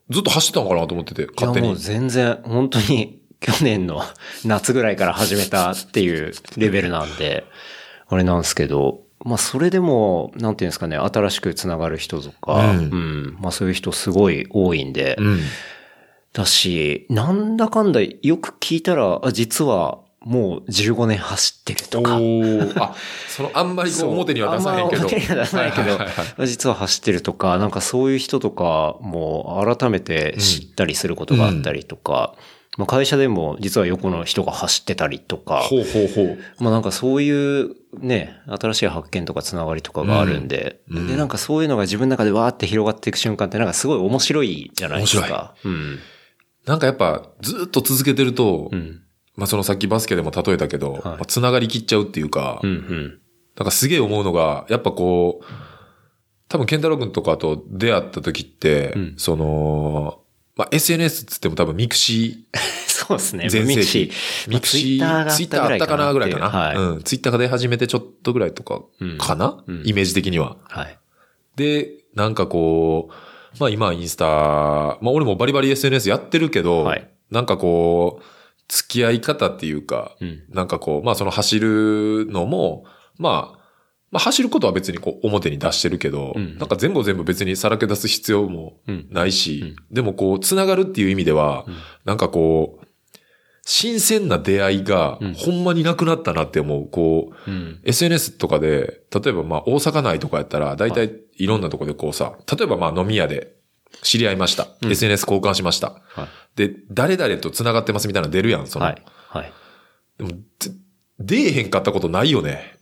ずっと走ってたのかなと思ってて、勝手に。 いやもう全然、本当に去年の夏ぐらいから始めたっていうレベルなんで、あれなんですけど、まあそれでも、なんていうんですかね、新しくつながる人とか、うん、うん、まあそういう人すごい多いんで、うん、だし、なんだかんだよく聞いたら、あ、実はもうじゅうごねん走ってるとか。 おー、あ、そのあんまりこう表には出さへんけど。 表には出さないけど、実は走ってるとか、なんかそういう人とかも改めて知ったりすることがあったりとか、うんまあ、会社でも実は横の人が走ってたりとか、 ほうほうほう。 まあなんかそういうね、新しい発見とかつながりとかがあるんで、うん、でなんかそういうのが自分の中でわーって広がっていく瞬間ってなんかすごい面白いじゃないですか。面白い。うん。 なんかやっぱずっと続けてると、うん、まあそのさっきバスケでも例えたけど、はいまあ、つながりきっちゃうっていうか、うんうん、なんかすげえ思うのが、やっぱこう、多分健太郎くんとかと出会った時って、うん、その、まあ、エスエヌエス つっても多分ミクシー。 そうですね。 全盛期。ミクシー、ツイッターあったかなぐらいかな。はい、うん。ツイッターが出始めてちょっとぐらいとか、かな、うん、イメージ的には。はい。で、なんかこう、まあ今はインスタ、まあ俺もバリバリ エスエヌエス やってるけど、はい、なんかこう、付き合い方っていうか、うん、なんかこう、まあその走るのも、まあ、まあ走ることは別にこう表に出してるけど、うん、なんか全部全部別にさらけ出す必要もないし、うんうん、でもこう繋がるっていう意味では、うん、なんかこう、新鮮な出会いがほんまになくなったなって思う。こう、うん、エスエヌエス とかで、例えばまあ大阪内とかやったら、だいたいいろんなとこでこうさ、例えばまあ飲み屋で知り合いました。うん、エスエヌエス 交換しました。はい、で、誰々と繋がってますみたいなの出るやん、その。はい。はい。でも、出えへんかったことないよね。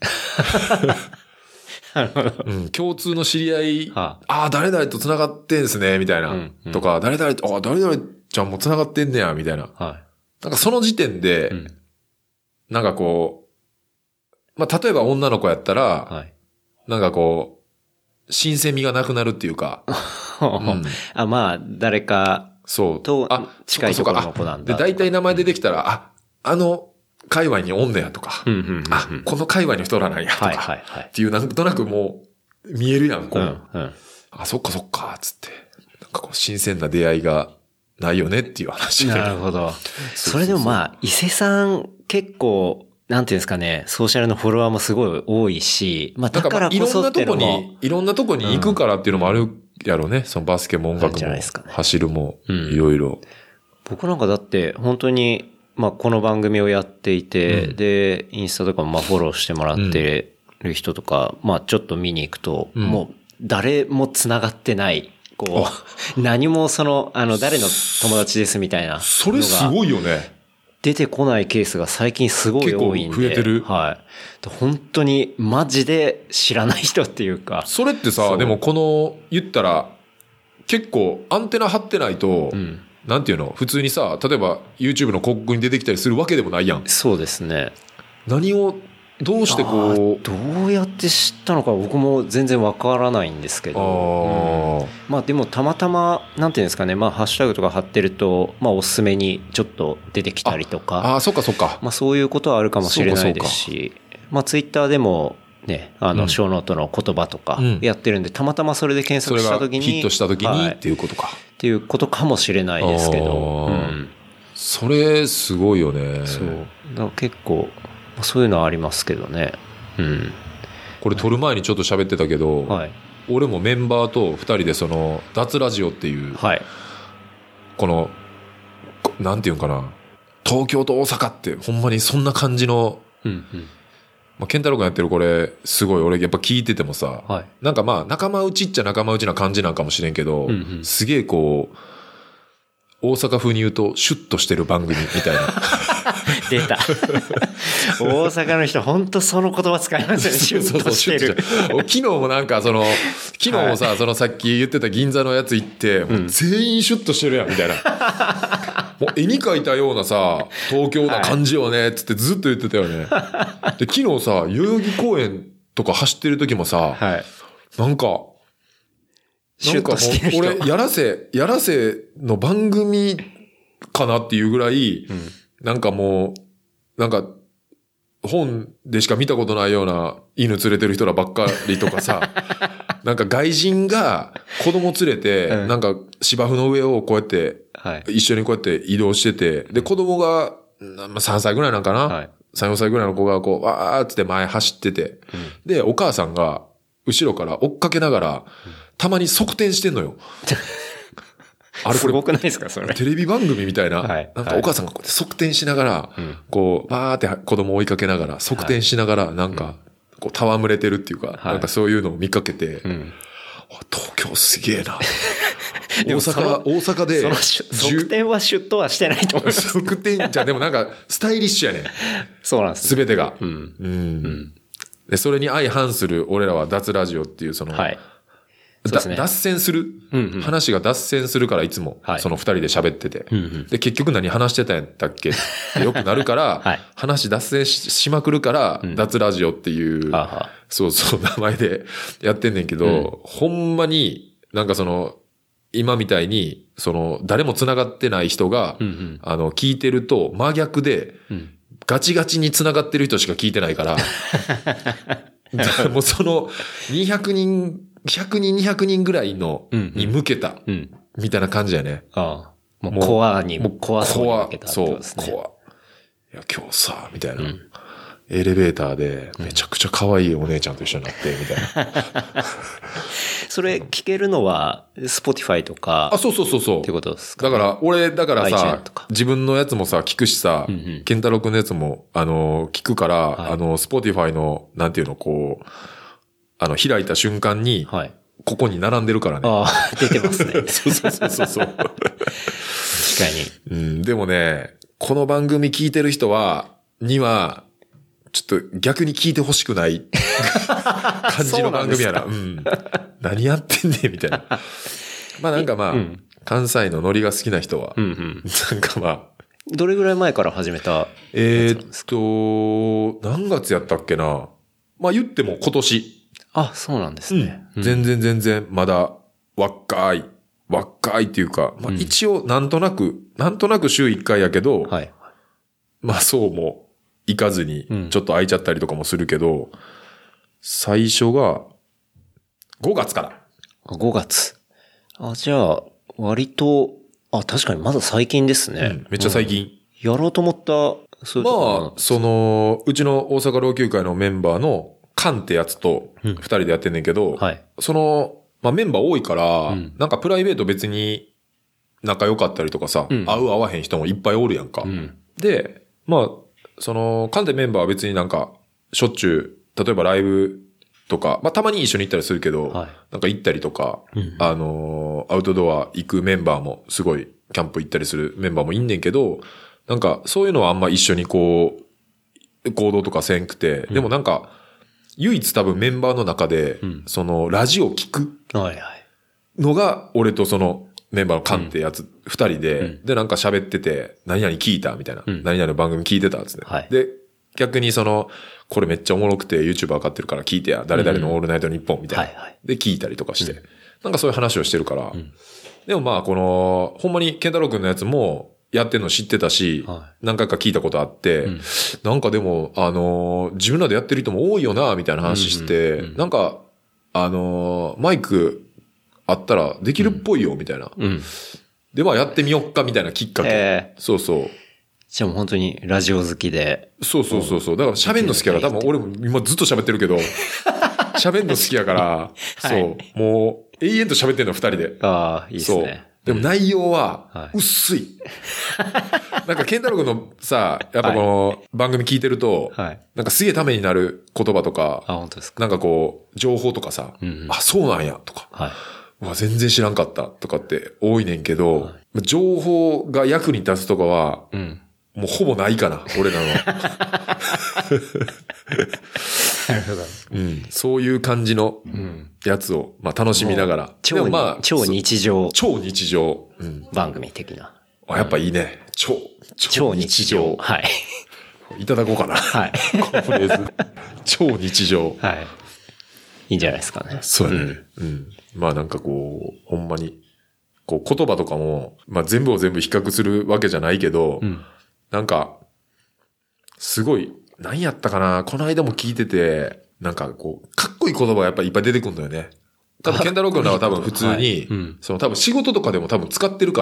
うん、共通の知り合い、はあ、ああ、誰々と繋がってんすね、みたいな。うんうん、とか、誰々と、ああ、誰々ちゃんも繋がってんねや、みたいな。はい、なんかその時点で、うん、なんかこう、まあ、例えば女の子やったら、はい、なんかこう、新鮮味がなくなるっていうか。 うん、あ、まあ、誰か、そう。と、近いところの子なんだ。 で、大体名前出てきたら、あ、あの、界隈におんねやとか、うんうんうんうん、あ、この界隈の人らなんやとか、はいはいはい、っていうなんとなくもう見えるやん、こう。うんうん、あ、そっかそっか、つって。なんかこう新鮮な出会いがないよねっていう話。 なるほど。それでもまあ、伊勢さん結構、なんていうんですかね、ソーシャルのフォロワーもすごい多いし、まあだからこそっていうのも、 いろんなとこに、いろんなとこに行くからっていうのもあるやろうね。うん、そのバスケも音楽も、ね、走るも、いろいろ。 僕なんかだって本当に、まあ、この番組をやっていて、うん、で、インスタとかもまあフォローしてもらってる人とか、うん、まあ、ちょっと見に行くと、うん、もう、誰も繋がってない、こう、何もその、あの、誰の友達ですみたいな。 それすごいよね。 出てこないケースが最近すごい多いんで。 結構増えてる。 はい。本当に、マジで知らない人っていうか。 それってさ、でもこの、言ったら、結構アンテナ張ってないと、うんなんていうの普通にさ、例えば YouTube の広告に出てきたりするわけでもないやん。 そうですね。 何を、どうしてこう。 どうやって知ったのか僕も全然わからないんですけど。あうん、まあでもたまたま、なんていうんですかね、まあハッシュタグとか貼ってると、まあおすすめにちょっと出てきたりとか。 ああ、そっかそっか。 まあそういうことはあるかもしれないですし、まあ Twitter でも、ね、あの、ショーノートの言葉とかやってるんで、うん、たまたまそれで検索したときに。 ヒットしたときに、はい、っていうことか。 っていうことかもしれないですけど。うん、 それ、すごいよね。 そう。だから結構、そういうのはありますけどね。うん。 これ撮る前にちょっと喋ってたけど、はい、俺もメンバーと二人でその、脱ラジオっていう、はい、この、なんていうんかな、東京と大阪って、ほんまにそんな感じの、うんうんまあ、ケンタロウ君やってるこれ、すごい俺やっぱ聞いててもさ、はい、なんかまあ仲間内っちゃ仲間内な感じなんかもしれんけど、うんうん、すげえこう、大阪風に言うとシュッとしてる番組みたいな。 出た。大阪の人本当その言葉使いますよね。シュッとしてる。 昨日もなんかその、昨日もさ、はい、そのさっき言ってた銀座のやつ行って、もう全員シュッとしてるやんみたいな。もう絵に描いたようなさ、東京な感じよね、つってずっと言ってたよね。はい、で、昨日さ、代々木公園とか走ってる時もさ、はい、なんか、なんかもう、俺、やらせ、やらせの番組かなっていうぐらい、うん、なんかもう、なんか、 本でしか見たことないような犬連れてる人らばっかりとかさ、なんか外人が子供連れて、うん、なんか芝生の上をこうやって、はい、一緒にこうやって移動してて、で、子供がさんさいぐらいなんかな、はい、さん、よんさいぐらいの子がこう、わーって前走ってて、うん、で、お母さんが後ろから追っかけながら、うん、たまに側転してんのよ。 あれこれ。すごくないですかそれ。 テレビ番組みたいな。はい、なんかお母さんがこうやって側転しながら、はい、こう、バーって子供を追いかけながら、側転しながら、なんか、こう、戯れてるっていうか、はい、なんかそういうのを見かけて、うん、東京すげえな。大阪、大阪で。 その側転はシュッとはしてないと思います。 側転じゃ、でもなんか、スタイリッシュやね。 そうなんです。 すべてが。うん。うん。うん。で、それに相反する、俺らは脱ラジオっていう、その、はい。ね、脱線する、うんうん、話が脱線するからいつも、その二人で喋ってて、はいうんうん。で、結局何話してたんだっけってよくなるから、はい、話脱線 し, しまくるから、うん、脱ラジオっていう、そうそう、名前でやってんねんけど、うん、ほんまになんかその、今みたいに、その、誰も繋がってない人が、うんうん、あの、聞いてると真逆で、うん、ガチガチに繋がってる人しか聞いてないから、もうその、にひゃくにん、ひゃくにん、にひゃくにんぐらいの、に向けた、みたいな感じやね。 ああ。もうコアに、もうコア層に向けたってことですね。 そう、コア。いや、今日さ、みたいな、うん。エレベーターで、めちゃくちゃ可愛いお姉ちゃんと一緒になって、みたいな。 それ聞けるのは、Spotify とか。 あ、そうそうそうそう。 ってことですか、 ね。だから、俺、だからさ、自分のやつもさ、聞くしさ、うんうん、ケンタロウくんのやつも、あの、聞くから、はい、あの、Spotify の、なんていうの、こう、あの、開いた瞬間に、はい、ここに並んでるからね。 ああ、出てますね。 そうそうそうそうそう。確かに。 うん。でもね、この番組聞いてる人は、には、ちょっと逆に聞いてほしくない感じの番組やな。う, うん。何やってんねんみたいな。まあなんかまあ、うん、関西のノリが好きな人は、うんうん、なんかまあ。 どれぐらい前から始めたえー、っと、何月やったっけな。まあ言っても今年。 あ、そうなんですね。 うん、全然全然、まだ、若い、若いっていうか、まあ一応、なんとなく、うん、なんとなく週いっかいやけど、はい、まあそうもいかずに、ちょっと空いちゃったりとかもするけど、うん、最初が、ごがつから。 ごがつ。あ、じゃあ、割と、あ、確かにまだ最近ですね。うん、 めっちゃ最近、 うん。やろうと思った、 そういうまあ、その、うちの大阪老朽会のメンバーの、カンってやつと二人でやってんねんけど、うんはい、その、まあ、メンバー多いから、うん、なんかプライベート別に仲良かったりとかさ、うん、会う会わへん人もいっぱいおるやんか。うん、で、まあ、その、カンってメンバーは別になんか、しょっちゅう、例えばライブとか、まあ、たまに一緒に行ったりするけど、はい、なんか行ったりとか、うん、あのー、アウトドア行くメンバーもすごい、キャンプ行ったりするメンバーもいんねんけど、なんか、そういうのはあんま一緒にこう、行動とかせんくて、でもなんか、唯一多分メンバーの中で、うん、その、ラジオ聞くのが、俺とそのメンバーのカンってやつ、二、うん、人で、うん、で、なんか喋ってて、何々聞いたみたいな、うん、何々の番組聞いてたっつって、はい。で、逆にその、これめっちゃおもろくて YouTube 上がってるから聞いてや、誰々のオールナイトニッポンみたいな、うんはいはい。で、聞いたりとかして、うん、なんかそういう話をしてるから、うん、でもまあ、この、ほんまにケンタロウくんのやつも、やってんの知ってたし、はい、何回か聞いたことあって、うん、なんかでも、あのー、自分らでやってる人も多いよな、みたいな話して、うんうんうん、なんか、あのー、マイクあったらできるっぽいよ、みたいな、うん。で、まあやってみよっか、みたいなきっかけ。そうそう。 じゃあもう本当にラジオ好きで。 そうそうそうそう。だから喋んの好きやから、多分俺も今ずっと喋ってるけど、喋んの好きやから、はい、そう、もう永遠と喋ってんの二人で。 ああ、いいですね。 でも内容は、薄い。はい、なんか、ケンタロウ君のさ、やっぱこの番組聞いてると、はい、なんかすげえためになる言葉とか、 あ、本当ですか。 なんかこう、情報とかさ、うんうん、あ、そうなんや、とか、はい、うわ全然知らんかった、とかって多いねんけど、はい、情報が役に立つとかは、うん、もうほぼないかな、俺らの。なるほど。うん。そういう感じのやつを、まあ楽しみながら。 超、まあ、超日常。 超日常。 うん。番組的な。 あ、やっぱいいね。超、 超日常。はい。 いただこうかな。はい。このフレーズ。超日常。 はい。いいんじゃないですかね。 そうだね。うん。うん、まあなんかこう、ほんまに、こう言葉とかも、まあ全部を全部比較するわけじゃないけど、うん、なんか、すごい、 何やったかな、この間も聞いてて、なんかこう、かっこいい言葉がやっぱりいっぱい出てくるんだよね。多分、ケンタロウ君らは多分普通に、はいうん、その多分仕事とかでも多分使ってるから、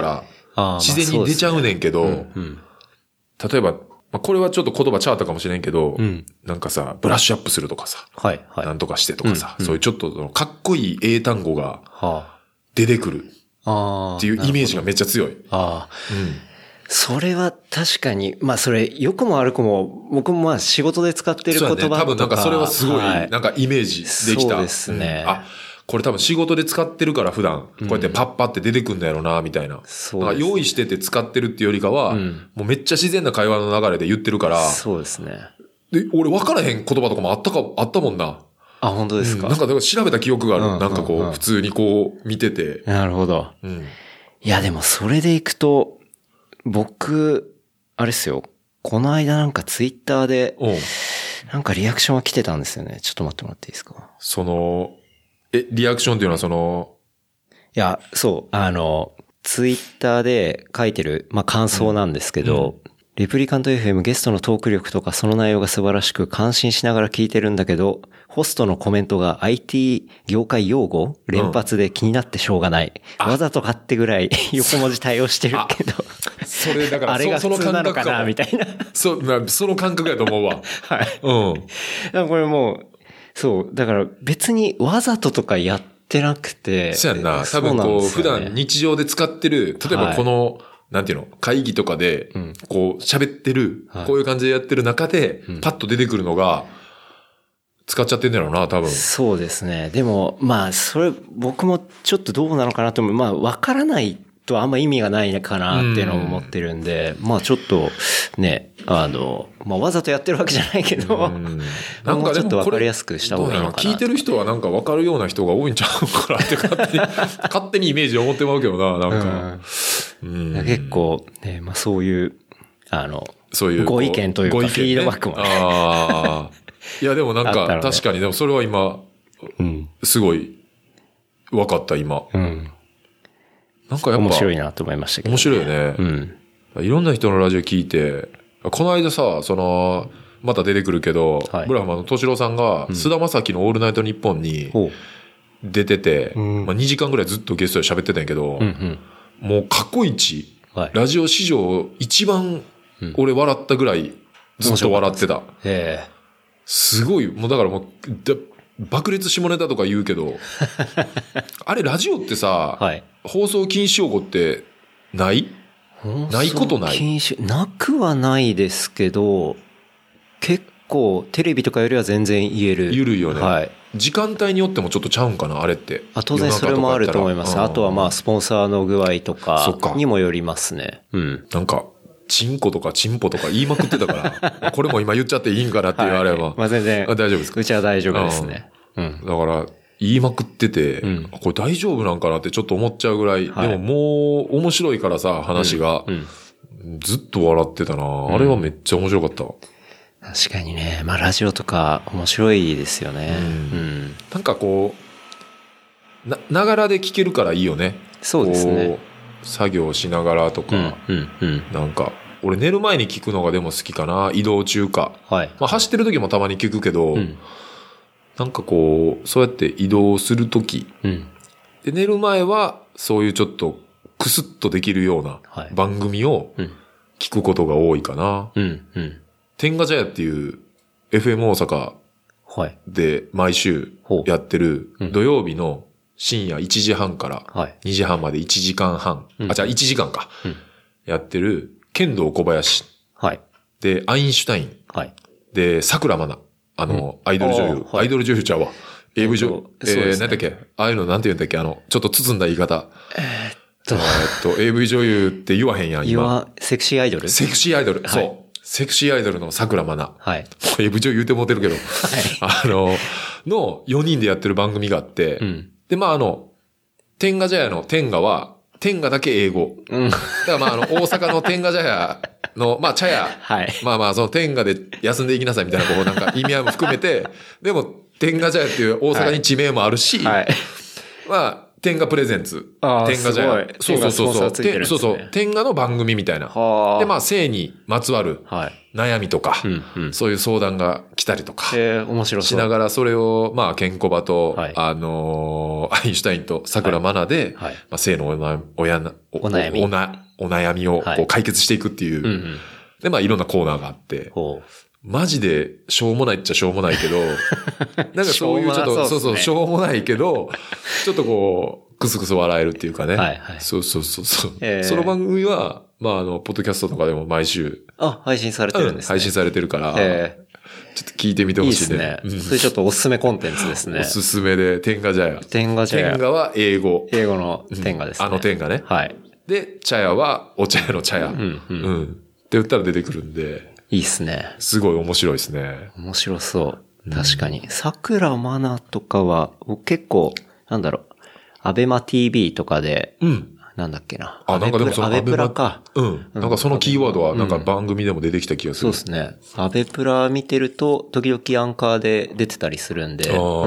自然に出ちゃうねんけど、まあねうんうん、例えば、まあ、これはちょっと言葉ちゃうったかもしれんけど、うん、なんかさ、ブラッシュアップするとかさ、はいはい、なんとかしてとかさ、うんうん、そういうちょっとかっこいい英単語が出てくるっていうイメージがめっちゃ強い。 あうん、それは確かに、まあそれ良くも悪くも僕もまあ仕事で使ってる言葉とか、ね、 多分なんかそれはすごいなんかイメージできた。 そうですね。 うん、あこれ多分仕事で使ってるから普段、こうやってパッパって出てくんだよな、みたいな。そうですね。用意してて使ってるっていうよりかは、うん、もうめっちゃ自然な会話の流れで言ってるから。 そうですね。 で、俺分からへん言葉とかもあったか、あったもんな。 あ、本当ですか、 うん、なんか、だから調べた記憶がある。うんうんうん、なんかこう、普通にこう、見てて。 なるほど。うん。いや、でもそれでいくと、僕、あれっすよ。この間なんかツイッターで、なんかリアクションが来てたんですよね。ちょっと待ってもらっていいですか。 その、え、リアクションっていうのはその、 いや、そう、あの、ツイッターで書いてる、まあ、感想なんですけど、うんうん、レプリカント エフエム ゲストのトーク力とかその内容が素晴らしく感心しながら聞いてるんだけど、ホストのコメントが アイティー 業界用語連発で気になってしょうがない。うん、わざとかってぐらい横文字対応してるけど。 それだから、 あれが普通なのかなみたいな。 そう、その感覚やと思うわ。 はい。うん。だからこれもう、そう、だから別にわざととかやってなくて。 そうやんな。多分こう、普段日常で使ってる、例えばこの、はい、なんていうの、会議とかで、こう、喋ってる、うん、こういう感じでやってる中で、パッと出てくるのが、使っちゃってんだろうな、多分。 そうですね。でも、まあ、それ、僕もちょっとどうなのかなと思う。まあ、わからないとあんま意味がないかなっていうのを思ってるんで、うん、まあちょっと、ね、あの、まあわざとやってるわけじゃないけど、うん、なんかちょっとわかりやすくした方がいいのかな。 聞いてる人はなんかわかるような人が多いんちゃうかなって勝手に、勝手にイメージを持ってまうけどな、なんか。 うんうん、結構、ね、まあそういう、あの、そういうご意見というか、フィードバックも、ね。 ああ。いやでもなんか、確かに、でもそれは今、うん、すごい、わかった、今。うんなんかやっぱ面白いなと思いましたけど、ね。 面白いよね。うん。いろんな人のラジオ聞いて、この間さ、その、また出てくるけど、はい、ブラフマンの敏郎さんが、菅田将暉のオールナイトニッポンに出てて、うん、まあにじかんぐらいずっとゲストで喋ってたんやけど、うんうん、もう過去一、はい、ラジオ史上一番俺笑ったぐらいずっと笑ってた。うん、すごい、もうだからもう、爆裂下ネタとか言うけど、あれラジオってさ、はい、放送禁止用語ってないないことない禁止なくはないですけど、結構テレビとかよりは全然言える。 ゆるいよね。はい。時間帯によってもちょっとちゃうんかな、あれって。 あ、当然それもあると思います。あとはまあスポンサーの具合とかにもよりますね。 うん。なんか、チンコとかチンポとか言いまくってたから、これも今言っちゃっていいんかなっていうあれは。はい、 まあ全然。 大丈夫ですか？ うちは大丈夫ですね。 うん。だから、言いまくってて、うん、これ大丈夫なんかなってちょっと思っちゃうぐらい、はい、でももう面白いからさ、話が、うんうん、ずっと笑ってたな、うん、あれはめっちゃ面白かった。 確かにね、まあラジオとか面白いですよね。うん。うん、 なんかこう、な、ながらで聞けるからいいよね。 そうですね。 作業しながらとか、うんうんうん、なんか、俺寝る前に聞くのがでも好きかな、移動中か。はい。まあ走ってる時もたまに聞くけど、うんなんかこう、そうやって移動するとき、うん、で、寝る前は、そういうちょっと、クスッとできるような番組を聞くことが多いかな。うんうん、天下茶屋っていう エフエム 大阪で毎週やってる土曜日の深夜いちじはんからにじはんまでいちじかんはん、うん、あ、じゃあいちじかんか、うん、やってる剣道小林、はい、で、アインシュタイン、はい、で、桜まな。あの、うん、アイドル女優。はい、アイドル女優ちゃうわ。エーブイ 女優。えー、ね、何だっけああいうのなんて言うんだっけあの、ちょっと包んだ言い方。えー、っと。えー、っと、エーブイ 女優って言わへんやん、今。 セクシーアイドルセクシーアイドル。はい、そう。セクシーアイドルの桜まな。はい。エーブイ 女優言うてもうてるけど。はい。あの、のよにんでやってる番組があって。うん。で、まああの、天下茶屋の天下は、天下だけ英語。うん。だからまああの、大阪の天下茶屋の、まあ茶屋。はい。まあまあその天下で休んでいきなさいみたいな、こうなんか意味合いも含めて、でも天下茶屋っていう大阪に地名もあるし、はい。はい、まあ、 天下プレゼンツ。 ああ、 天下じゃすごい。 そうそうそうそう。 ね、 そうそう。天下の番組みたいな。 はあ、 で、まあ、性にまつわる悩みとか、はいうんうん、そういう相談が来たりとか。 へえ、面白そう。 しながら、それを、まあ、ケンコバと、はい、あのー、アインシュタインと桜マナで、はいはい、まあ、性のおな、おやな、お、 お悩み。 おな、お悩みをこう解決していくっていう。はいうんうん、で、まあ、いろんなコーナーがあって。ほうマジでしょうもないっちゃしょうもないけど、なんかそういうちょっと、そうそう、しょうもないけど、ちょっとこう、クスクス笑えるっていうかね。はいはい。そうそうそうそう、えー。その番組は、まああの、ポッドキャストとかでも毎週。 あ、配信されてるんですね。 配信されてるから、えー、ちょっと聞いてみてほしいね。 いいですね。それちょっとおすすめコンテンツですね。 おすすめで、天下茶屋。 天下茶屋。 天下は英語。 英語の天下ですね。 あの天下ね。はい。で、茶屋はお茶屋の茶屋。うん、うん。うん。って言ったら出てくるんで。 いいっすね。 すごい面白いですね。 面白そう。確かに。桜マナとかは、結構、なんだろう、アベマ ティービー とかで、うん。なんだっけな。 あ、なんかでもそのアベプラか。 うん。なんかそのキーワードはなんか番組でも出てきた気がする。 うん、そうですね。アベプラ見てると、時々アンカーで出てたりするんで、あうん。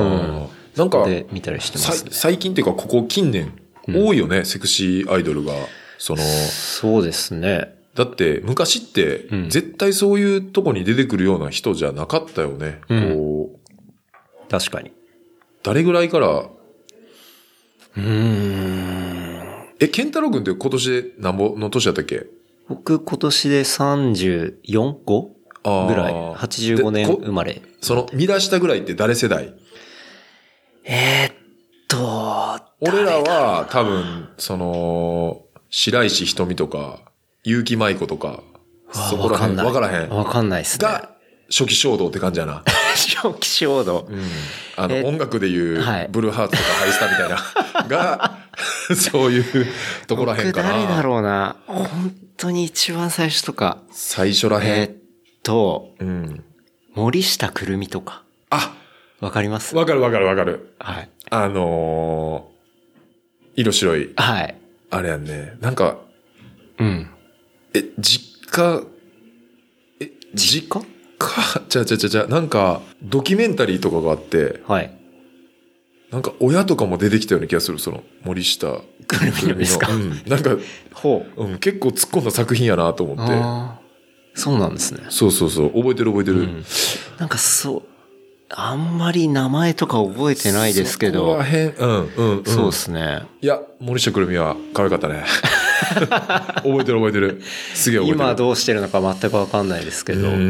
なんか、 で見たりしてますね。 最近っていうか、ここ近年、多いよね、うん、セクシーアイドルが。その、 そうですね。 だって、昔って、絶対そういうとこに出てくるような人じゃなかったよね。うん、こう確かに。 誰ぐらいから、 うーん。 え、ケンタロウ君って今年で何ぼの年だったっけ？ 僕今年でさんじゅうよん、ごぐらい。はちじゅうごねん生まれ。 その、見出したぐらいって誰世代？ えー、っと、 俺らは多分、その、白石瞳とか、結城舞子とか、そこら辺、わからへん。 わかんないっすね。 が、初期衝動って感じやな。 初期衝動。 うん。あの、音楽でいう、ブルーハーツとかハイスタみたいな、が、そういうとこらへんかな。 誰だろうな。本当に一番最初とか。 最初らへん。 えー、っと、うん。森下くるみとか。 あわかります？ わかるわかるわかる。 はい。 あのー、色白い。 はい。 あれやんね。なんか、 うん。 え、実家、え、 実家か、ちゃちゃちゃちゃ、なんか、ドキュメンタリーとかがあって、 はい。 なんか、親とかも出てきたような気がする、その、森下くるみのですか？ うん。なんか、 ほう。うん、結構突っ込んだ作品やなと思って。 ああ。そうなんですね。 そうそうそう、覚えてる覚えてる。うん、 なんかそう、あんまり名前とか覚えてないですけど。 そこら辺、うん、うん、うん。 そうですね。 いや、森下くるみは可愛かったね。覚えてる覚えてる。すげえ覚えてる。 今どうしてるのか全くわかんないですけど。うん。うん、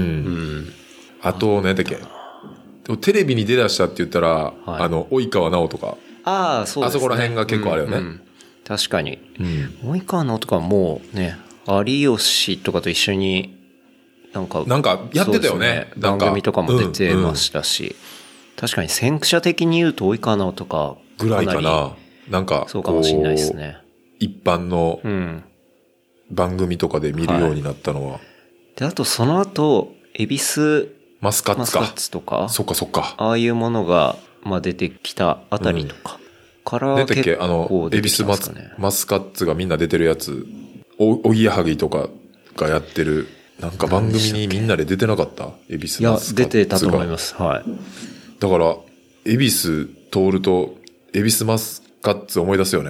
あと、何だっけ。テレビに出だしたって言ったら、はい、あの、及川直とか。 ああ、そうですね。 あそこら辺が結構あるよね。 うんうん、確かに。うん。及川直とかはもうね、有吉とかと一緒に、なんか、 なんかやってたよね。 ね番組とかも出てましたし。うんうん、確かに先駆者的に言うと及川直とか。 ぐらいかな。なんか、 そうかもしれないですね。 一般の番組とかで見るようになったのは。はい、 で、あとその後、恵比寿マスカッツか。 マスカッツとか。 そっかそっか。 ああいうものが、まあ出てきたあたりとか。うん、から出てっけあの、恵比寿マス、マスカッツがみんな出てるやつ、お、おぎやはぎとかがやってる、なんか番組にみんなで出てなかった恵比寿マスカッツが。 いや、出てたと思います。はい。 だから、恵比寿通ると、恵比寿マスカッツ思い出すよね。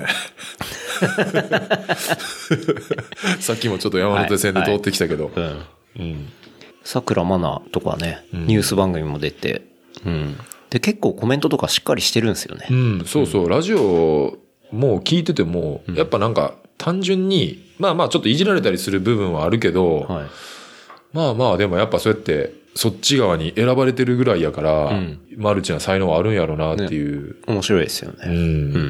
さっきもちょっと山手線で通ってきたけど。はいはい、うん。うん。 桜マナとかね、ニュース番組も出て、うん。で、結構コメントとかしっかりしてるんですよね。 うん、そうそう。うん、ラジオもう聞いてても、やっぱなんか単純に、まあまあちょっといじられたりする部分はあるけど、はい、まあまあでもやっぱそうやって、そっち側に選ばれてるぐらいやから、うん、マルチな才能はあるんやろうなっていう、 ね。面白いですよね。 うん。うん、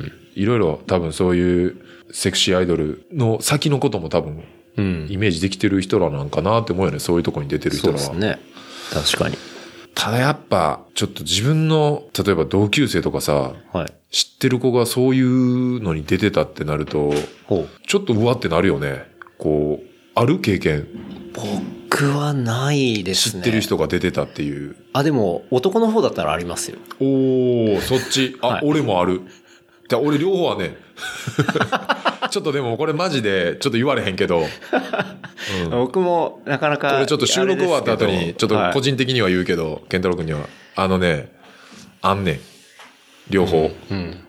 いろいろ多分そういうセクシーアイドルの先のことも多分、うん、イメージできてる人らなんかなって思うよね。そういうとこに出てる人らは。 そうですね。確かに。 ただやっぱ、ちょっと自分の、例えば同級生とかさ、はい、知ってる子がそういうのに出てたってなると、ちょっとうわってなるよね。こう、ある経験。 僕はないですね。 知ってる人が出てたっていう。 あ、でも、男の方だったらありますよ。 おー、そっち。あ、はい、俺もある。じゃ俺両方はね。ちょっとでもこれマジでちょっと言われへんけど。 うん、僕もなかなか。 これちょっと収録終わった後に、ちょっと個人的には言うけど、はい、健太郎君には。あのね、あんねん。両方。 うん。うん、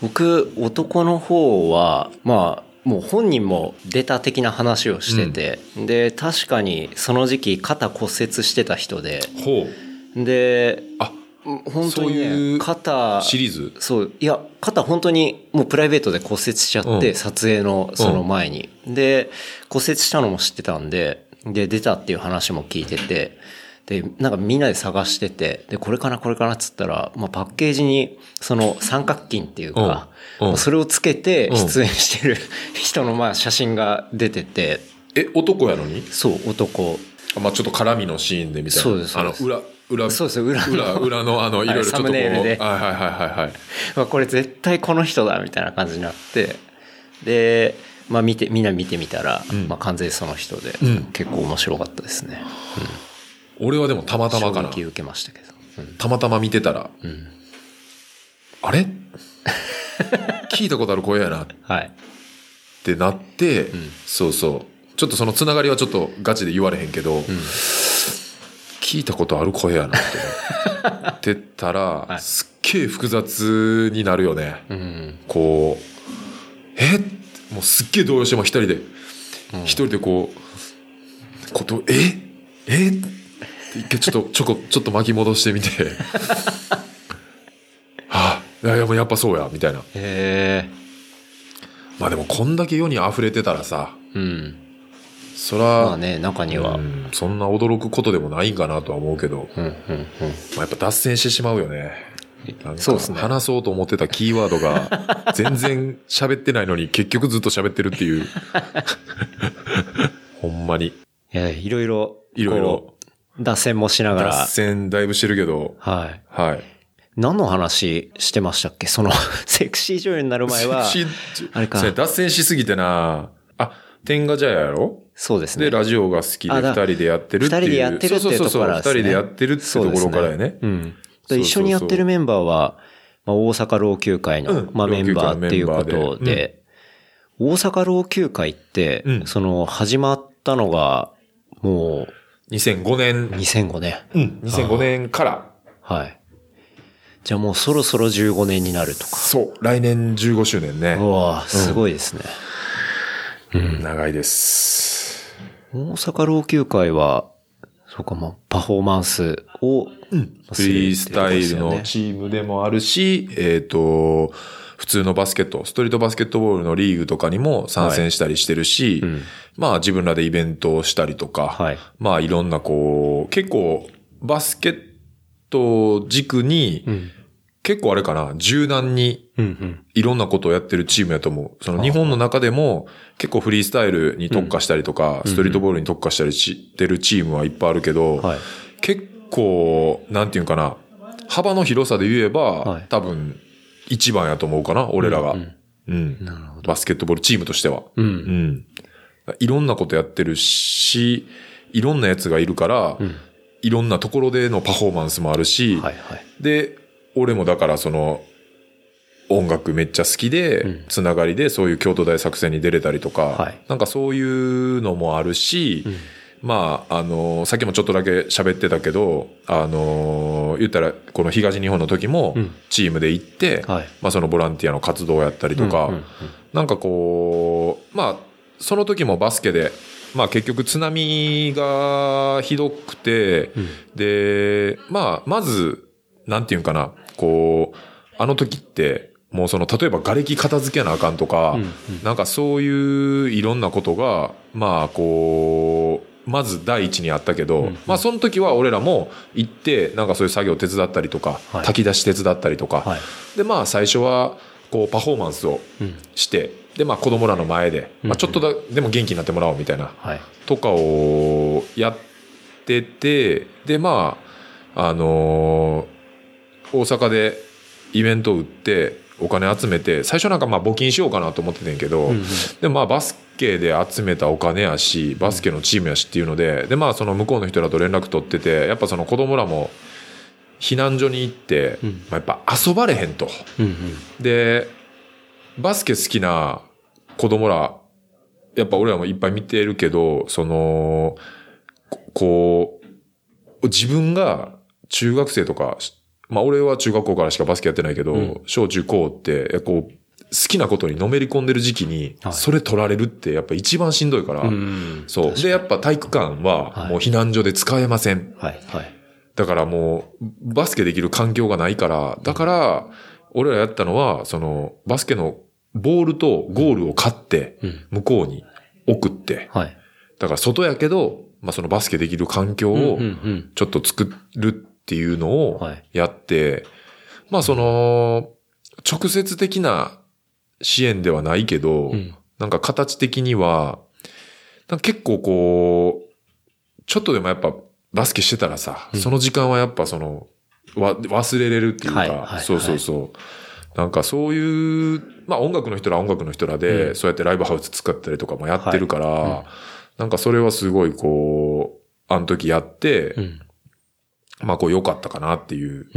僕、男の方は、まあ、もう本人も出た的な話をしてて、うん、で、確かにその時期肩骨折してた人で、 ほう。 で、 あ、 本当にね、肩、 シリーズそう、いや、肩本当にもうプライベートで骨折しちゃって、うん、撮影のその前に、うん。で、骨折したのも知ってたんで、で、出たっていう話も聞いてて、で、なんかみんなで探してて、で、これかなこれかなっつったら、まあパッケージに、その三角筋っていうか、うんうん、それをつけて出演してる人のまあ写真が出てて。 え、男やのに？ そう、男。 まあちょっと絡みのシーンでみたいな。 そうです。 あの、裏、裏、 そうです、裏の。 裏、裏のあの、いろいろちょっとこう。サムネイルで。はいはいはいはいはい。 まあこれ絶対この人だみたいな感じになって、で、まあ見て、みんな見てみたら、うん、まあ完全にその人で、うん、結構面白かったですね。 うん、俺はでもたまたまかな。 衝撃受けましたけど。 うん、たまたま見てたら、うん、あれ聞いたことある声やな。 はい。 ってなって、うん、そうそう。ちょっとそのつながりはちょっとガチで言われへんけど、うん、聞いたことある声やなってってたら、はい、すっげえ複雑になるよね。うん、こう、えもうすっげえ動揺しても一人で、うん、一人でこう、こと、ええって一回ちょっと、ちょこ、ちょっと巻き戻してみて、はあ、いやいやもうやっぱそうや、みたいな。 へー。 まあでもこんだけ世に溢れてたらさ、 うん。 そら、 まあね、中には、うん、 そんな驚くことでもないんかなとは思うけど、 うんうんうん、 まあやっぱ脱線してしまうよね。なんかそうですね。 話そうと思ってたキーワードが全然喋ってないのに結局ずっと喋ってるっていう。ほんまに。 いや、いろいろ、 いろいろ。 脱線もしながら。 脱線だいぶしてるけど。 はい。 はい。 何の話してましたっけ？その、セクシー女優になる前は。セクシー、あれか。 脱線しすぎてな。あ、天下茶屋やろ？ そうですね。 で、ラジオが好きで二人でやってるっていう。 二人でやってるっていうところからですね。 そうそうそう。二人でやってるっていうところからやね。 うん。一緒にやってるメンバーは、まあ、大阪老朽会の、まあ、メンバーっていうことで、うん、大阪老朽会って、うん、その、始まったのが、もう、 にせんごねん。 にせんごねん。うん。にせんごねんから。 はい。じゃあもうそろそろじゅうごねんになるとか。 そう。来年じゅうごしゅうねんね。 うわすごいですね。 うん。うん、長いです。 大阪老朽会は、そうか、まあ、パフォーマンスを、 うん、フリースタイルのチームでもあるし、えっと、普通のバスケット、ストリートバスケットボールのリーグとかにも参戦したりしてるし、はいうん、まあ自分らでイベントをしたりとか、はい、まあいろんなこう、結構バスケット軸に、うん結構あれかな、柔軟にいろんなことをやってるチームやと思う。その日本の中でも結構フリースタイルに特化したりとか、ストリートボールに特化したりしてるチームはいっぱいあるけど、結構、なんていうんかな、幅の広さで言えば、多分一番やと思うかな、俺らが。うん。バスケットボールチームとしては。うん。いろんなことやってるし、いろんなやつがいるから、いろんなところでのパフォーマンスもあるし、で、俺もだからその音楽めっちゃ好きで、うん、つながりでそういう京都大作戦に出れたりとか、はい、なんかそういうのもあるし、うん、まあ、あの、さっきもちょっとだけ喋ってたけど、あの、言ったらこの東日本の時もチームで行って、うんはい、まあそのボランティアの活動をやったりとか、うんうんうん、なんかこう、まあ、その時もバスケで、まあ結局津波がひどくて、うん、で、まあ、まず、なんていうんかな、こう、あの時って、もうその、例えば瓦礫片付けなあかんとか、うんうん、なんかそういういろんなことが、まあこう、まず第一にあったけど、うんうん、まあその時は俺らも行って、なんかそういう作業手伝ったりとか、はい、炊き出し手伝ったりとか、はい、でまあ最初は、こうパフォーマンスをして、うん、でまあ子供らの前で、まあちょっとだ、でも元気になってもらおうみたいな、はい、とかをやってて、でまあ、あのー、大阪でイベントを売ってお金集めて最初なんかまあ募金しようかなと思っててんけど、うんうん、でもまあバスケで集めたお金やしバスケのチームやしっていうのででまあその向こうの人らと連絡取っててやっぱその子供らも避難所に行って、うんまあ、やっぱ遊ばれへんと、うんうん、でバスケ好きな子供らやっぱ俺らもいっぱい見てるけどそのこう自分が中学生とかまあ俺は中学校からしかバスケやってないけど、うん、小中高って、こう、好きなことにのめり込んでる時期に、それ取られるってやっぱ一番しんどいから、はい、そう。で、やっぱ体育館はもう避難所で使えません。 はい。はい。 だからもう、バスケできる環境がないから、だから、俺らやったのは、その、バスケのボールとゴールを買って、向こうに送って、はい。だから外やけど、まあそのバスケできる環境を、ちょっと作るっていうのをやって、まあその、直接的な支援ではないけど、うん、なんか形的には、なんか結構こう、ちょっとでもやっぱバスケしてたらさ、うん、その時間はやっぱその、わ、忘れれるっていうか、はいはいはい、そうそうそう。なんかそういう、まあ音楽の人ら音楽の人らで、うん、そうやってライブハウス使ったりとかもやってるから、はいうん、なんかそれはすごいこう、あの時やって、うん、まあこう良かったかなっていう、うん。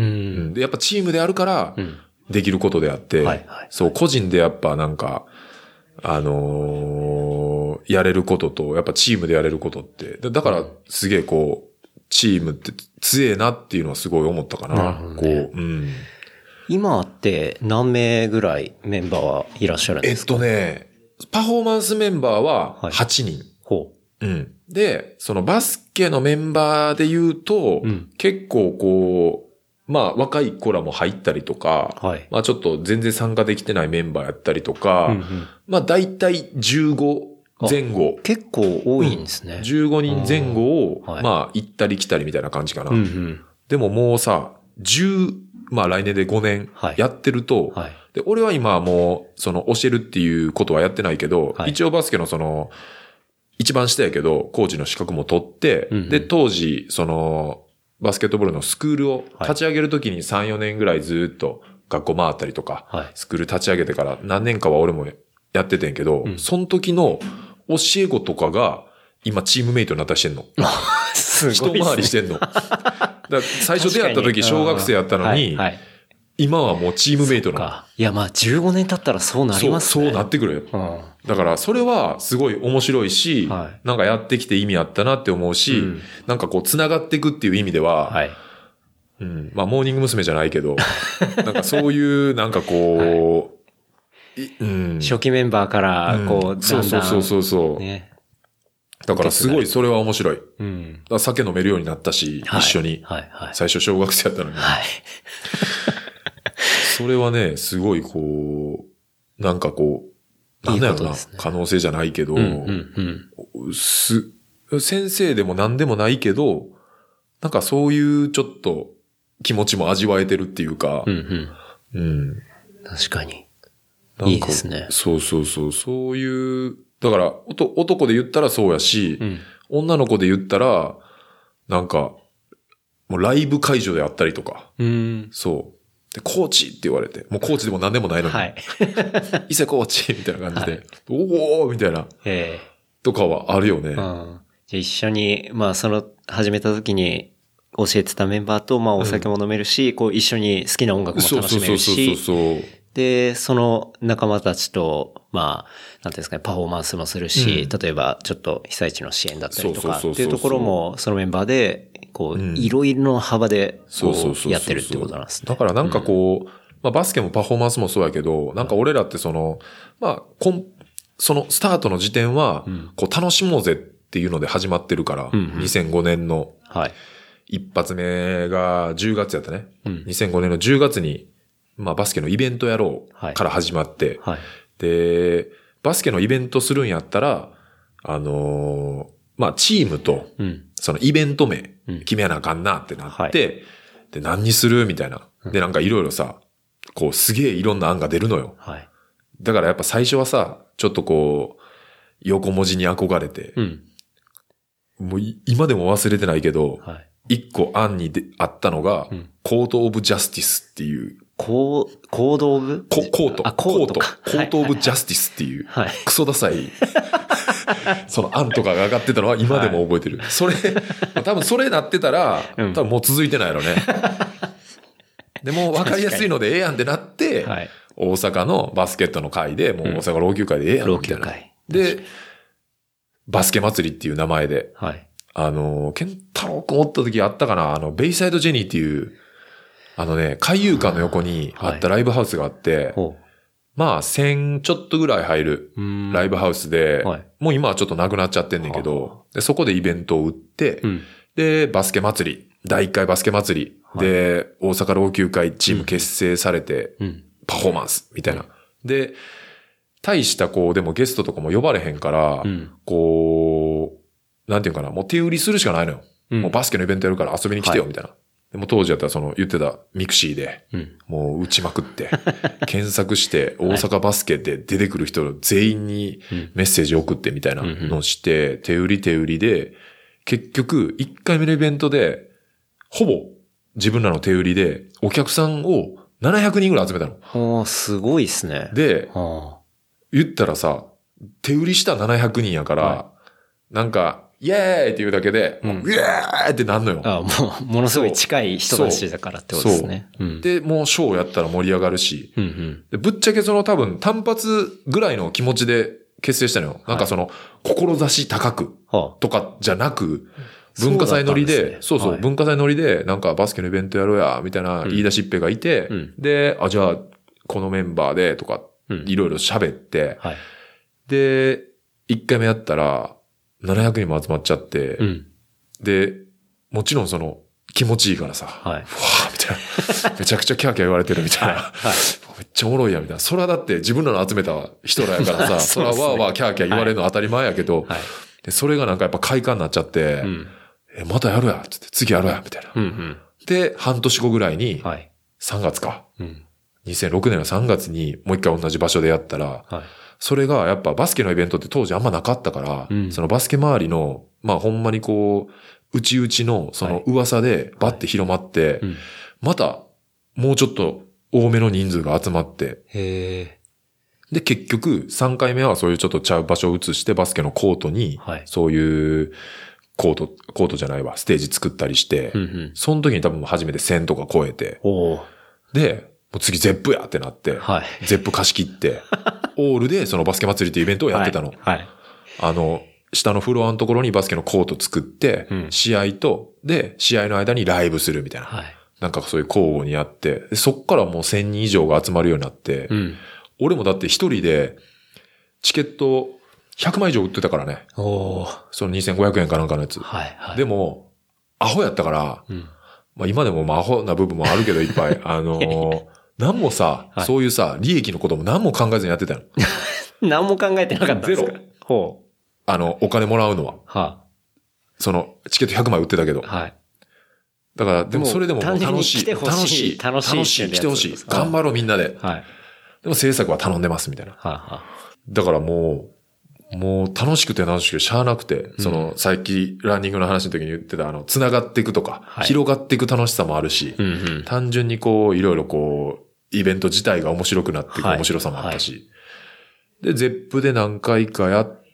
で、やっぱチームであるから、うんできることであって、はいはいはい、そう、個人でやっぱなんか、あのー、やれることと、やっぱチームでやれることって、だからすげえこう、チームって強えなっていうのはすごい思ったかな。なるほどね、こう、うん。 今って何名ぐらいメンバーはいらっしゃるんですか？ えっとね、パフォーマンスメンバーははちにん。はい、ほう。うん。で、そのバスケのメンバーで言うと、うん、結構こう、まあ若い子らも入ったりとか、はい、まあちょっと全然参加できてないメンバーやったりとか、うんうん、まあ大体じゅうごぜん後。 結構多いんですね。 うん、じゅうごにんぜん後を、はい、まあ行ったり来たりみたいな感じかな。うんうん、でももうさ、じゅう、まあ来年でごねんやってると、はいはい、で俺は今はもうその教えるっていうことはやってないけど、はい、一応バスケのその、一番下やけど、コーチの資格も取って、うんうん、で当時、その、バスケットボールのスクールを立ち上げるときにさん、よねんぐらいずっと学校回ったりとか、はい、スクール立ち上げてから何年かは俺もやっててんけど、うん、その時の教え子とかが今チームメイトになったりしてんの。すごい、ね。一回りしてんの。だ最初出会った時小学生やったのに、はいはい、今はもうチームメイトなの。 いやまあじゅうごねん経ったらそうなりますね。 そう、そうなってくるよ。うんだからそれはすごい面白いし、はい、なんかやってきて意味あったなって思うし、うん、なんかこう繋がっていくっていう意味では、はいうん、まあモーニング娘。じゃないけど、なんかそういうなんかこう、はいうん、初期メンバーからこう、うん、だんだんそうそうそうそうそう、ね、だからすごいそれは面白い。うん、だから酒飲めるようになったし、はい、一緒に、はいはい、最初小学生やったのに、はい、それはねすごいこうなんかこうなんだろうな、いいね、可能性じゃないけど、うんうんうん、す、先生でも何でもないけど、なんかそういうちょっと気持ちも味わえてるっていうか、うんうんうん、 確かに。いいですね。 そうそうそう、そういう、だから男で言ったらそうやし、うん、女の子で言ったら、なんか、もうライブ会場であったりとか、うん、そう。で、コーチって言われて、もうコーチでも何でもないのに。はい。伊勢コーチみたいな感じで、はい、おーみたいな。ええ。とかはあるよね。うん。 じゃあ一緒に、まあその、始めた時に教えてたメンバーと、まあお酒も飲めるし、うん、こう一緒に好きな音楽も楽しめるし。そうそうそうそう。で、その仲間たちと、まあ、なんていうんですかね、パフォーマンスもするし、うん、例えばちょっと被災地の支援だったりとか、っていうところも、そのメンバーで、こう、いろいろな幅で、こう、やってるってことなんですね。 だからなんかこう、うん、まあバスケもパフォーマンスもそうやけど、なんか俺らってその、まあ、こん、そのスタートの時点は、こう楽しもうぜっていうので始まってるから、うんうん、にせんごねんの、はい。一発目がじゅうがつやったね。うん、にせんごねんのじゅうがつに、まあバスケのイベントやろうから始まって、はいはい、で、バスケのイベントするんやったら、あのー、まあチームと、そのイベント名決めなあかんなってなって、うんはい、で、何にするみたいな。で、なんかいろいろさ、こうすげえいろんな案が出るのよ。はい、だからやっぱ最初はさ、ちょっとこう、横文字に憧れて、うん、もう今でも忘れてないけど、はい、一個案にであったのが、うん、コートオブジャスティスっていう、 コー、コードオブコ、コート。あ、コート。コートオブジャスティスっていう、はい、クソダサい、その案とかが上がってたのは今でも覚えてる。はい、それ、多分それなってたら、多分もう続いてないのね。でも分かりやすいのでええやんってなって、はい、大阪のバスケットの会で、もう大阪老朽会でええやんみたいな。老朽会。で、バスケ祭りっていう名前で、はい、あの、ケンタロウ君おった時あったかな、あの、ベイサイドジェニーっていう、 あのね、海遊館の横にあったライブハウスがあって、はい、まあ、千ちょっとぐらい入るライブハウスで、はい、もう今はちょっとなくなっちゃってんねんけど、でそこでイベントを打って、うん、で、バスケ祭り、だいいっかいバスケ祭り、はい、で、大阪老朽会チーム結成されて、うん、パフォーマンスみたいな。うん、で、大したこう、でもゲストとかも呼ばれへんから、うん、こう、なんていうかな、もう手売りするしかないのよ。うん、もうバスケのイベントやるから遊びに来てよ、みたいな。はい、でも当時やったらその言ってたミクシーで、うん、もう打ちまくって、検索して大阪バスケで出てくる人全員にメッセージ送ってみたいなのをして、手売り手売りで、結局いっかいめのイベントで、ほぼ自分らの手売りでお客さんをななひゃくにんぐらい集めたの。 はあ、すごいっすね。 で、はあ、言ったらさ、手売りしたななひゃくにんやから、はい、なんか、イエーイって言うだけで、うん、イエーイってなんのよ。 ああ、もう、ものすごい近い人たちだからってことですね。 そう。うん、で、もうショーやったら盛り上がるし、うんうん、でぶっちゃけその多分単発ぐらいの気持ちで結成したのよ。はい、なんかその、志高くとかじゃなく、文化祭乗りで、そうそう、はい、文化祭乗りで、なんかバスケのイベントやろうや、みたいな言い出しっぺがいて、うん、で、あ、じゃあ、このメンバーで、とか、いろいろ喋って、はい、で、いっかいめやったら、ななひゃくにんも集まっちゃって、うん、で、もちろんその、気持ちいいからさ、はい、ふわーみたいな、めちゃくちゃキャーキャー言われてるみたいな、はいはい、めっちゃおもろいや、みたいな。それはだって自分らの集めた人らやからさ、それはわーわーキャーキャー言われるの当たり前やけど、はい、でそれがなんかやっぱ快感になっちゃって、うん、え、またやるや、つって、次やるや、みたいな。うんうん、で、半年後ぐらいに、はい、さんがつか、うん、にせんろくねんのさんがつにもう一回同じ場所でやったら、はい、それがやっぱバスケのイベントって当時あんまなかったから、うん、そのバスケ周りの、まあほんまにこう、うちうちのその噂でバッて広まって、はいうん、またもうちょっと多めの人数が集まって、へーで、結局さんかいめはそういうちょっとちゃう場所を移してバスケのコートに、はい、そういうコート、コートじゃないわ、ステージ作ったりして、うんうん、その時に多分初めてせんとか超えて、おで、もう次ゼップやってなって、はい、ゼップ貸し切って、オールでそのバスケ祭りっていうイベントをやってたの。はいはい、あの、下のフロアのところにバスケのコート作って、うん、試合と、で、試合の間にライブするみたいな。はい、なんかそういう交互にやって、そっからもうせんにん以上が集まるようになって、うん、俺もだって一人でチケットひゃくまい以上売ってたからね。おそのにせんごひゃくえんかなんかのやつ。はいはい、でも、アホやったから、うん、まあ今でもまあアホな部分もあるけどいっぱい。あのー、何もさ、はい、そういうさ、利益のことも何も考えずにやってたの。 何も考えてなかったんですか？ ゼロ。ほう。あの、お金もらうのは。はあ、その、チケットひゃくまい売ってたけど。はい。だから、でもそれでも楽しい。楽しい。楽しい。楽しい。来てほしい。頑張ろうみんなで。はい。でも制作は頼んでますみたいな。はあはあ、だからもう、もう楽しくて楽しくてしゃあなくて、うん、その、さっきランニングの話の時に言ってた、あの、繋がっていくとか、はい、広がっていく楽しさもあるし、うんうん、単純にこう、いろいろこう、イベント自体が面白くなっていく面白さもあったし、はいはい、で、ゼップで何回かやって、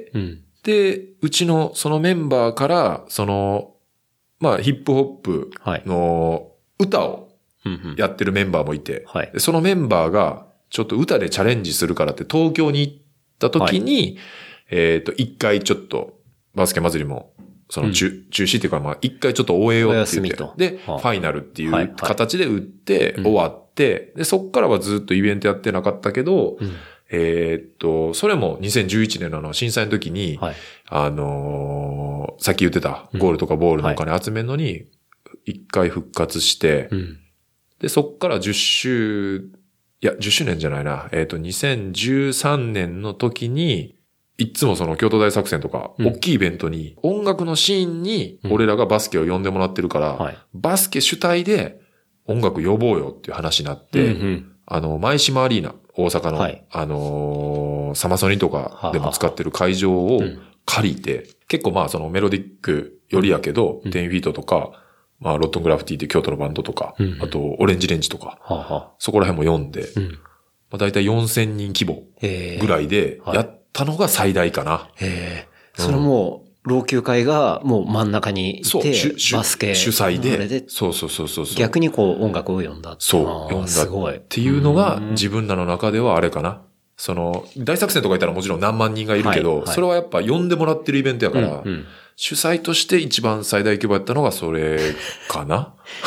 うん、で、うちのそのメンバーから、その、まあ、ヒップホップの歌をやってるメンバーもいて、はい、でそのメンバーが、ちょっと歌でチャレンジするからって東京に行った時に、はい、えっと、一回ちょっとバスケ祭りも、その中、うん、中止っていうかまあ一回ちょっと終えようって言って、で、はあ、ファイナルっていう形で打って終わって、で、そっからはずっとイベントやってなかったけど、うん、えっと、それもにせんじゅういちねんのあの震災の時に、はい、あのー、さっき言ってたゴールとかボールのお金集めるのに、一回復活して、うん、で、そっからじゅっしゅう、いや、じゅっしゅうねんじゃないな。えっと、にせんじゅうさんねんの時に、いつもその京都大作戦とか、うん、大きいイベントに、音楽のシーンに、俺らがバスケを呼んでもらってるから、うんはい、バスケ主体で音楽呼ぼうよっていう話になって、うんうん、あの、舞島アリーナ、大阪の、はい、あのー、サマソニとかでも使ってる会場を借りて、ははは結構まあそのメロディックよりやけど、うん、テンフィートとか、まあ、ロットングラフィティって京都のバンドとか、うん、あと、オレンジレンジとか、はあはあ、そこら辺も読んで、うん、まあ、だいたいよんせんにん規模ぐらいで、やったのが最大かな。 へー、うん、それも、老朽会がもう真ん中にいて、バスケ主催で、そうそうそうそう。 逆にこう音楽を読んだ。 そう、読んだ。すごい。っていうのが、自分らの中ではあれかな。その、大作戦とかいたらもちろん何万人がいるけど、はいはい、それはやっぱ呼んでもらってるイベントやから、うんうん、主催として一番最大規模やったのがそれかな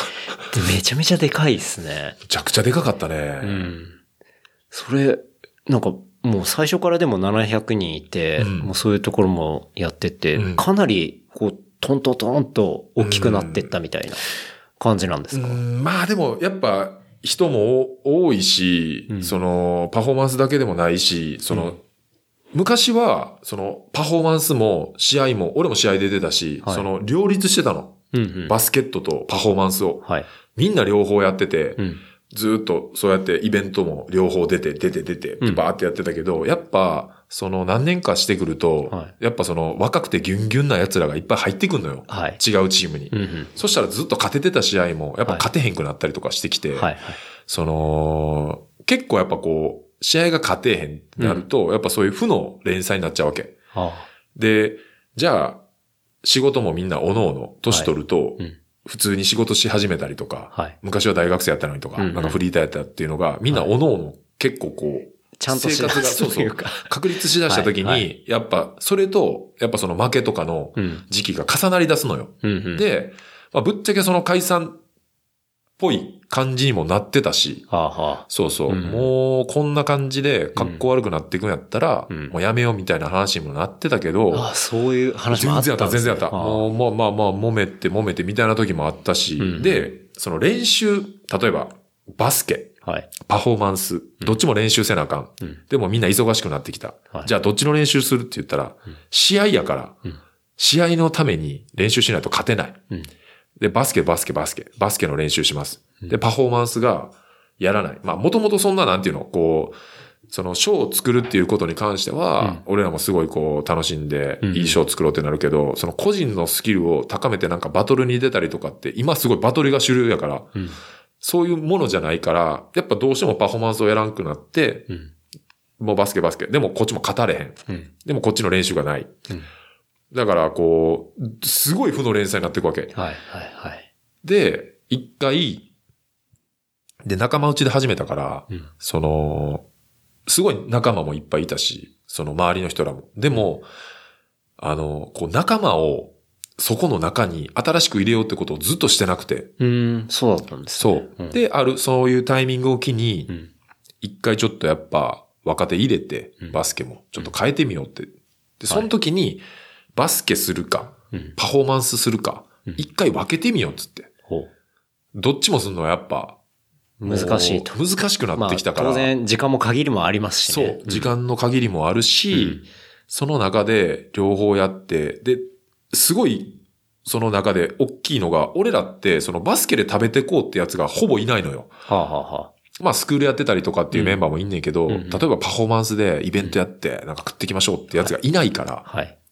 めちゃめちゃでかいですね。 めちゃくちゃでかかったね。 うん。それ、なんかもう最初からでもななひゃくにんいて、うん、もうそういうところもやってて、うん、かなりこうトントントンと大きくなっていったみたいな感じなんですか？ うん、まあでもやっぱ人も多いし、うん、そのパフォーマンスだけでもないし、その、うん、昔はそのパフォーマンスも試合も俺も試合で出たし、はい、その両立してたの、うんうん、バスケットとパフォーマンスを、はい、みんな両方やってて、うん、ずっとそうやってイベントも両方出て出て出てバーってやってたけど、うん、やっぱその何年かしてくると、はい、やっぱその若くてギュンギュンな奴らがいっぱい入ってくんのよ、はい、違うチームに、うんうん、そしたらずっと勝ててた試合もやっぱ勝てへんくなったりとかしてきて、はいはいはい、その結構やっぱこう試合が勝てへんってなると、うん、やっぱそういう負の連鎖になっちゃうわけ、はあ、でじゃあ仕事もみんなおのおの年取ると、はい、うん、普通に仕事し始めたりとか、はい、昔は大学生やったのにとか、うんうん、なんかフリーターやったっていうのが、みんな各々結構こう、 ちゃんと生活がそうそう確立しだした時に、はいはい、やっぱそれと、やっぱその負けとかの時期が重なり出すのよ。うんうん、で、まあ、ぶっちゃけその解散っぽい感じにもなってたし、はあはあ、そうそう、うん、もうこんな感じで格好悪くなっていくんやったら、うん、もうやめようみたいな話にもなってたけど、 ああ、そういう話もあったんですね。 全然あった、全然あった。もう、まあまあまあ、揉めて揉めてみたいな時もあったし、うん、で、その練習、例えば、バスケ、はい、パフォーマンス、どっちも練習せなあかん。うん、でもみんな忙しくなってきた。はい、じゃあどっちの練習するって言ったら、うん、試合やから、うん、試合のために練習しないと勝てない。うん、で、バスケ、バスケ、バスケ、バスケの練習します。で、パフォーマンスがやらない。まあ、もともとそんななんていうの、こう、そのショーを作るっていうことに関しては、うん、俺らもすごいこう楽しんで、いいショーを作ろうってなるけど、うん、その個人のスキルを高めてなんかバトルに出たりとかって、今すごいバトルが主流やから、うん、そういうものじゃないから、やっぱどうしてもパフォーマンスをやらんくなって、うん、もうバスケバスケ。でもこっちも勝たれへん。うん、でもこっちの練習がない。うん、だからこう、すごい負の連鎖になっていくわけ。はいはいはい。で、一回、で、仲間内で始めたから、うん、その、すごい仲間もいっぱいいたし、その周りの人らも。でも、あの、こう仲間をそこの中に新しく入れようってことをずっとしてなくて。 うん、そうだったんですね。 そう。うん、で、ある、そういうタイミングを機に、一、うん、回ちょっとやっぱ若手入れて、うん、バスケもちょっと変えてみようって。で、その時に、バスケするか、はい、パフォーマンスするか、一、うん、回分けてみようっつって。ほう。どっちもするのはやっぱ、 難しいと。 難しくなってきたから。 まあ、当然、時間も限りもありますしね。 そう。時間の限りもあるし、うん、その中で両方やって、で、すごい、その中で大きいのが、俺らって、そのバスケで食べてこうってやつがほぼいないのよ。はあはあはあ、まあ、スクールやってたりとかっていうメンバーもいんねんけど、うん、例えばパフォーマンスでイベントやって、なんか食ってきましょうってやつがいないから、はいはい、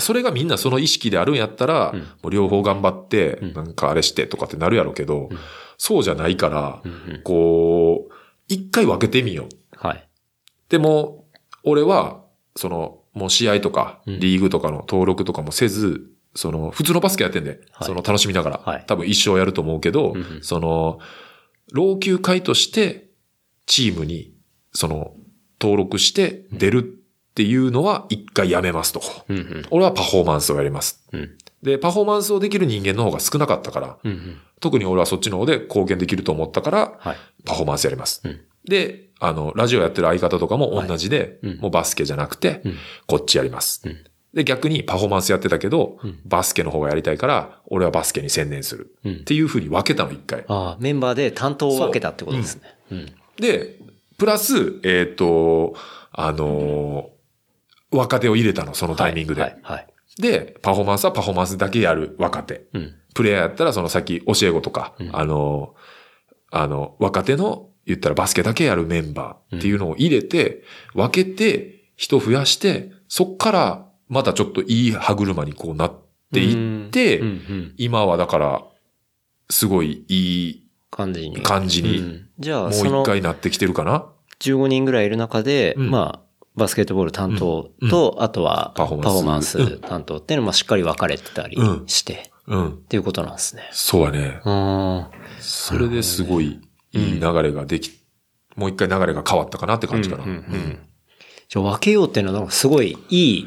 それがみんなその意識であるんやったら、うん、もう両方頑張って、なんかあれしてとかってなるやろうけど、うん、そうじゃないから、うんうん、こう、一回分けてみよう。はい。でも、俺は、その、もう試合とか、リーグとかの登録とかもせず、うん、その、普通のバスケやってんで、はい、その楽しみながら、はい、多分一生やると思うけど、うんうん、その、老朽会として、チームに、その、登録して出るっていうのは一回やめますと、うんうん。俺はパフォーマンスをやります。うん、で、パフォーマンスをできる人間の方が少なかったから、うんうん、特に俺はそっちの方で貢献できると思ったから、はい、パフォーマンスやります、うん。で、あの、ラジオやってる相方とかも同じで、はい、もうバスケじゃなくて、うん、こっちやります、うん。で、逆にパフォーマンスやってたけど、うん、バスケの方がやりたいから、俺はバスケに専念する。うん、っていう風に分けたの、一回。 ああ、メンバーで担当を分けたってことですね。ううんうん、で、プラス、えっ、ー、と、あのー、若手を入れたの、そのタイミングで。はいはいはい、で、パフォーマンスはパフォーマンスだけやる若手。うん、プレイヤーやったら、その先教え子とか、うん、あの、あの、若手の言ったらバスケだけやるメンバーっていうのを入れて、うん、分けて、人増やして、そっからまたちょっといい歯車にこうなっていって、うんうんうん、今はだから、すごいいい感じに、感じに、うん、じゃあもう一回なってきてるかな。 じゅうごにんぐらいいる中で、うん、まあ、バスケットボール担当と、うん、あとはパフォーマンス担当っていうのもしっかり分かれてたりして、うんうん、っていうことなんですね。 そうだね。うん、それですごいいい流れができ、うん、もう一回流れが変わったかなって感じかな。うんうんうん、 じゃあ分けようっていうのはすごいいい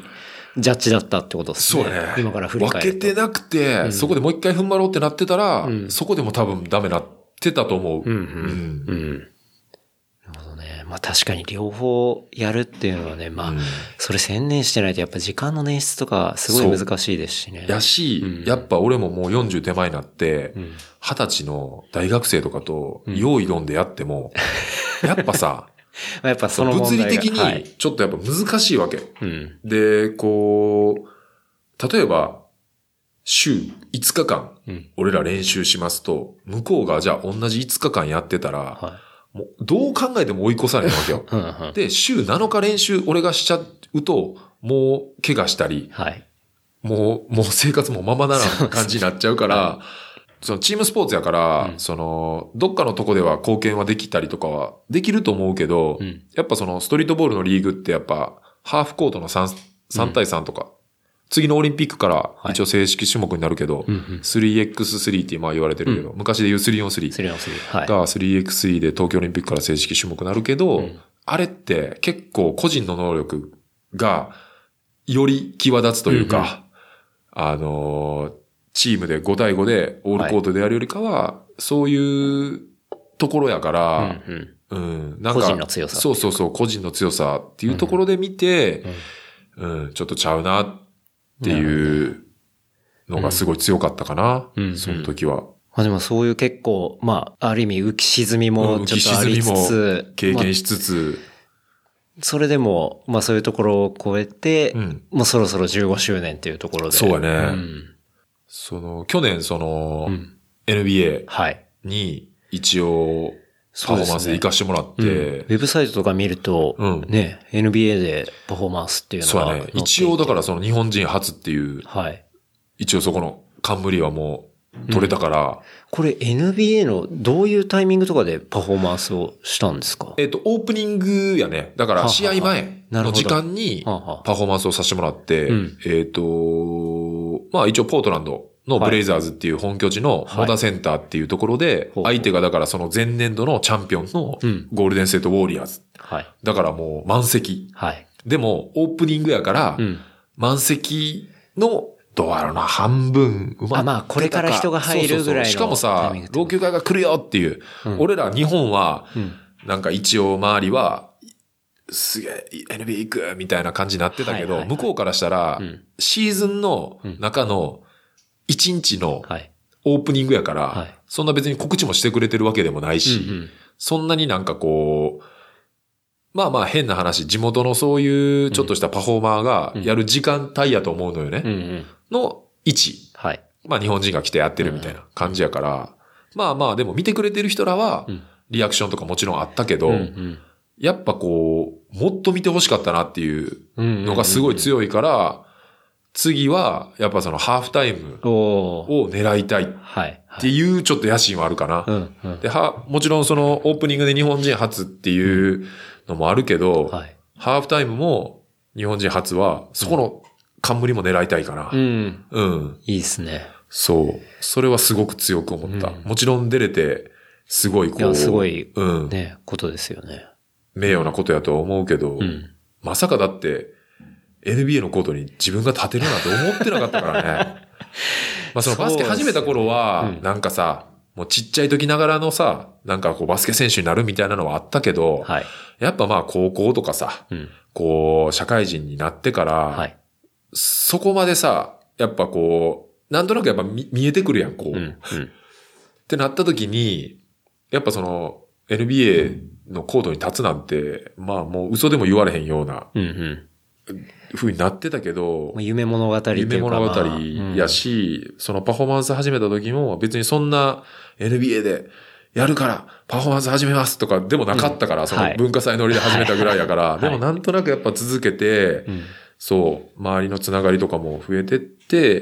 ジャッジだったってことですね。 そうね。 今から振り返ると。 分けてなくて、うん、そこでもう一回踏ん張ろうってなってたら、うん、そこでも多分ダメなってたと思う。うんうんうんうん、なるほどね。まあ確かに両方やるっていうのはね、まあ、うん、それ専念してないとやっぱ時間の捻出とかすごい難しいですしね。 やし、うん、やっぱ俺ももうよんじゅう手前になって、二十、うん、歳の大学生とかと用意論でやっても、うん、やっぱさ、 やっぱその問題が物理的にちょっとやっぱ難しいわけ。はい、で、こう、例えば、週いつかかん、俺ら練習しますと、向こうがじゃあ同じいつかかんやってたら、はい、もうどう考えても追い越されるわけよ。で、週なのか練習俺がしちゃうと、もう怪我したり、はい、もう、もう生活もままならん感じになっちゃうから、そのチームスポーツやから、うん、その、どっかのとこでは貢献はできたりとかはできると思うけど、うん、やっぱそのストリートボールのリーグってやっぱ、ハーフコートの 3, さん対さんとか、うん、次のオリンピックから一応正式種目になるけど、はい、スリーエックススリー って今言われてるけど、うん、昔で言う スリーオンスリースリーオンスリーが スリーエックススリー で東京オリンピックから正式種目になるけど、うん、あれって結構個人の能力がより際立つというか、うんうん、あのー、チームでご対ごでオールコートでやるよりかは、はい、そういうところやから、うん、うん、なんか個人の強さ。 そうそうそう、個人の強さっていうところで見て、うん、うん、ちょっとちゃうなっていうのがすごい強かったかな、うん、その時は。 まあでもそういう結構、まあ、ある意味浮き沈みもちょっとありつつ、うん、浮き沈みも経験しつつ、まあそれでも、まあそういうところを超えて、うん、もうそろそろじゅうごしゅうねんっていうところで。 そうやね。うん、その、去年その、うん、エヌビーエー に一応、パフォーマンスで行かしてもらって、ねうん、 ウェブサイトとか見ると、うん、ね、エヌビーエー でパフォーマンスっていうのがそうやね。一応だからその日本人初っていう、はい、一応そこの冠はもう取れたから、うん、 これ エヌビーエー のどういうタイミングとかでパフォーマンスをしたんですか？ えっと、オープニングやね。だから試合前の時間にパフォーマンスをさせてもらって、うん、えっと、まあ一応ポートランドのブレイザーズっていう本拠地のモダセンターっていうところで、相手がだからその前年度のチャンピオンのゴールデンステートウォーリアーズ。はい、だからもう満席。はい、でもオープニングやから、満席のどうやろうな、半分埋まってたか。 あ、まあ、これから人が入るぐらいの。そうそうそう。 しかもさ、老朽化が来るよっていう。うん、俺ら日本は、うん、なんか一応周りは、すげえ、エヌビーエー 行くみたいな感じになってたけど、はいはいはい、向こうからしたら、うん、シーズンの中のいちにちのオープニングやから、はい、そんな別に告知もしてくれてるわけでもないし、うんうん、そんなになんかこう、まあまあ変な話、地元のそういうちょっとしたパフォーマーがやる時間帯やと思うのよね。うんうん、の位置。はい。まあ日本人が来てやってるみたいな感じやから、うんうん、まあまあでも見てくれてる人らは、リアクションとかもちろんあったけど、うんうん、やっぱこう、もっと見てほしかったなっていうのがすごい強いから、次はやっぱそのハーフタイムを狙いたいっていうちょっと野心はあるかな。うんうん、では、もちろんそのオープニングで日本人初っていうのもあるけど、はい、ハーフタイムも日本人初はそこの冠も狙いたいかな。うん。うん。 いいですね。 そう。それはすごく強く思った。うん、もちろん出れて、すごいこう。いや、すごい、うん。ね、ことですよね。 名誉なことやとは思うけど、うん、まさかだって、エヌビーエー のコートに自分が立てるなんて思ってなかったからね。まあそのバスケ始めた頃は、なんかさ、もうちっちゃい時ながらのさ、なんかこうバスケ選手になるみたいなのはあったけど、はい、やっぱまあ高校とかさ、うん、こう社会人になってから、はい、そこまでさ、やっぱこう、なんとなくやっぱ 見, 見えてくるやん、こう、うんうん。ってなった時に、やっぱその エヌビーエー のコートに立つなんて、まあもう嘘でも言われへんような、うんうん風になってたけど、 夢物語っていうか、 夢物語やし、うん、そのパフォーマンス始めた時も別にそんな エヌビーエー でやるからパフォーマンス始めますとかでもなかったから、うん、その文化祭乗りで始めたぐらいやから、はい、でもなんとなくやっぱ続けて、はい、そう、周りのつながりとかも増えてって、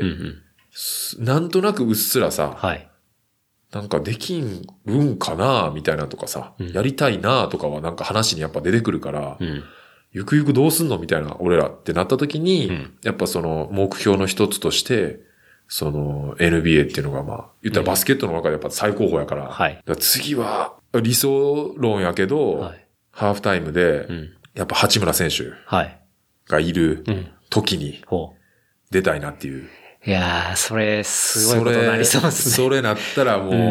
うんうん、なんとなくうっすらさ、はい、なんかできんるんかなみたいなとかさ、うん、やりたいなとかはなんか話にやっぱ出てくるから、うんゆくゆくどうすんのみたいな、俺らってなった時に、うん、やっぱその目標の一つとして、その エヌビーエー っていうのがまあ、言ったらバスケットの中でやっぱ最高峰やから、うんはい、だから次は理想論やけど、はい、ハーフタイムで、うん、やっぱ八村選手がいる時に出たいなっていう。 いやー、それ、すごいことになりそうですね。 それ、それなったらもう、うん、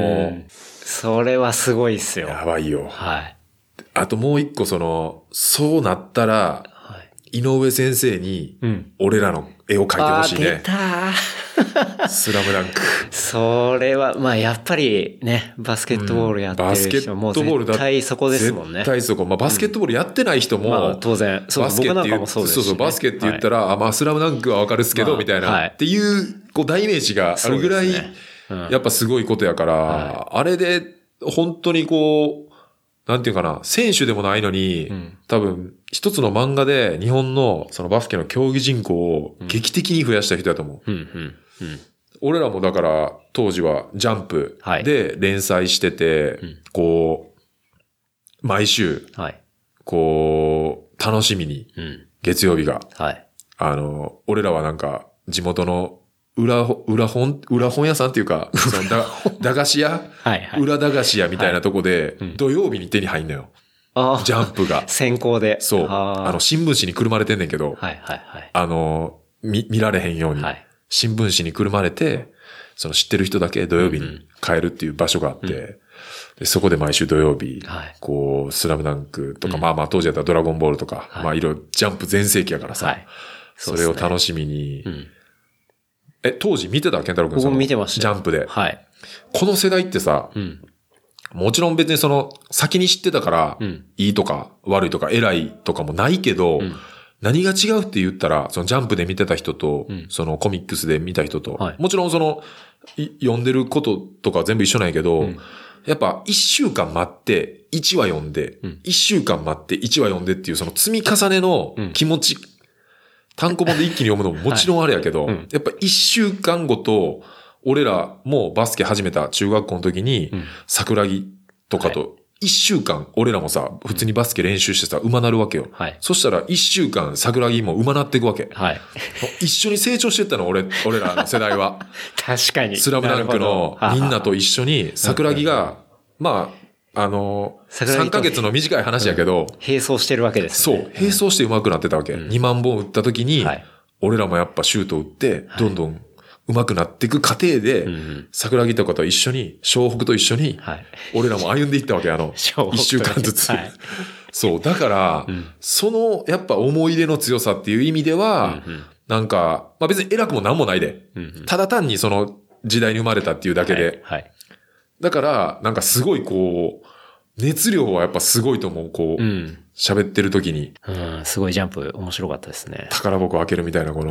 それはすごいっすよ。 やばいよ。 はい。 あともう一個その、そうなったら、はい、井上先生に、俺らの絵を描いてほしいね。 あ、出たスラムダンク。 それは、まあやっぱりね、バスケットボールやってる人も絶対そこですもんね。 絶対そこ。まあバスケットボールやってない人も、うん、まあ当然。そう、バスケって言う、そうです、ね、 そうそう、バスケって言ったら、はい、あまあスラムダンクはわかるっすけど、まあ、みたいな、はい、っていう、こう代名詞があるぐらい、ねうん、やっぱすごいことやから、はい、あれで、本当にこう、なんていうかな、選手でもないのに、うん、多分、一つの漫画で日本のそのバスケの競技人口を劇的に増やした人だと思う。うんうんうん、俺らもだから、当時はジャンプで連載してて、はい、こう、毎週、はい、こう、楽しみに、月曜日が、はい、あの、俺らはなんか、地元の裏、裏本、裏本屋さんっていうか、そのだ駄菓子屋はいはい、裏駄菓子屋みたいなとこで、はいうん、土曜日に手に入んのよ。あジャンプが。 先行で。 そう。あの、新聞紙にくるまれてんねんけど、 はいはいはい。 あの、見、見られへんように、はい、新聞紙にくるまれて、その知ってる人だけ土曜日に買えるっていう場所があって、うんうん、でそこで毎週土曜日、はい、こう、スラムダンクとか、うん、まあまあ当時だったらドラゴンボールとか、はい、まあいろいろジャンプ全盛期やからさ、はい、そ, それを楽しみに、うんえ、当時見てた健太郎くん。 僕も見てました。 ジャンプで。 はい。 この世代ってさ、うん、もちろん別にその、先に知ってたから、うん、いいとか悪いとか偉いとかもないけど、うん、何が違うって言ったら、そのジャンプで見てた人と、うん、そのコミックスで見た人と、はい、もちろんその、読んでることとか全部一緒なんやけど、うん、やっぱ一週間待っていちわ読んで、うん、一週間待っていちわ読んでっていうその積み重ねの気持ち、うん単行本で一気に読むのももちろんあれやけど、はいうん、やっぱ一週間ごと、俺らもバスケ始めた中学校の時に、桜木とかと一週間、俺らもさ、普通にバスケ練習してさ、馬なるわけよ。はい、そしたら一週間桜木も馬なっていくわけ。はい、一緒に成長してったの、俺、俺らの世代は。 確かに。 スラムダンクのみんなと一緒に桜木が、まあ、あの、さんかげつの短い話やけど、うん、 並走してるわけですね。そう、並走して上手くなってたわけ。うん、にまんぼん打った時に、はい、俺らもやっぱシュート打って、どんどん上手くなっていく過程で、はい、桜木とかと一緒に、湘北と一緒に、はい、俺らも歩んでいったわけ、あの、一週間ずつ。はい、そう、だから、うん、その、やっぱ思い出の強さっていう意味では、うんうん、なんか、まあ別に偉くもなんもないで、うんうん、ただ単にその時代に生まれたっていうだけで、はいはいだから、なんかすごいこう、熱量はやっぱすごいと思う、こう、喋、うん、ってる時に。 うん、すごいジャンプ面白かったですね。 宝箱開けるみたいなこの。 うん。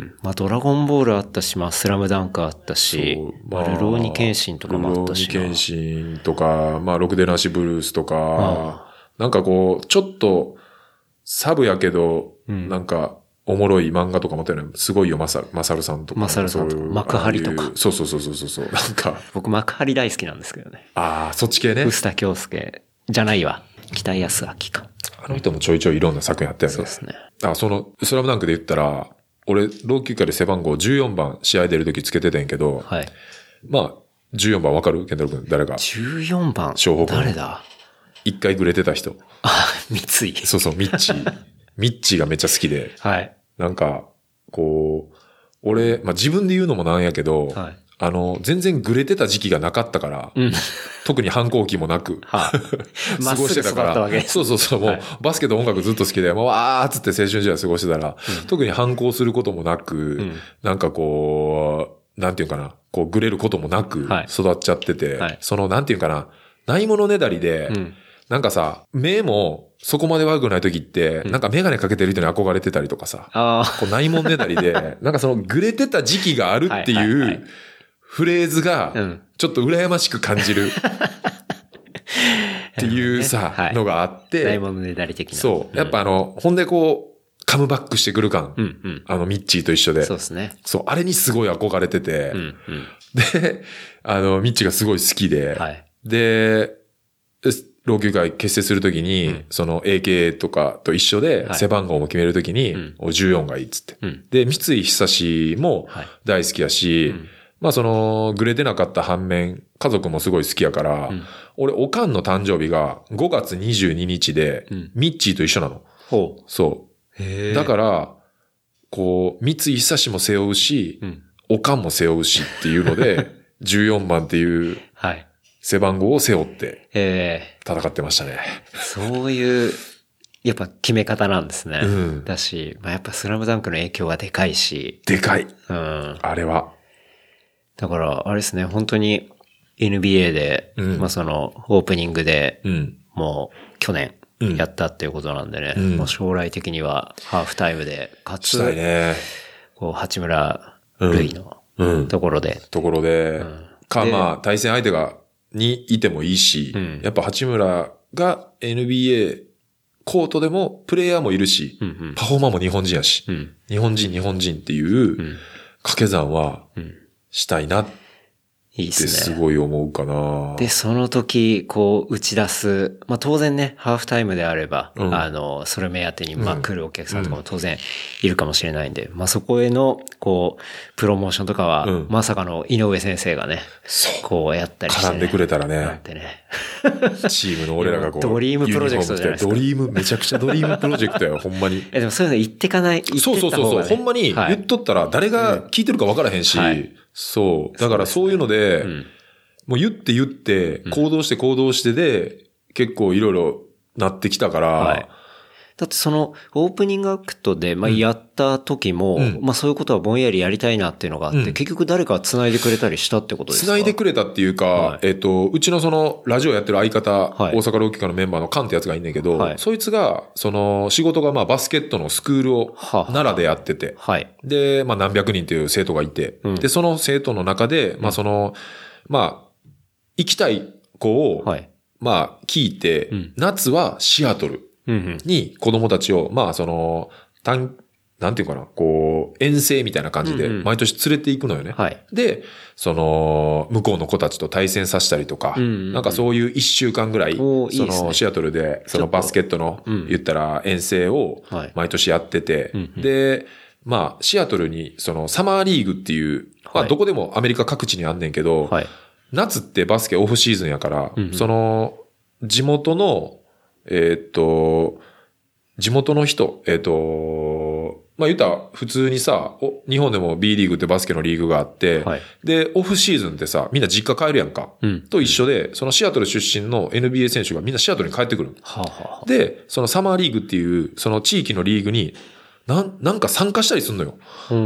まあドラゴンボールあったし、まあスラムダンクあったし、まあ、ルローニケンシンとかもあったし。 ルローニケンシンとか、まあロクデナシブルースとか、なんかこう、ちょっと、サブやけど、うん、なんか、おもろい漫画とかもあったよね。すごいよ、まさ、まさるさんとか。 まさるさんとか。幕張とか。 そうそうそうそうそう。なんか。 僕、幕張大好きなんですけどね。 ああ、そっち系ね。 臼田恭介。じゃないわ。北井康明か。 あの人もちょいちょいいろんな作品やったよね。 そうですね。 あ、その、スラムダンクで言ったら、俺、老朽化で背番号じゅうよんばん試合出るときつけてたんやけど。はい。まあ、じゅうよんばんわかる健太郎くん、誰か。 じゅうよんばん湘北。 誰だ一回グレてた人。 あ、三井。 そうそう、ミッチー。ミッチーがめっちゃ好きで。はい。なんか、こう、俺、まあ、自分で言うのもなんやけど、はい、あの、全然グレてた時期がなかったから、うん、特に反抗期もなく、はあ、過ごしてたから、そうそうそう、もう、はい、バスケと音楽ずっと好きで、もうわーっつって青春時代過ごしてたら、うん、特に反抗することもなく、うん、なんかこう、なんていうかな、こうグレることもなく育っちゃってて、はい、その、なんていうかな、ないものねだりで、うんなんかさ、目もそこまで悪くない時って、うん、なんかメガネかけてる人に憧れてたりとかさ、こうないもんねだりで、なんかそのグレてた時期があるっていうフレーズが、ちょっと羨ましく感じるっていうさ、はい、のがあって、 ないものねだり的な。 そう。やっぱあの、ほんでこう、カムバックしてくる感、うんうん、あのミッチーと一緒で。 そうですね。 そう、あれにすごい憧れてて、うんうん、で、あの、ミッチーがすごい好きで、はい、で、老朽会結成するときに、うん、その エーケー とかと一緒で、背番号も決めるときに、はい、じゅうよんがいいっつって。うん、で、三井久志も大好きやし、はいうん、まあその、グレてなかった反面、家族もすごい好きやから、うん、俺、おかんの誕生日がごがつにじゅうににちで、うん、ミッチーと一緒なの。ほう。そう。 だから、こう、三井久も背負うし、うん、おかんも背負うしっていうので、じゅうよんばんっていう背番号を背負って戦ってましたね。 そういう、やっぱ決め方なんですね。うん、だし、まあ、やっぱスラムダンクの影響はでかいし。 でかい。うん、あれは。 だから、あれですね、本当に エヌビーエー で、うん、まあその、オープニングで、うん、もう去年やったっていうことなんでね、うん、もう将来的にはハーフタイムで、かつ、 したいね、 こう、八村塁のところで。 うん、ところで、うん、か、まあ、対戦相手が、にいてもいいし、うん、やっぱ八村が エヌビーエー、コートでもプレイヤーもいるし、うんうん、パフォーマーも日本人やし、うん、日本人日本人っていう掛け算はしたいなってすごい思うかな。 いいで、その時、こう打ち出す、まあ当然ね、ハーフタイムであれば、うん、あの、それ目当てに、まあ来るお客さんとかも当然いるかもしれないんで、うん、まあそこへの、こう、プロモーションとかは、うん、まさかの井上先生がね、こうやったりして、 ね。絡んでくれたらね。 なんてね。 チームの俺らがこう。 ドリームプロジェクトじゃないですか。 ドリーム、めちゃくちゃドリームプロジェクトやほんまに。 え、でもそういうの言ってかない、言ってった方が、ね、 そうそうそうそう、ほんまに言っとったら誰が聞いてるか分からへんし、はい、そう。だからそういうので、うん、もう言って言って、行動して行動してで、結構いろいろなってきたから、はい、 だってそのオープニングアクトで、まあ、やった時も、うん、まあそういうことはぼんやりやりたいなっていうのがあって、うん、結局誰か繋いでくれたりしたってことですか？ 繋いでくれたっていうか、はい、えっと、うちのそのラジオやってる相方、はい、大阪老朽化のメンバーのカンってやつがいんねんけど、はい、そいつが、その仕事がまあバスケットのスクールを奈良でやってて、はい、で、まあ何百人っていう生徒がいて、うん、で、その生徒の中で、まあその、まあ、行きたい子を、はい、まあ聞いて、うん、夏はシアトル。に子供たちを、まあその、単、なんていうかな、こう、遠征みたいな感じで、毎年連れて行くのよね。はい、で、その、向こうの子たちと対戦させたりとか、うんうんうん、なんかそういう一週間ぐらい、その、いいね、シアトルで、そのバスケットの、言ったら遠征を毎年やってて、うんはい、で、まあ、シアトルに、その、サマーリーグっていう、まあ、どこでもアメリカ各地にあんねんけど、はい、夏ってバスケオフシーズンやから、うんうん、その、地元の、えっと、地元の人、えっと、まあ、言ったら普通にさ、日本でも B リーグってバスケのリーグがあって、はい、で、オフシーズンってさ、みんな実家帰るやんか。うん、と一緒で、そのシアトル出身の エヌビーエー 選手がみんなシアトルに帰ってくる。はあはあ、で、そのサマーリーグっていう、その地域のリーグに、なん、なんか参加したりすんのよ。うん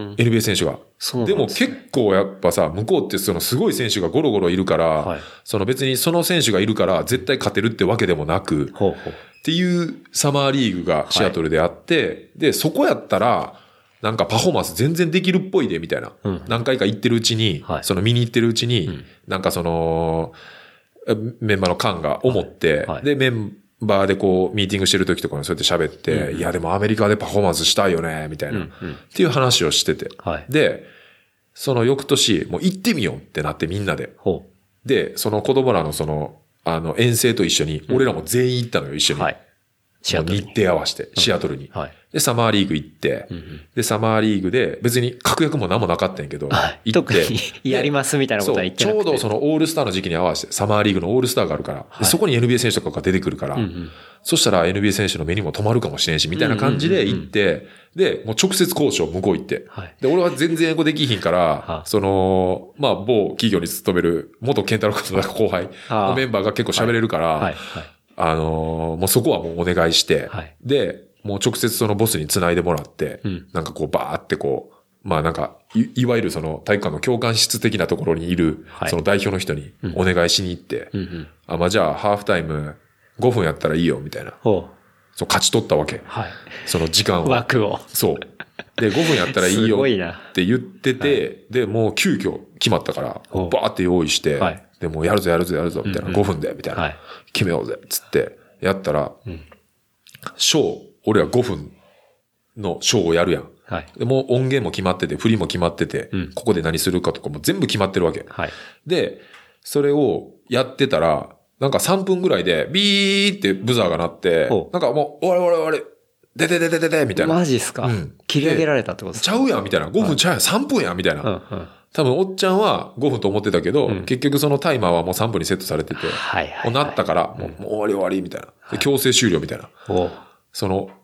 エヌビーエー 選手が。そうなんですね。でも結構やっぱさ、向こうってそのすごい選手がゴロゴロいるから、はい、その別にその選手がいるから絶対勝てるってわけでもなく、ほうほうっていうサマーリーグがシアトルであって、はい、で、そこやったら、なんかパフォーマンス全然できるっぽいで、みたいな。うん、何回か行ってるうちに、はい、その見に行ってるうちに、うん、なんかその、メンバーのカンが思って、はい、で、メンバーでこう、ミーティングしてる時とかにそうやって喋って、うん、いやでもアメリカでパフォーマンスしたいよね、みたいな、うんうん。っていう話をしてて。はい、で、その翌年、もう行ってみようってなってみんなで。ほうで、その子供らのその、あの、遠征と一緒に、俺らも全員行ったのよ、一緒に。はい。シアトルに。日程合わせて、シアトルに。はい。で、サマーリーグ行って、うんうん、で、サマーリーグで、別に確約も何もなかったんやけど、 はい、行って。特にやりますみたいなことは言ってなくて。 ちょうどそのオールスターの時期に合わせて、サマーリーグのオールスターがあるから、はい、そこに エヌビーエー 選手とかが出てくるから、うんうん、そしたら エヌビーエー 選手の目にも留まるかもしれんし、みたいな感じで行って、うんうんうんうん、で、もう直接交渉向こう行って。はい、で、俺は全然英語できひんから、はその、まあ、某企業に勤める元健太郎君の後輩のメンバーが結構喋れるから、はいはいはい、あのー、もうそこはもうお願いして、はい、で、もう直接そのボスに繋いでもらって、うん、なんかこうバーってこう、まあなんか、い, いわゆるその体育館の教官室的なところにいる、はい、その代表の人にお願いしに行って、うんうんうん、あ、まあじゃあハーフタイムごふんやったらいいよみたいな。そう勝ち取ったわけ。はい、その時間を。 枠を。 そう。で、ごふんやったらいいよって言ってて、はい、で、もう急遽決まったから、バーって用意して、はい、で、もうやるぞやるぞやるぞみたいな、うんうん、ごふんで、みたいな、はい、決めようぜ、つって、やったら、うん、ショー、俺はごふんのショーをやるやん。はい、でもう音源も決まってて、振りも決まってて、うん、ここで何するかとかも全部決まってるわけ。はい、で、それをやってたら、なんかさんぷんぐらいで、ビーってブザーが鳴って、なんかもう、終わり終わり終わり、ででででででみたいな。 マジっすか、うん、切り上げられたってことですか？ ちゃうやんみたいな。ごふんちゃうやん、さんぷんやんみたいな。うんうん、多分おっちゃんはごふんと思ってたけど、うん、結局そのタイマーはもうさんぷんにセットされてて、はいはいはい、もうなったから、もう、もう終わり終わりみたいな。で強制終了みたいな。その、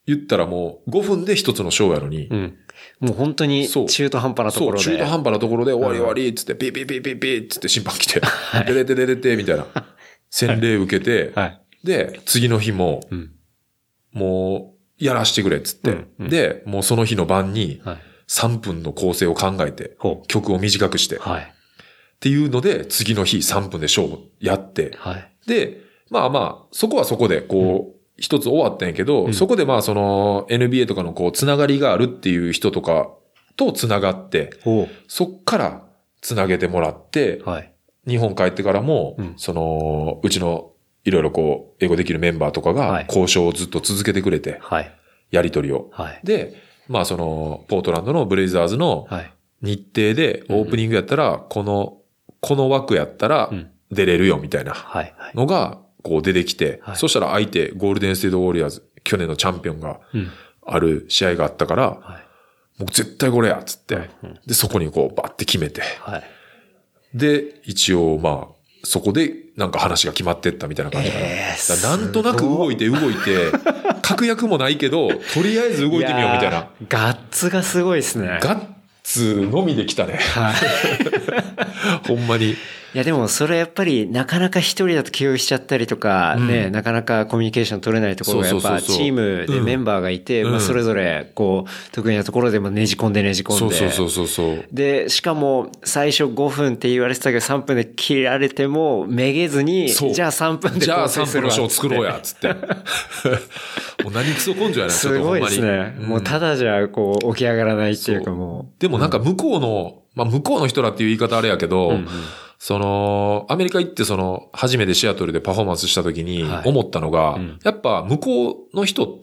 言ったらもうごふんで一つのショーやのに。 うん。もう本当に中途半端なところで。 そう、中途半端なところで終わり終わりっつって、ピーピーピーピーピーっつって審判来て、出れて出れてみたいな。洗礼受けて、はい、で、次の日も、うん、もう、やらしてくれっつって、うんうん、で、もうその日の晩に、さんぷんの構成を考えて、はい、曲を短くして、はい、っていうので、次の日さんぷんでショーをやって、はい、で、まあまあ、そこはそこで、こう、うん一つ終わったんやけど、うん、そこでまあその エヌビーエー とかのこうつながりがあるっていう人とかとつながって、そっからつなげてもらって、はい、日本帰ってからも、うん、そのうちのいろいろこう英語できるメンバーとかが交渉をずっと続けてくれて、はい、やり取りを、はい。で、まあそのポートランドのブレイザーズの日程でオープニングやったら、この、この枠やったら出れるよみたいなのが、こう出てきて、はい、そしたら相手、ゴールデンステートウォリアーズ、去年のチャンピオンがある試合があったから、うんはい、もう絶対これやっつって、はいうん、で、そこにこうバッて決めて、はい、で、一応まあ、そこでなんか話が決まってったみたいな感じかな。えー、だなんとなく動いて動いて、確約もないけど、とりあえず動いてみようみたいな。 いガッツがすごいですね。 ガッツのみで来たね。はい、ほんまに。 いやでもそれやっぱりなかなか一人だと気負いしちゃったりとかね、うん、なかなかコミュニケーション取れないところがやっぱチームでメンバーがいて、まあそれぞれこう得意なところでもねじ込んでねじ込んで。 そうそうそうそう。で、 しかも最初ごふんって言われてたけどさんぷんで切られてもめげずに、じゃあさんぷんで構成するわ。じゃあさんぷんのショー作ろうや、つって。もう何クソ根性やな、 すごいですね。もうただじゃこう起き上がらないっていうかもう。でもなんか向こうの、まあ向こうの人らっていう言い方あれやけど、うんうんその、アメリカ行ってその、初めてシアトルでパフォーマンスした時に思ったのが、はいうん、やっぱ向こうの人って、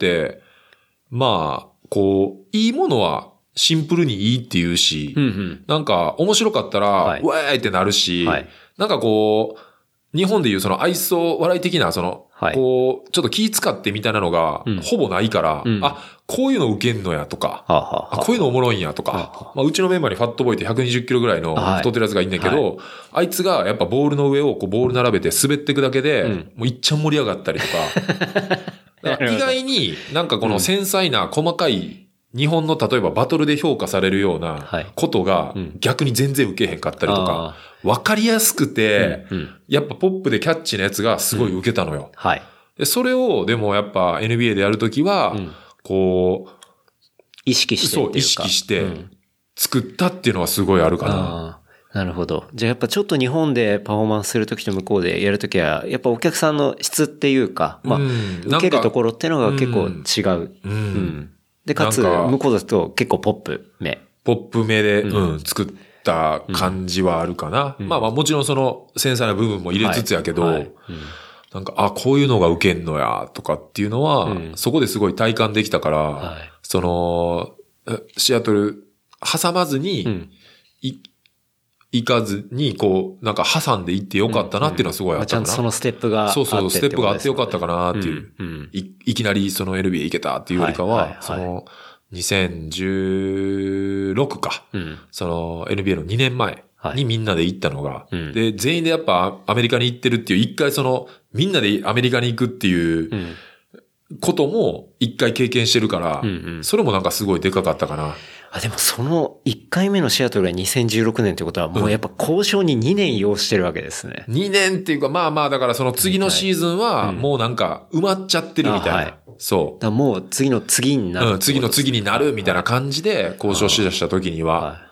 まあ、こう、いいものはシンプルにいいって言うし、うんうん、なんか面白かったら、はい、ウェーイってなるし、はい、なんかこう、日本でいうその愛想笑い的なその、はい、こう、ちょっと気使ってみたいなのが、ほぼないから、うん、あ、こういうの受けんのやとか、はあはあ、あこういうのおもろいんやとか、はあはあまあ、うちのメンバーにファットボーイってひゃくにじゅっキロぐらいの太ってるやつがいんねんけど、はいはい、あいつがやっぱボールの上をこうボール並べて滑っていくだけで、うん、もういっちゃん盛り上がったりとか、だから意外になんかこの繊細な細かい日本の例えばバトルで評価されるようなことが逆に全然受けへんかったりとか、わかりやすくて、やっぱポップでキャッチーなやつがすごい受けたのよ。はい。でそれをでもやっぱ エヌビーエー でやるときは、こう、 意識してっていうか。 そう、意識して作ったっていうのはすごいあるかな。 なるほど。じゃあやっぱちょっと日本でパフォーマンスするときと向こうでやるときは、やっぱお客さんの質っていうか、まあ、うん、受けるところっていうのが結構違う。うん。うん、で、かつ、向こうだと結構ポップ目。 ポップ目で、うん、うん、作った感じはあるかな。うん、まあまあもちろんその繊細な部分も入れつつやけど、はいはいうん、なんか、あ、こういうのが受けんのや、とかっていうのは、うん、そこですごい体感できたから、はい、その、シアトル挟まずに、うん、い、行かずに、こう、なんか挟んでいってよかったなっていうのはすごいあったかな。 うんうんまあ、ちゃんとそのステップがあって、 そうそう、ステップがあってよかったかなっていう。うんうん、い, いきなりその エヌビーエー 行けたっていうよりかは、はいはいはい、その、にせんじゅうろくか、うん、その エヌビーエー のにねんまえにみんなで行ったのが、はい、で、全員でやっぱアメリカに行ってるっていう、一回その、みんなでアメリカに行くっていうことも一回経験してるから、うんうん、それもなんかすごいでかかったかな。 あ、でもそのいっかいめのシアトルがにせんじゅうろくねんってことはもうやっぱ交渉ににねん要してるわけですね。 にねんっていうかまあまあだからその次のシーズンはもうなんか埋まっちゃってるみたいな。はい、そう。 だもう次の次になる、ね。 うん、次の次になるみたいな感じで交渉しだした時には。はい、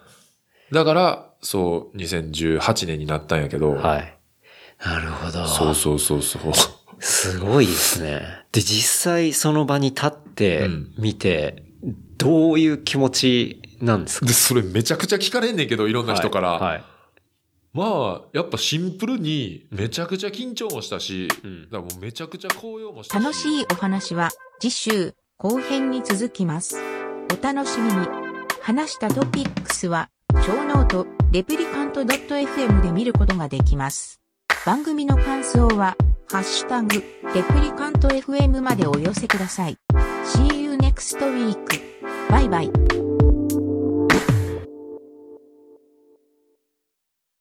だから、そう、にせんじゅうはちねんになったんやけど。 はい。なるほど。 そうそうそうそう。 すごいですね。で、実際その場に立ってみて、うん、どういう気持ちなんですか？ で、それめちゃくちゃ聞かれんねんけど、いろんな人から。はい。はい、まあ、やっぱシンプルにめちゃくちゃ緊張もしたし、うん、だからもうめちゃくちゃ高揚もしたし。 楽しいお話は次週後編に続きます。お楽しみに。話したトピックスは、小ノート、レプリカント .fm で見ることができます。番組の感想は、ハッシュタグ、レプリカント エフエム までお寄せください。See you next week. バイバイ。